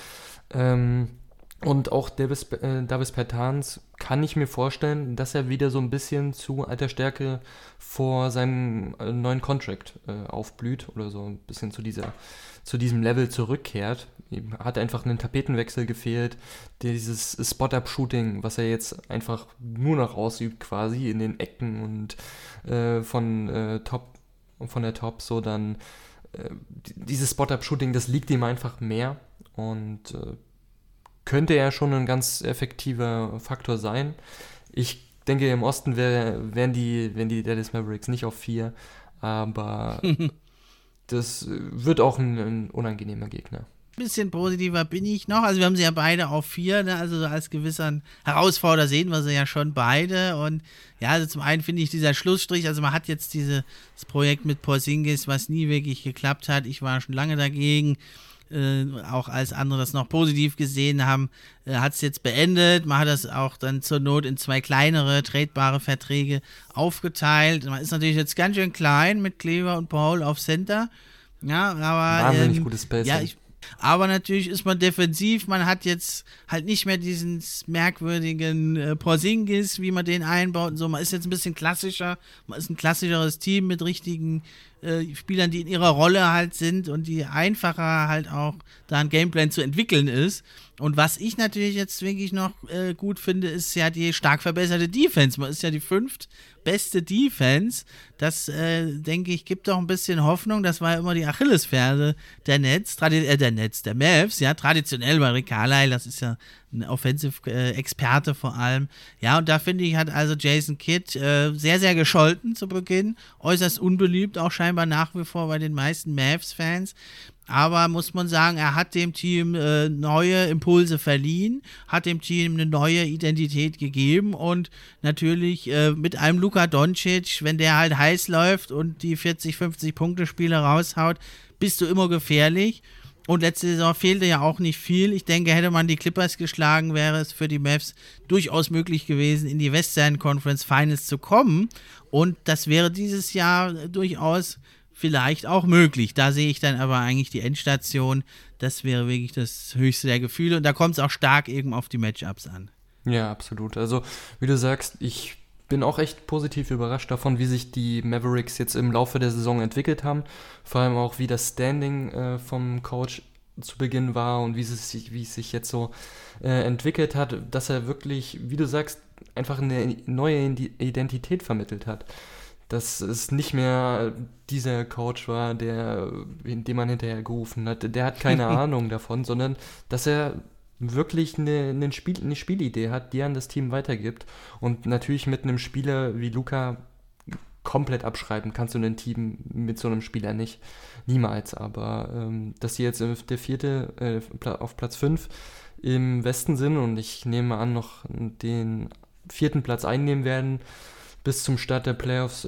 Und auch Davis Bertans kann ich mir vorstellen, dass er wieder so ein bisschen zu alter Stärke vor seinem neuen Contract aufblüht oder so ein bisschen zu diesem Level zurückkehrt. Ihm hat einfach einen Tapetenwechsel gefehlt, dieses Spot-Up-Shooting, was er jetzt einfach nur noch ausübt quasi in den Ecken und von der Top, so dann dieses Spot-Up-Shooting, das liegt ihm einfach mehr und könnte er schon ein ganz effektiver Faktor sein. Ich denke, im Osten wären die Dallas Mavericks nicht auf 4, aber das wird auch ein unangenehmer Gegner. Ein bisschen positiver bin ich noch. Also wir haben sie ja beide auf 4, ne? Also so als gewisser Herausforderer sehen wir sie ja schon beide. Und ja, also zum einen finde ich dieser Schlussstrich, also man hat jetzt das Projekt mit Porzingis, was nie wirklich geklappt hat. Ich war schon lange dagegen. Auch als andere das noch positiv gesehen haben, hat es jetzt beendet. Man hat das auch dann zur Not in 2 kleinere, tradebare Verträge aufgeteilt. Man ist natürlich jetzt ganz schön klein mit Kleber und Paul auf Center. Ja, aber wahnsinnig gutes Spacing. Ja, aber natürlich ist man defensiv, man hat jetzt halt nicht mehr diesen merkwürdigen Porzingis, wie man den einbaut und so. Man ist jetzt ein bisschen klassischer, man ist ein klassischeres Team mit richtigen Spielern, die in ihrer Rolle halt sind und die einfacher halt auch da ein Gameplan zu entwickeln ist. Und was ich natürlich jetzt wirklich noch gut finde, ist ja die stark verbesserte Defense. Man ist ja die 5. beste Defense. Das, denke ich, gibt doch ein bisschen Hoffnung. Das war ja immer die Achillesferse der Mavs, ja, traditionell bei Rick Carlisle. Das ist ja ein Offensive-Experte vor allem. Ja, und da finde ich, hat also Jason Kidd sehr, sehr gescholten zu Beginn. Äußerst unbeliebt, auch scheinbar nach wie vor bei den meisten Mavs-Fans. Aber muss man sagen, er hat dem Team neue Impulse verliehen, hat dem Team eine neue Identität gegeben und natürlich mit einem Luka Doncic, wenn der halt heiß läuft und die 40, 50 Punkte Spiele raushaut, bist du immer gefährlich. Und letzte Saison fehlte ja auch nicht viel. Ich denke, hätte man die Clippers geschlagen, wäre es für die Mavs durchaus möglich gewesen, in die Western Conference Finals zu kommen. Und das wäre dieses Jahr durchaus vielleicht auch möglich. Da sehe ich dann aber eigentlich die Endstation. Das wäre wirklich das höchste der Gefühle. Und da kommt es auch stark eben auf die Matchups an. Ja, absolut. Also, wie du sagst, ich bin auch echt positiv überrascht davon, wie sich die Mavericks jetzt im Laufe der Saison entwickelt haben. Vor allem auch, wie das Standing vom Coach zu Beginn war und wie es sich jetzt so entwickelt hat, dass er wirklich, wie du sagst, einfach eine neue Identität vermittelt hat. Dass es nicht mehr dieser Coach war, den man hinterher gerufen hat. Der hat keine Ahnung davon, sondern dass er wirklich eine Spielidee hat, die er an das Team weitergibt. Und natürlich mit einem Spieler wie Luka komplett abschreiben kannst du ein Team mit so einem Spieler nicht. Niemals. Aber dass sie jetzt auf Platz 5 im Westen sind und ich nehme an, noch den 4. Platz einnehmen werden bis zum Start der Playoffs,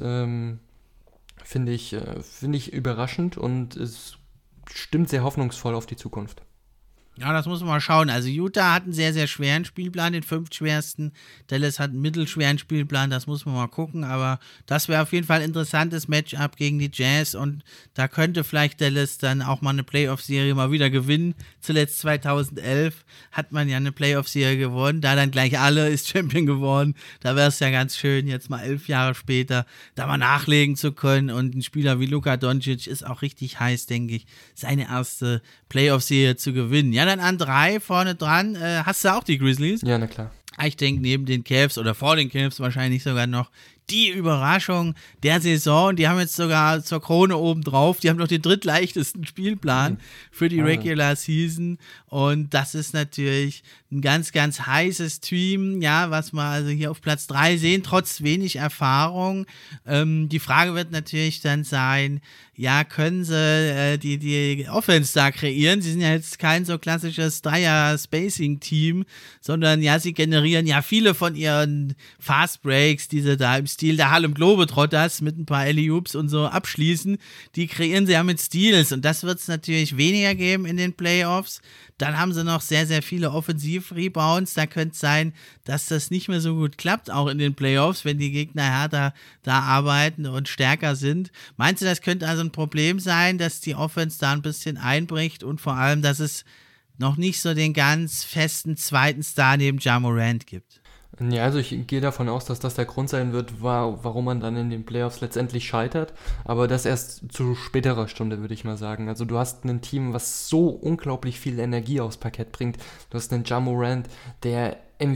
finde ich überraschend und es stimmt sehr hoffnungsvoll auf die Zukunft. Ja, das muss man mal schauen. Also Utah hat einen sehr, sehr schweren Spielplan, den 5. schwersten. Dallas hat einen mittelschweren Spielplan, das muss man mal gucken. Aber das wäre auf jeden Fall ein interessantes Matchup gegen die Jazz. Und da könnte vielleicht Dallas dann auch mal eine Playoff-Serie mal wieder gewinnen. Zuletzt 2011 hat man ja eine Playoff-Serie gewonnen. Da dann gleich alle ist Champion geworden. Da wäre es ja ganz schön, jetzt mal 11 Jahre später da mal nachlegen zu können. Und ein Spieler wie Luka Doncic ist auch richtig heiß, denke ich, seine erste Playoff-Serie zu gewinnen. Ja, dann an 3 vorne dran hast du auch die Grizzlies. Ja, na klar. Ich denke, neben den Cavs oder vor den Cavs wahrscheinlich sogar noch die Überraschung der Saison. Die haben jetzt sogar zur Krone oben drauf. Die haben noch den drittleichtesten Spielplan für die Regular Season. Und das ist natürlich ein ganz, ganz heißes Team, ja, was wir also hier auf Platz 3 sehen, trotz wenig Erfahrung. Die Frage wird natürlich dann sein, ja, können sie die Offense da kreieren? Sie sind ja jetzt kein so klassisches Dreier-Spacing-Team, sondern ja, sie generieren ja viele von ihren Fast Breaks, die sie da im Stil der Harlem Globetrotters mit ein paar Alley-Oops und so abschließen. Die kreieren sie ja mit Steals und das wird es natürlich weniger geben in den Playoffs. Dann haben sie noch sehr, sehr viele Offensiv-Rebounds. Da könnte es sein, dass das nicht mehr so gut klappt, auch in den Playoffs, wenn die Gegner härter da arbeiten und stärker sind. Meinst du, das könnte also ein Problem sein, dass die Offense da ein bisschen einbricht und vor allem, dass es noch nicht so den ganz festen zweiten Star neben Ja Morant gibt? Ja, also ich gehe davon aus, dass das der Grund sein wird, warum man dann in den Playoffs letztendlich scheitert, aber das erst zu späterer Stunde, würde ich mal sagen. Also du hast ein Team, was so unglaublich viel Energie aufs Parkett bringt. Du hast einen Ja Morant, der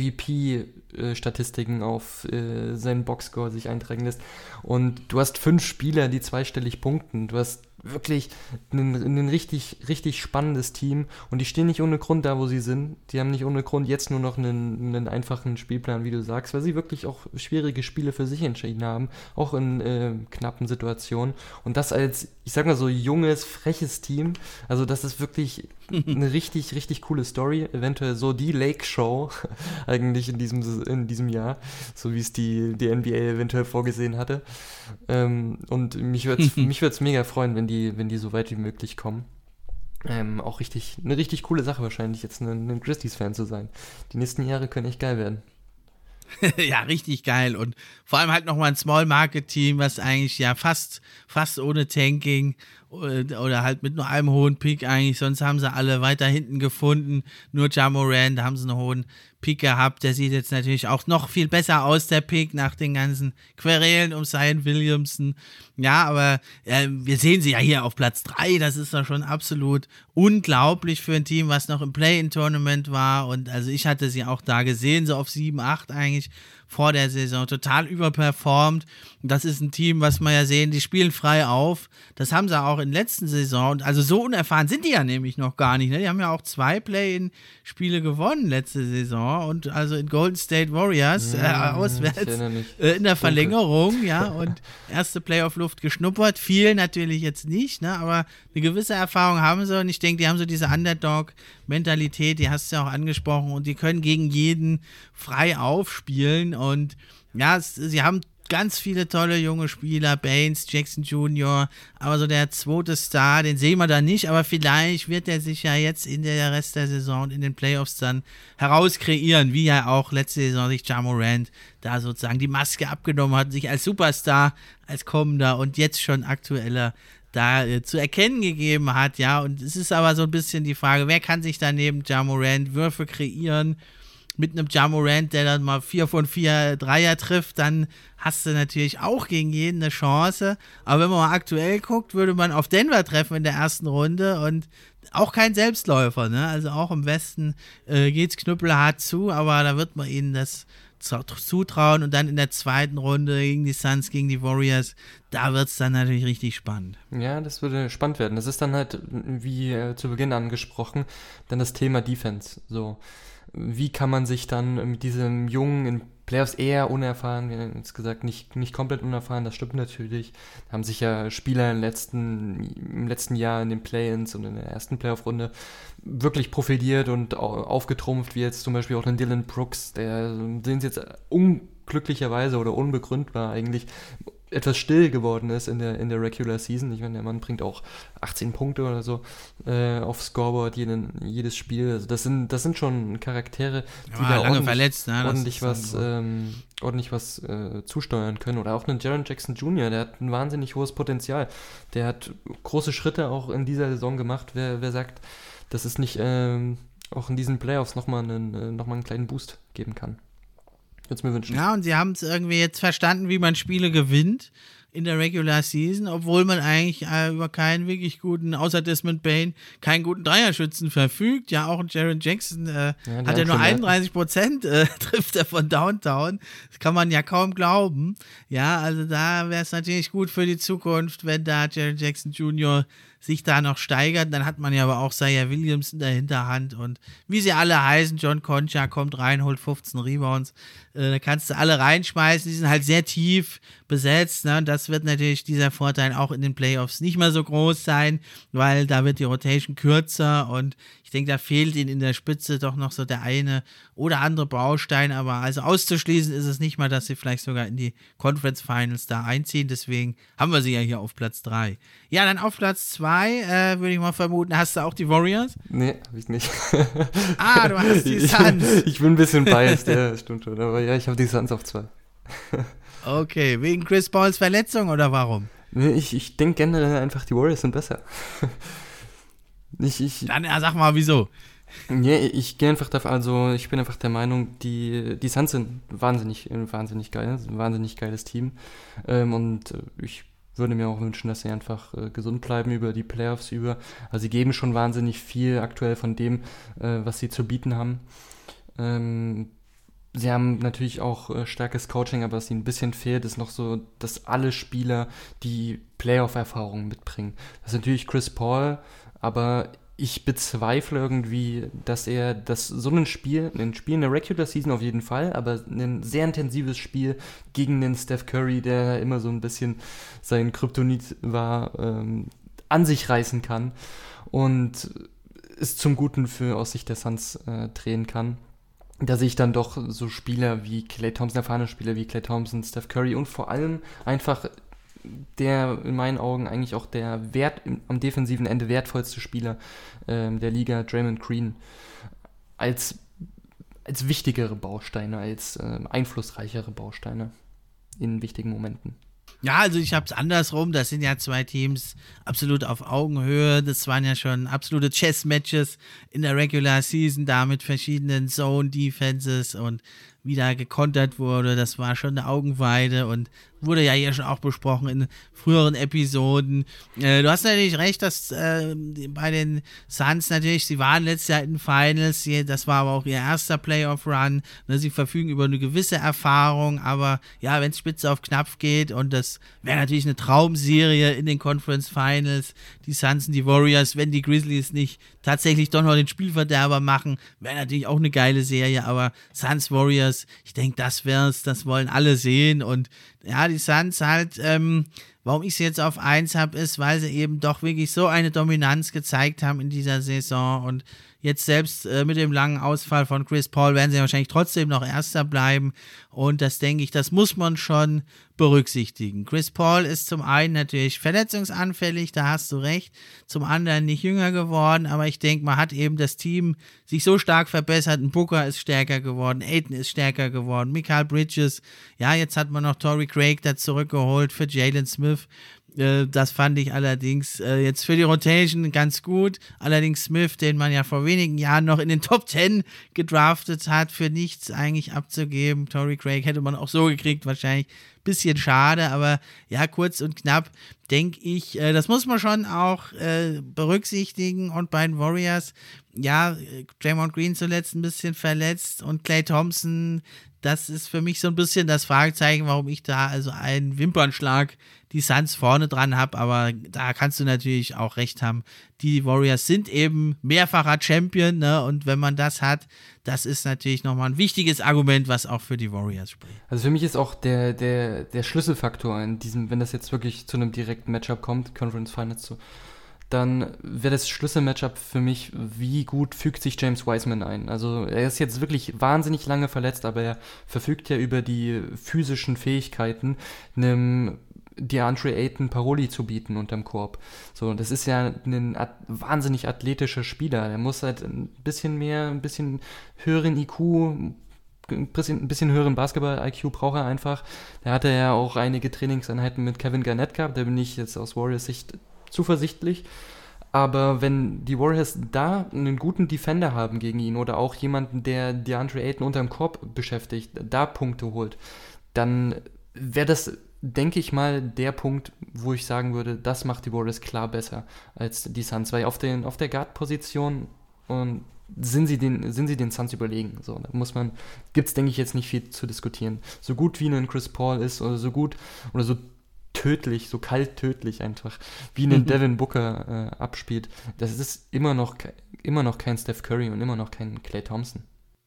MVP-Statistiken auf seinen Boxscore sich eintragen lässt und du hast 5 Spieler, die zweistellig punkten. Du hast wirklich ein richtig, richtig spannendes Team und die stehen nicht ohne Grund da, wo sie sind. Die haben nicht ohne Grund jetzt nur noch einen einfachen Spielplan, wie du sagst, weil sie wirklich auch schwierige Spiele für sich entschieden haben, auch in knappen Situationen. Und das als, ich sag mal so, junges, freches Team, also das ist wirklich eine richtig, richtig coole Story. Eventuell so die Lake-Show eigentlich in diesem Jahr, so wie es die NBA eventuell vorgesehen hatte. Und mich würde es mega freuen, wenn die so weit wie möglich kommen. Auch eine richtig coole Sache wahrscheinlich, jetzt ein Grizzlies-Fan zu sein. Die nächsten Jahre können echt geil werden. Ja, richtig geil und vor allem halt nochmal ein Small-Market-Team, was eigentlich ja fast ohne Tanking oder halt mit nur einem hohen Pick eigentlich, sonst haben sie alle weiter hinten gefunden, nur Ja Morant, da haben sie einen hohen Pick gehabt, der sieht jetzt natürlich auch noch viel besser aus, der Pick, nach den ganzen Querelen um Zion Williamson, ja, aber wir sehen sie ja hier auf Platz 3, das ist doch schon absolut unglaublich für ein Team, was noch im Play-In-Tournament war und also ich hatte sie auch da gesehen, so auf 7, 8 eigentlich, vor der Saison, total überperformt. Das ist ein Team, was wir ja sehen, die spielen frei auf. Das haben sie auch in der letzten Saison. Und also so unerfahren sind die ja nämlich noch gar nicht. Ne? Die haben ja auch 2 Play-in-Spiele gewonnen letzte Saison. Und also in Golden State Warriors auswärts in der Verlängerung. Ja, und erste Playoff-Luft geschnuppert. Viel natürlich jetzt nicht, ne? Aber eine gewisse Erfahrung haben sie. Und ich denke, die haben so diese Underdog-Mentalität, die hast du ja auch angesprochen. Und die können gegen jeden frei aufspielen. Und ja, sie haben ganz viele tolle junge Spieler, Baines, Jackson Jr., aber so der zweite Star, den sehen wir da nicht, aber vielleicht wird er sich ja jetzt in der Rest der Saison in den Playoffs dann herauskreieren, wie ja auch letzte Saison sich Ja Morant da sozusagen die Maske abgenommen hat, sich als Superstar, als kommender und jetzt schon aktueller da zu erkennen gegeben hat, ja, und es ist aber so ein bisschen die Frage, wer kann sich da neben Ja Morant Würfe kreieren, mit einem Ja Morant, der dann mal 4 von 4 Dreier trifft, dann hast du natürlich auch gegen jeden eine Chance, aber wenn man mal aktuell guckt, würde man auf Denver treffen in der ersten Runde und auch kein Selbstläufer, ne, also auch im Westen geht's knüppelhart zu, aber da wird man ihnen das zutrauen und dann in der zweiten Runde gegen die Suns, gegen die Warriors, da wird es dann natürlich richtig spannend. Ja, das würde spannend werden. Das ist dann halt, wie zu Beginn angesprochen, dann das Thema Defense. So, wie kann man sich dann mit diesem Jungen in Playoffs eher unerfahren, wie jetzt gesagt, nicht komplett unerfahren, das stimmt natürlich. Da haben sich ja Spieler im letzten Jahr in den Play-Ins und in der ersten Playoff-Runde wirklich profitiert und aufgetrumpft, wie jetzt zum Beispiel auch den Dylan Brooks, den es jetzt unglücklicherweise oder unbegründbar eigentlich etwas still geworden ist in der Regular Season. Ich meine, der Mann bringt auch 18 Punkte oder so aufs Scoreboard jedes Spiel. Also das sind schon Charaktere, die da ordentlich was zusteuern können. Oder auch einen Jaren Jackson Jr., der hat ein wahnsinnig hohes Potenzial. Der hat große Schritte auch in dieser Saison gemacht. Wer sagt, dass es nicht auch in diesen Playoffs nochmal einen kleinen Boost geben kann. Würde es mir wünschen. Ja, und sie haben es irgendwie jetzt verstanden, wie man Spiele gewinnt in der Regular Season, obwohl man eigentlich über keinen wirklich guten, außer Desmond Bane, keinen guten Dreierschützen verfügt. Ja, auch Jaren Jackson hat ja nur 31% trifft er von Downtown. Das kann man ja kaum glauben. Ja, also da wäre es natürlich gut für die Zukunft, wenn da Jaren Jackson Jr. sich da noch steigert. Dann hat man ja aber auch Zaire Williams in der Hinterhand und wie sie alle heißen, John Concha kommt rein, holt 15 Rebounds. Da kannst du alle reinschmeißen. Die sind halt sehr tief besetzt. Ne? Und das wird natürlich dieser Vorteil auch in den Playoffs nicht mehr so groß sein, weil da wird die Rotation kürzer und ich denke, da fehlt ihnen in der Spitze doch noch so der eine oder andere Baustein, aber also auszuschließen ist es nicht mal, dass sie vielleicht sogar in die Conference Finals da einziehen, deswegen haben wir sie ja hier auf Platz 3. Ja, dann auf Platz 2 würde ich mal vermuten, hast du auch die Warriors? Nee, hab ich nicht. Ah, du hast die Suns. Ich bin ein bisschen biased, ja, stimmt schon, aber ja, ich habe die Suns auf 2. Okay, wegen Chris Pauls Verletzung oder warum? Nee, ich denke generell einfach, die Warriors sind besser. Dann sag mal, wieso? Ja, ich bin einfach der Meinung, die Suns sind wahnsinnig geil, ein wahnsinnig geiles Team. Und ich würde mir auch wünschen, dass sie einfach gesund bleiben über die Playoffs über. Also sie geben schon wahnsinnig viel aktuell von dem, was sie zu bieten haben. Sie haben natürlich auch starkes Coaching, aber was ihnen ein bisschen fehlt, ist noch so, dass alle Spieler die Playoff-Erfahrung mitbringen. Das ist natürlich Chris Paul, aber ich bezweifle irgendwie, dass er ein Spiel in der Regular Season auf jeden Fall, aber ein sehr intensives Spiel gegen den Steph Curry, der immer so ein bisschen sein Kryptonit war, an sich reißen kann und es zum Guten aus Sicht der Suns drehen kann. Da sehe ich dann doch so Spieler wie Klay Thompson, erfahrene Spieler wie Klay Thompson, Steph Curry und vor allem einfach der in meinen Augen eigentlich auch der am defensiven Ende wertvollste Spieler der Liga, Draymond Green, als wichtigere Bausteine, als einflussreichere Bausteine in wichtigen Momenten. Ja, also ich habe es andersrum. Das sind ja zwei Teams absolut auf Augenhöhe. Das waren ja schon absolute Chess-Matches in der Regular Season, da mit verschiedenen Zone-Defenses und wie da gekontert wurde. Das war schon eine Augenweide und wurde ja hier schon auch besprochen in früheren Episoden. Du hast natürlich recht, dass bei den Suns natürlich, sie waren letztes Jahr in den Finals, das war aber auch ihr erster Playoff-Run. Sie verfügen über eine gewisse Erfahrung, aber ja, wenn es spitze auf Knopf geht und das wäre natürlich eine Traumserie in den Conference Finals, die Suns und die Warriors, wenn die Grizzlies nicht tatsächlich doch noch den Spielverderber machen, wäre natürlich auch eine geile Serie, aber Suns Warriors, ich denke, das wollen alle sehen und Ja, die Suns halt, warum ich sie jetzt auf 1 habe, ist, weil sie eben doch wirklich so eine Dominanz gezeigt haben in dieser Saison und jetzt selbst mit dem langen Ausfall von Chris Paul werden sie wahrscheinlich trotzdem noch Erster bleiben und das denke ich, das muss man schon berücksichtigen. Chris Paul ist zum einen natürlich verletzungsanfällig, da hast du recht, zum anderen nicht jünger geworden, aber ich denke, man hat eben das Team sich so stark verbessert, ein Booker ist stärker geworden, Ayton ist stärker geworden, Mikal Bridges, ja, jetzt hat man noch Torrey Craig da zurückgeholt für Jalen Smith. Das fand ich allerdings jetzt für die Rotation ganz gut. Allerdings Smith, den man ja vor wenigen Jahren noch in den Top 10 gedraftet hat, für nichts eigentlich abzugeben. Torrey Craig hätte man auch so gekriegt, wahrscheinlich bisschen schade, aber ja, kurz und knapp denke ich, das muss man schon auch berücksichtigen und bei den Warriors, ja, Draymond Green zuletzt ein bisschen verletzt und Klay Thompson, das ist für mich so ein bisschen das Fragezeichen, warum ich da also einen Wimpernschlag die Suns vorne dran habe, aber da kannst du natürlich auch recht haben. Die Warriors sind eben mehrfacher Champion, ne? Und wenn man das hat, das ist natürlich nochmal ein wichtiges Argument, was auch für die Warriors spricht. Also für mich ist auch der Schlüsselfaktor in diesem, wenn das jetzt wirklich zu einem direkten Matchup kommt, Conference Finals so, dann wäre das Schlüsselmatchup für mich, wie gut fügt sich James Wiseman ein. Also er ist jetzt wirklich wahnsinnig lange verletzt, aber er verfügt ja über die physischen Fähigkeiten, einem DeAndre Ayton Paroli zu bieten unterm Korb. So, das ist ja ein wahnsinnig athletischer Spieler. Er muss halt ein bisschen höheren IQ, ein bisschen höheren Basketball-IQ braucht er einfach. Da hatte er ja auch einige Trainingseinheiten mit Kevin Garnett gehabt, da bin ich jetzt aus Warriors Sicht zuversichtlich. Aber wenn die Warriors da einen guten Defender haben gegen ihn oder auch jemanden, der DeAndre Ayton unterm Korb beschäftigt, da Punkte holt, dann wäre das, denke ich mal, der Punkt, wo ich sagen würde, das macht die Warriors klar besser als die Suns, weil auf der Guard-Position und sind sie den Suns überlegen. So, da gibt's, denke ich, jetzt nicht viel zu diskutieren. So gut wie ein Chris Paul ist oder so gut oder so tödlich, so kalt tödlich einfach, wie ein Devin Booker abspielt, das ist immer noch kein Steph Curry und immer noch kein Klay Thompson.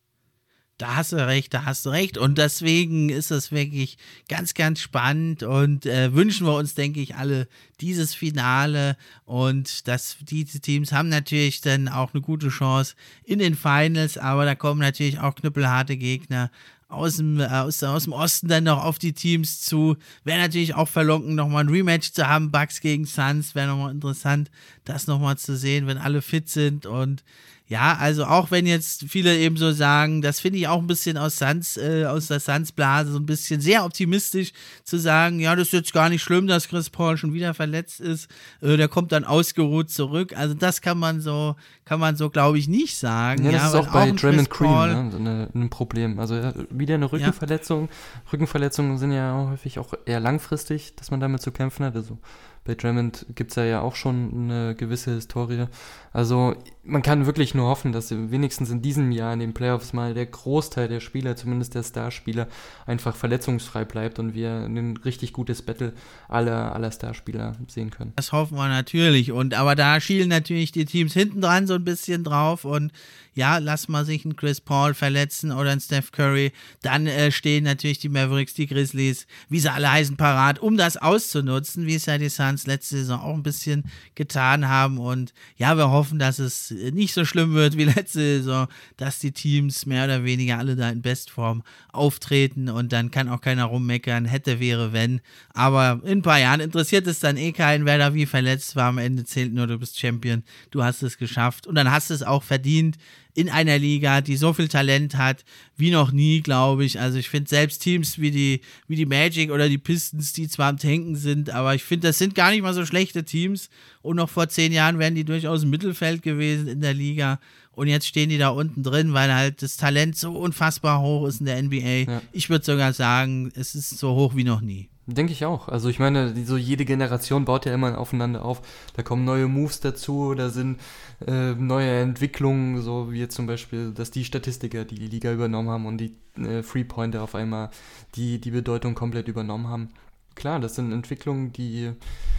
Da hast du recht. Und deswegen ist es wirklich ganz, ganz spannend und wünschen wir uns, denke ich, alle dieses Finale. Und diese Teams haben natürlich dann auch eine gute Chance in den Finals, aber da kommen natürlich auch knüppelharte Gegner aus dem Osten dann noch auf die Teams zu. Wäre natürlich auch verlockend, nochmal ein Rematch zu haben, Bucks gegen Suns. Wäre nochmal interessant, das nochmal zu sehen, wenn alle fit sind. Und ja, also auch wenn jetzt viele eben so sagen, das finde ich auch ein bisschen aus der Suns-Blase so ein bisschen sehr optimistisch zu sagen, ja, das ist jetzt gar nicht schlimm, dass Chris Paul schon wieder verletzt ist, der kommt dann ausgeruht zurück. Also das kann man so glaube ich nicht sagen. Ja, das ist auch bei Draymond Green ein Problem. Also wieder eine Rückenverletzung. Ja. Rückenverletzungen sind ja häufig auch eher langfristig, dass man damit zu kämpfen hat. Also bei Draymond gibt es ja auch schon eine gewisse Historie. Also man kann wirklich nur hoffen, dass wenigstens in diesem Jahr in den Playoffs mal der Großteil der Spieler, zumindest der Starspieler, einfach verletzungsfrei bleibt und wir ein richtig gutes Battle aller Starspieler sehen können. Das hoffen wir natürlich. Aber da schielen natürlich die Teams hinten dran so ein bisschen drauf und ja, lass mal sich einen Chris Paul verletzen oder einen Steph Curry, dann stehen natürlich die Mavericks, die Grizzlies, wie sie alle heißen, parat, um das auszunutzen, wie es ja die Suns letzte Saison auch ein bisschen getan haben. Und ja, wir hoffen, dass es nicht so schlimm wird wie letzte Saison, dass die Teams mehr oder weniger alle da in Bestform auftreten und dann kann auch keiner rummeckern, hätte, wäre, wenn. Aber in ein paar Jahren interessiert es dann eh keinen, wer da wie verletzt war. Am Ende zählt nur, du bist Champion, du hast es geschafft und dann hast du es auch verdient in einer Liga, die so viel Talent hat, wie noch nie, glaube ich. Also ich finde selbst Teams wie die Magic oder die Pistons, die zwar am Tanken sind, aber ich finde, das sind gar nicht mal so schlechte Teams. Und noch vor 10 Jahren wären die durchaus im Mittelfeld gewesen in der Liga. Und jetzt stehen die da unten drin, weil halt das Talent so unfassbar hoch ist in der NBA. Ja. Ich würde sogar sagen, es ist so hoch wie noch nie. Denke ich auch. Also ich meine, so jede Generation baut ja immer aufeinander auf. Da kommen neue Moves dazu, da sind neue Entwicklungen, so wie jetzt zum Beispiel, dass die Statistiker, die Liga übernommen haben und die Three-Pointer auf einmal die Bedeutung komplett übernommen haben. Klar, das sind Entwicklungen, die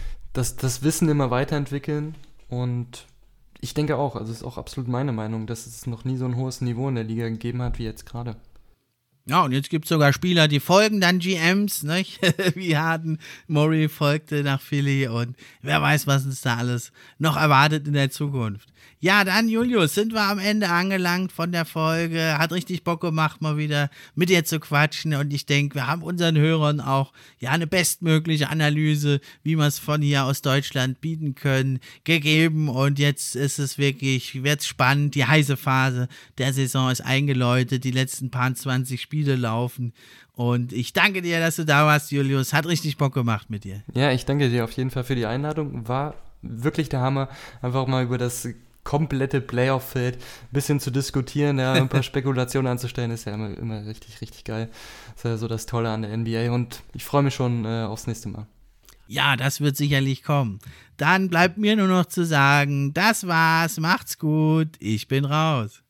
das Wissen immer weiterentwickeln und ich denke auch, also es ist auch absolut meine Meinung, dass es noch nie so ein hohes Niveau in der Liga gegeben hat wie jetzt gerade. Ja, und jetzt gibt es sogar Spieler, die folgen dann GMs, nicht? Wie Harden, Murray folgte nach Philly und wer weiß, was uns da alles noch erwartet in der Zukunft. Ja, dann, Julius, sind wir am Ende angelangt von der Folge. Hat richtig Bock gemacht, mal wieder mit dir zu quatschen. Und ich denke, wir haben unseren Hörern auch eine bestmögliche Analyse, wie wir es von hier aus Deutschland bieten können, gegeben. Und jetzt ist es wirklich, wird's spannend. Die heiße Phase der Saison ist eingeläutet. Die letzten paar 20 Spiele laufen. Und ich danke dir, dass du da warst, Julius. Hat richtig Bock gemacht mit dir. Ja, ich danke dir auf jeden Fall für die Einladung. War wirklich der Hammer, einfach mal über das komplette Playoff-Feld ein bisschen zu diskutieren, ja, ein paar Spekulationen anzustellen, ist ja immer richtig, richtig geil. Das ist ja so das Tolle an der NBA und ich freue mich schon aufs nächste Mal. Ja, das wird sicherlich kommen. Dann bleibt mir nur noch zu sagen, das war's, macht's gut, ich bin raus.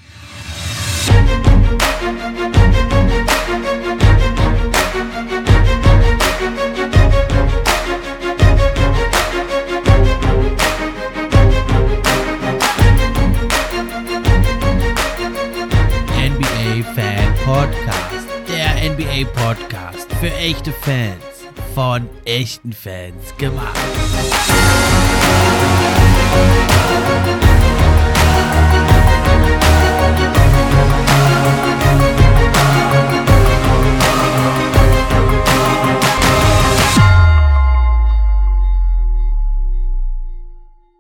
NBA-Fan Podcast, der NBA-Podcast für echte Fans, von echten Fans gemacht.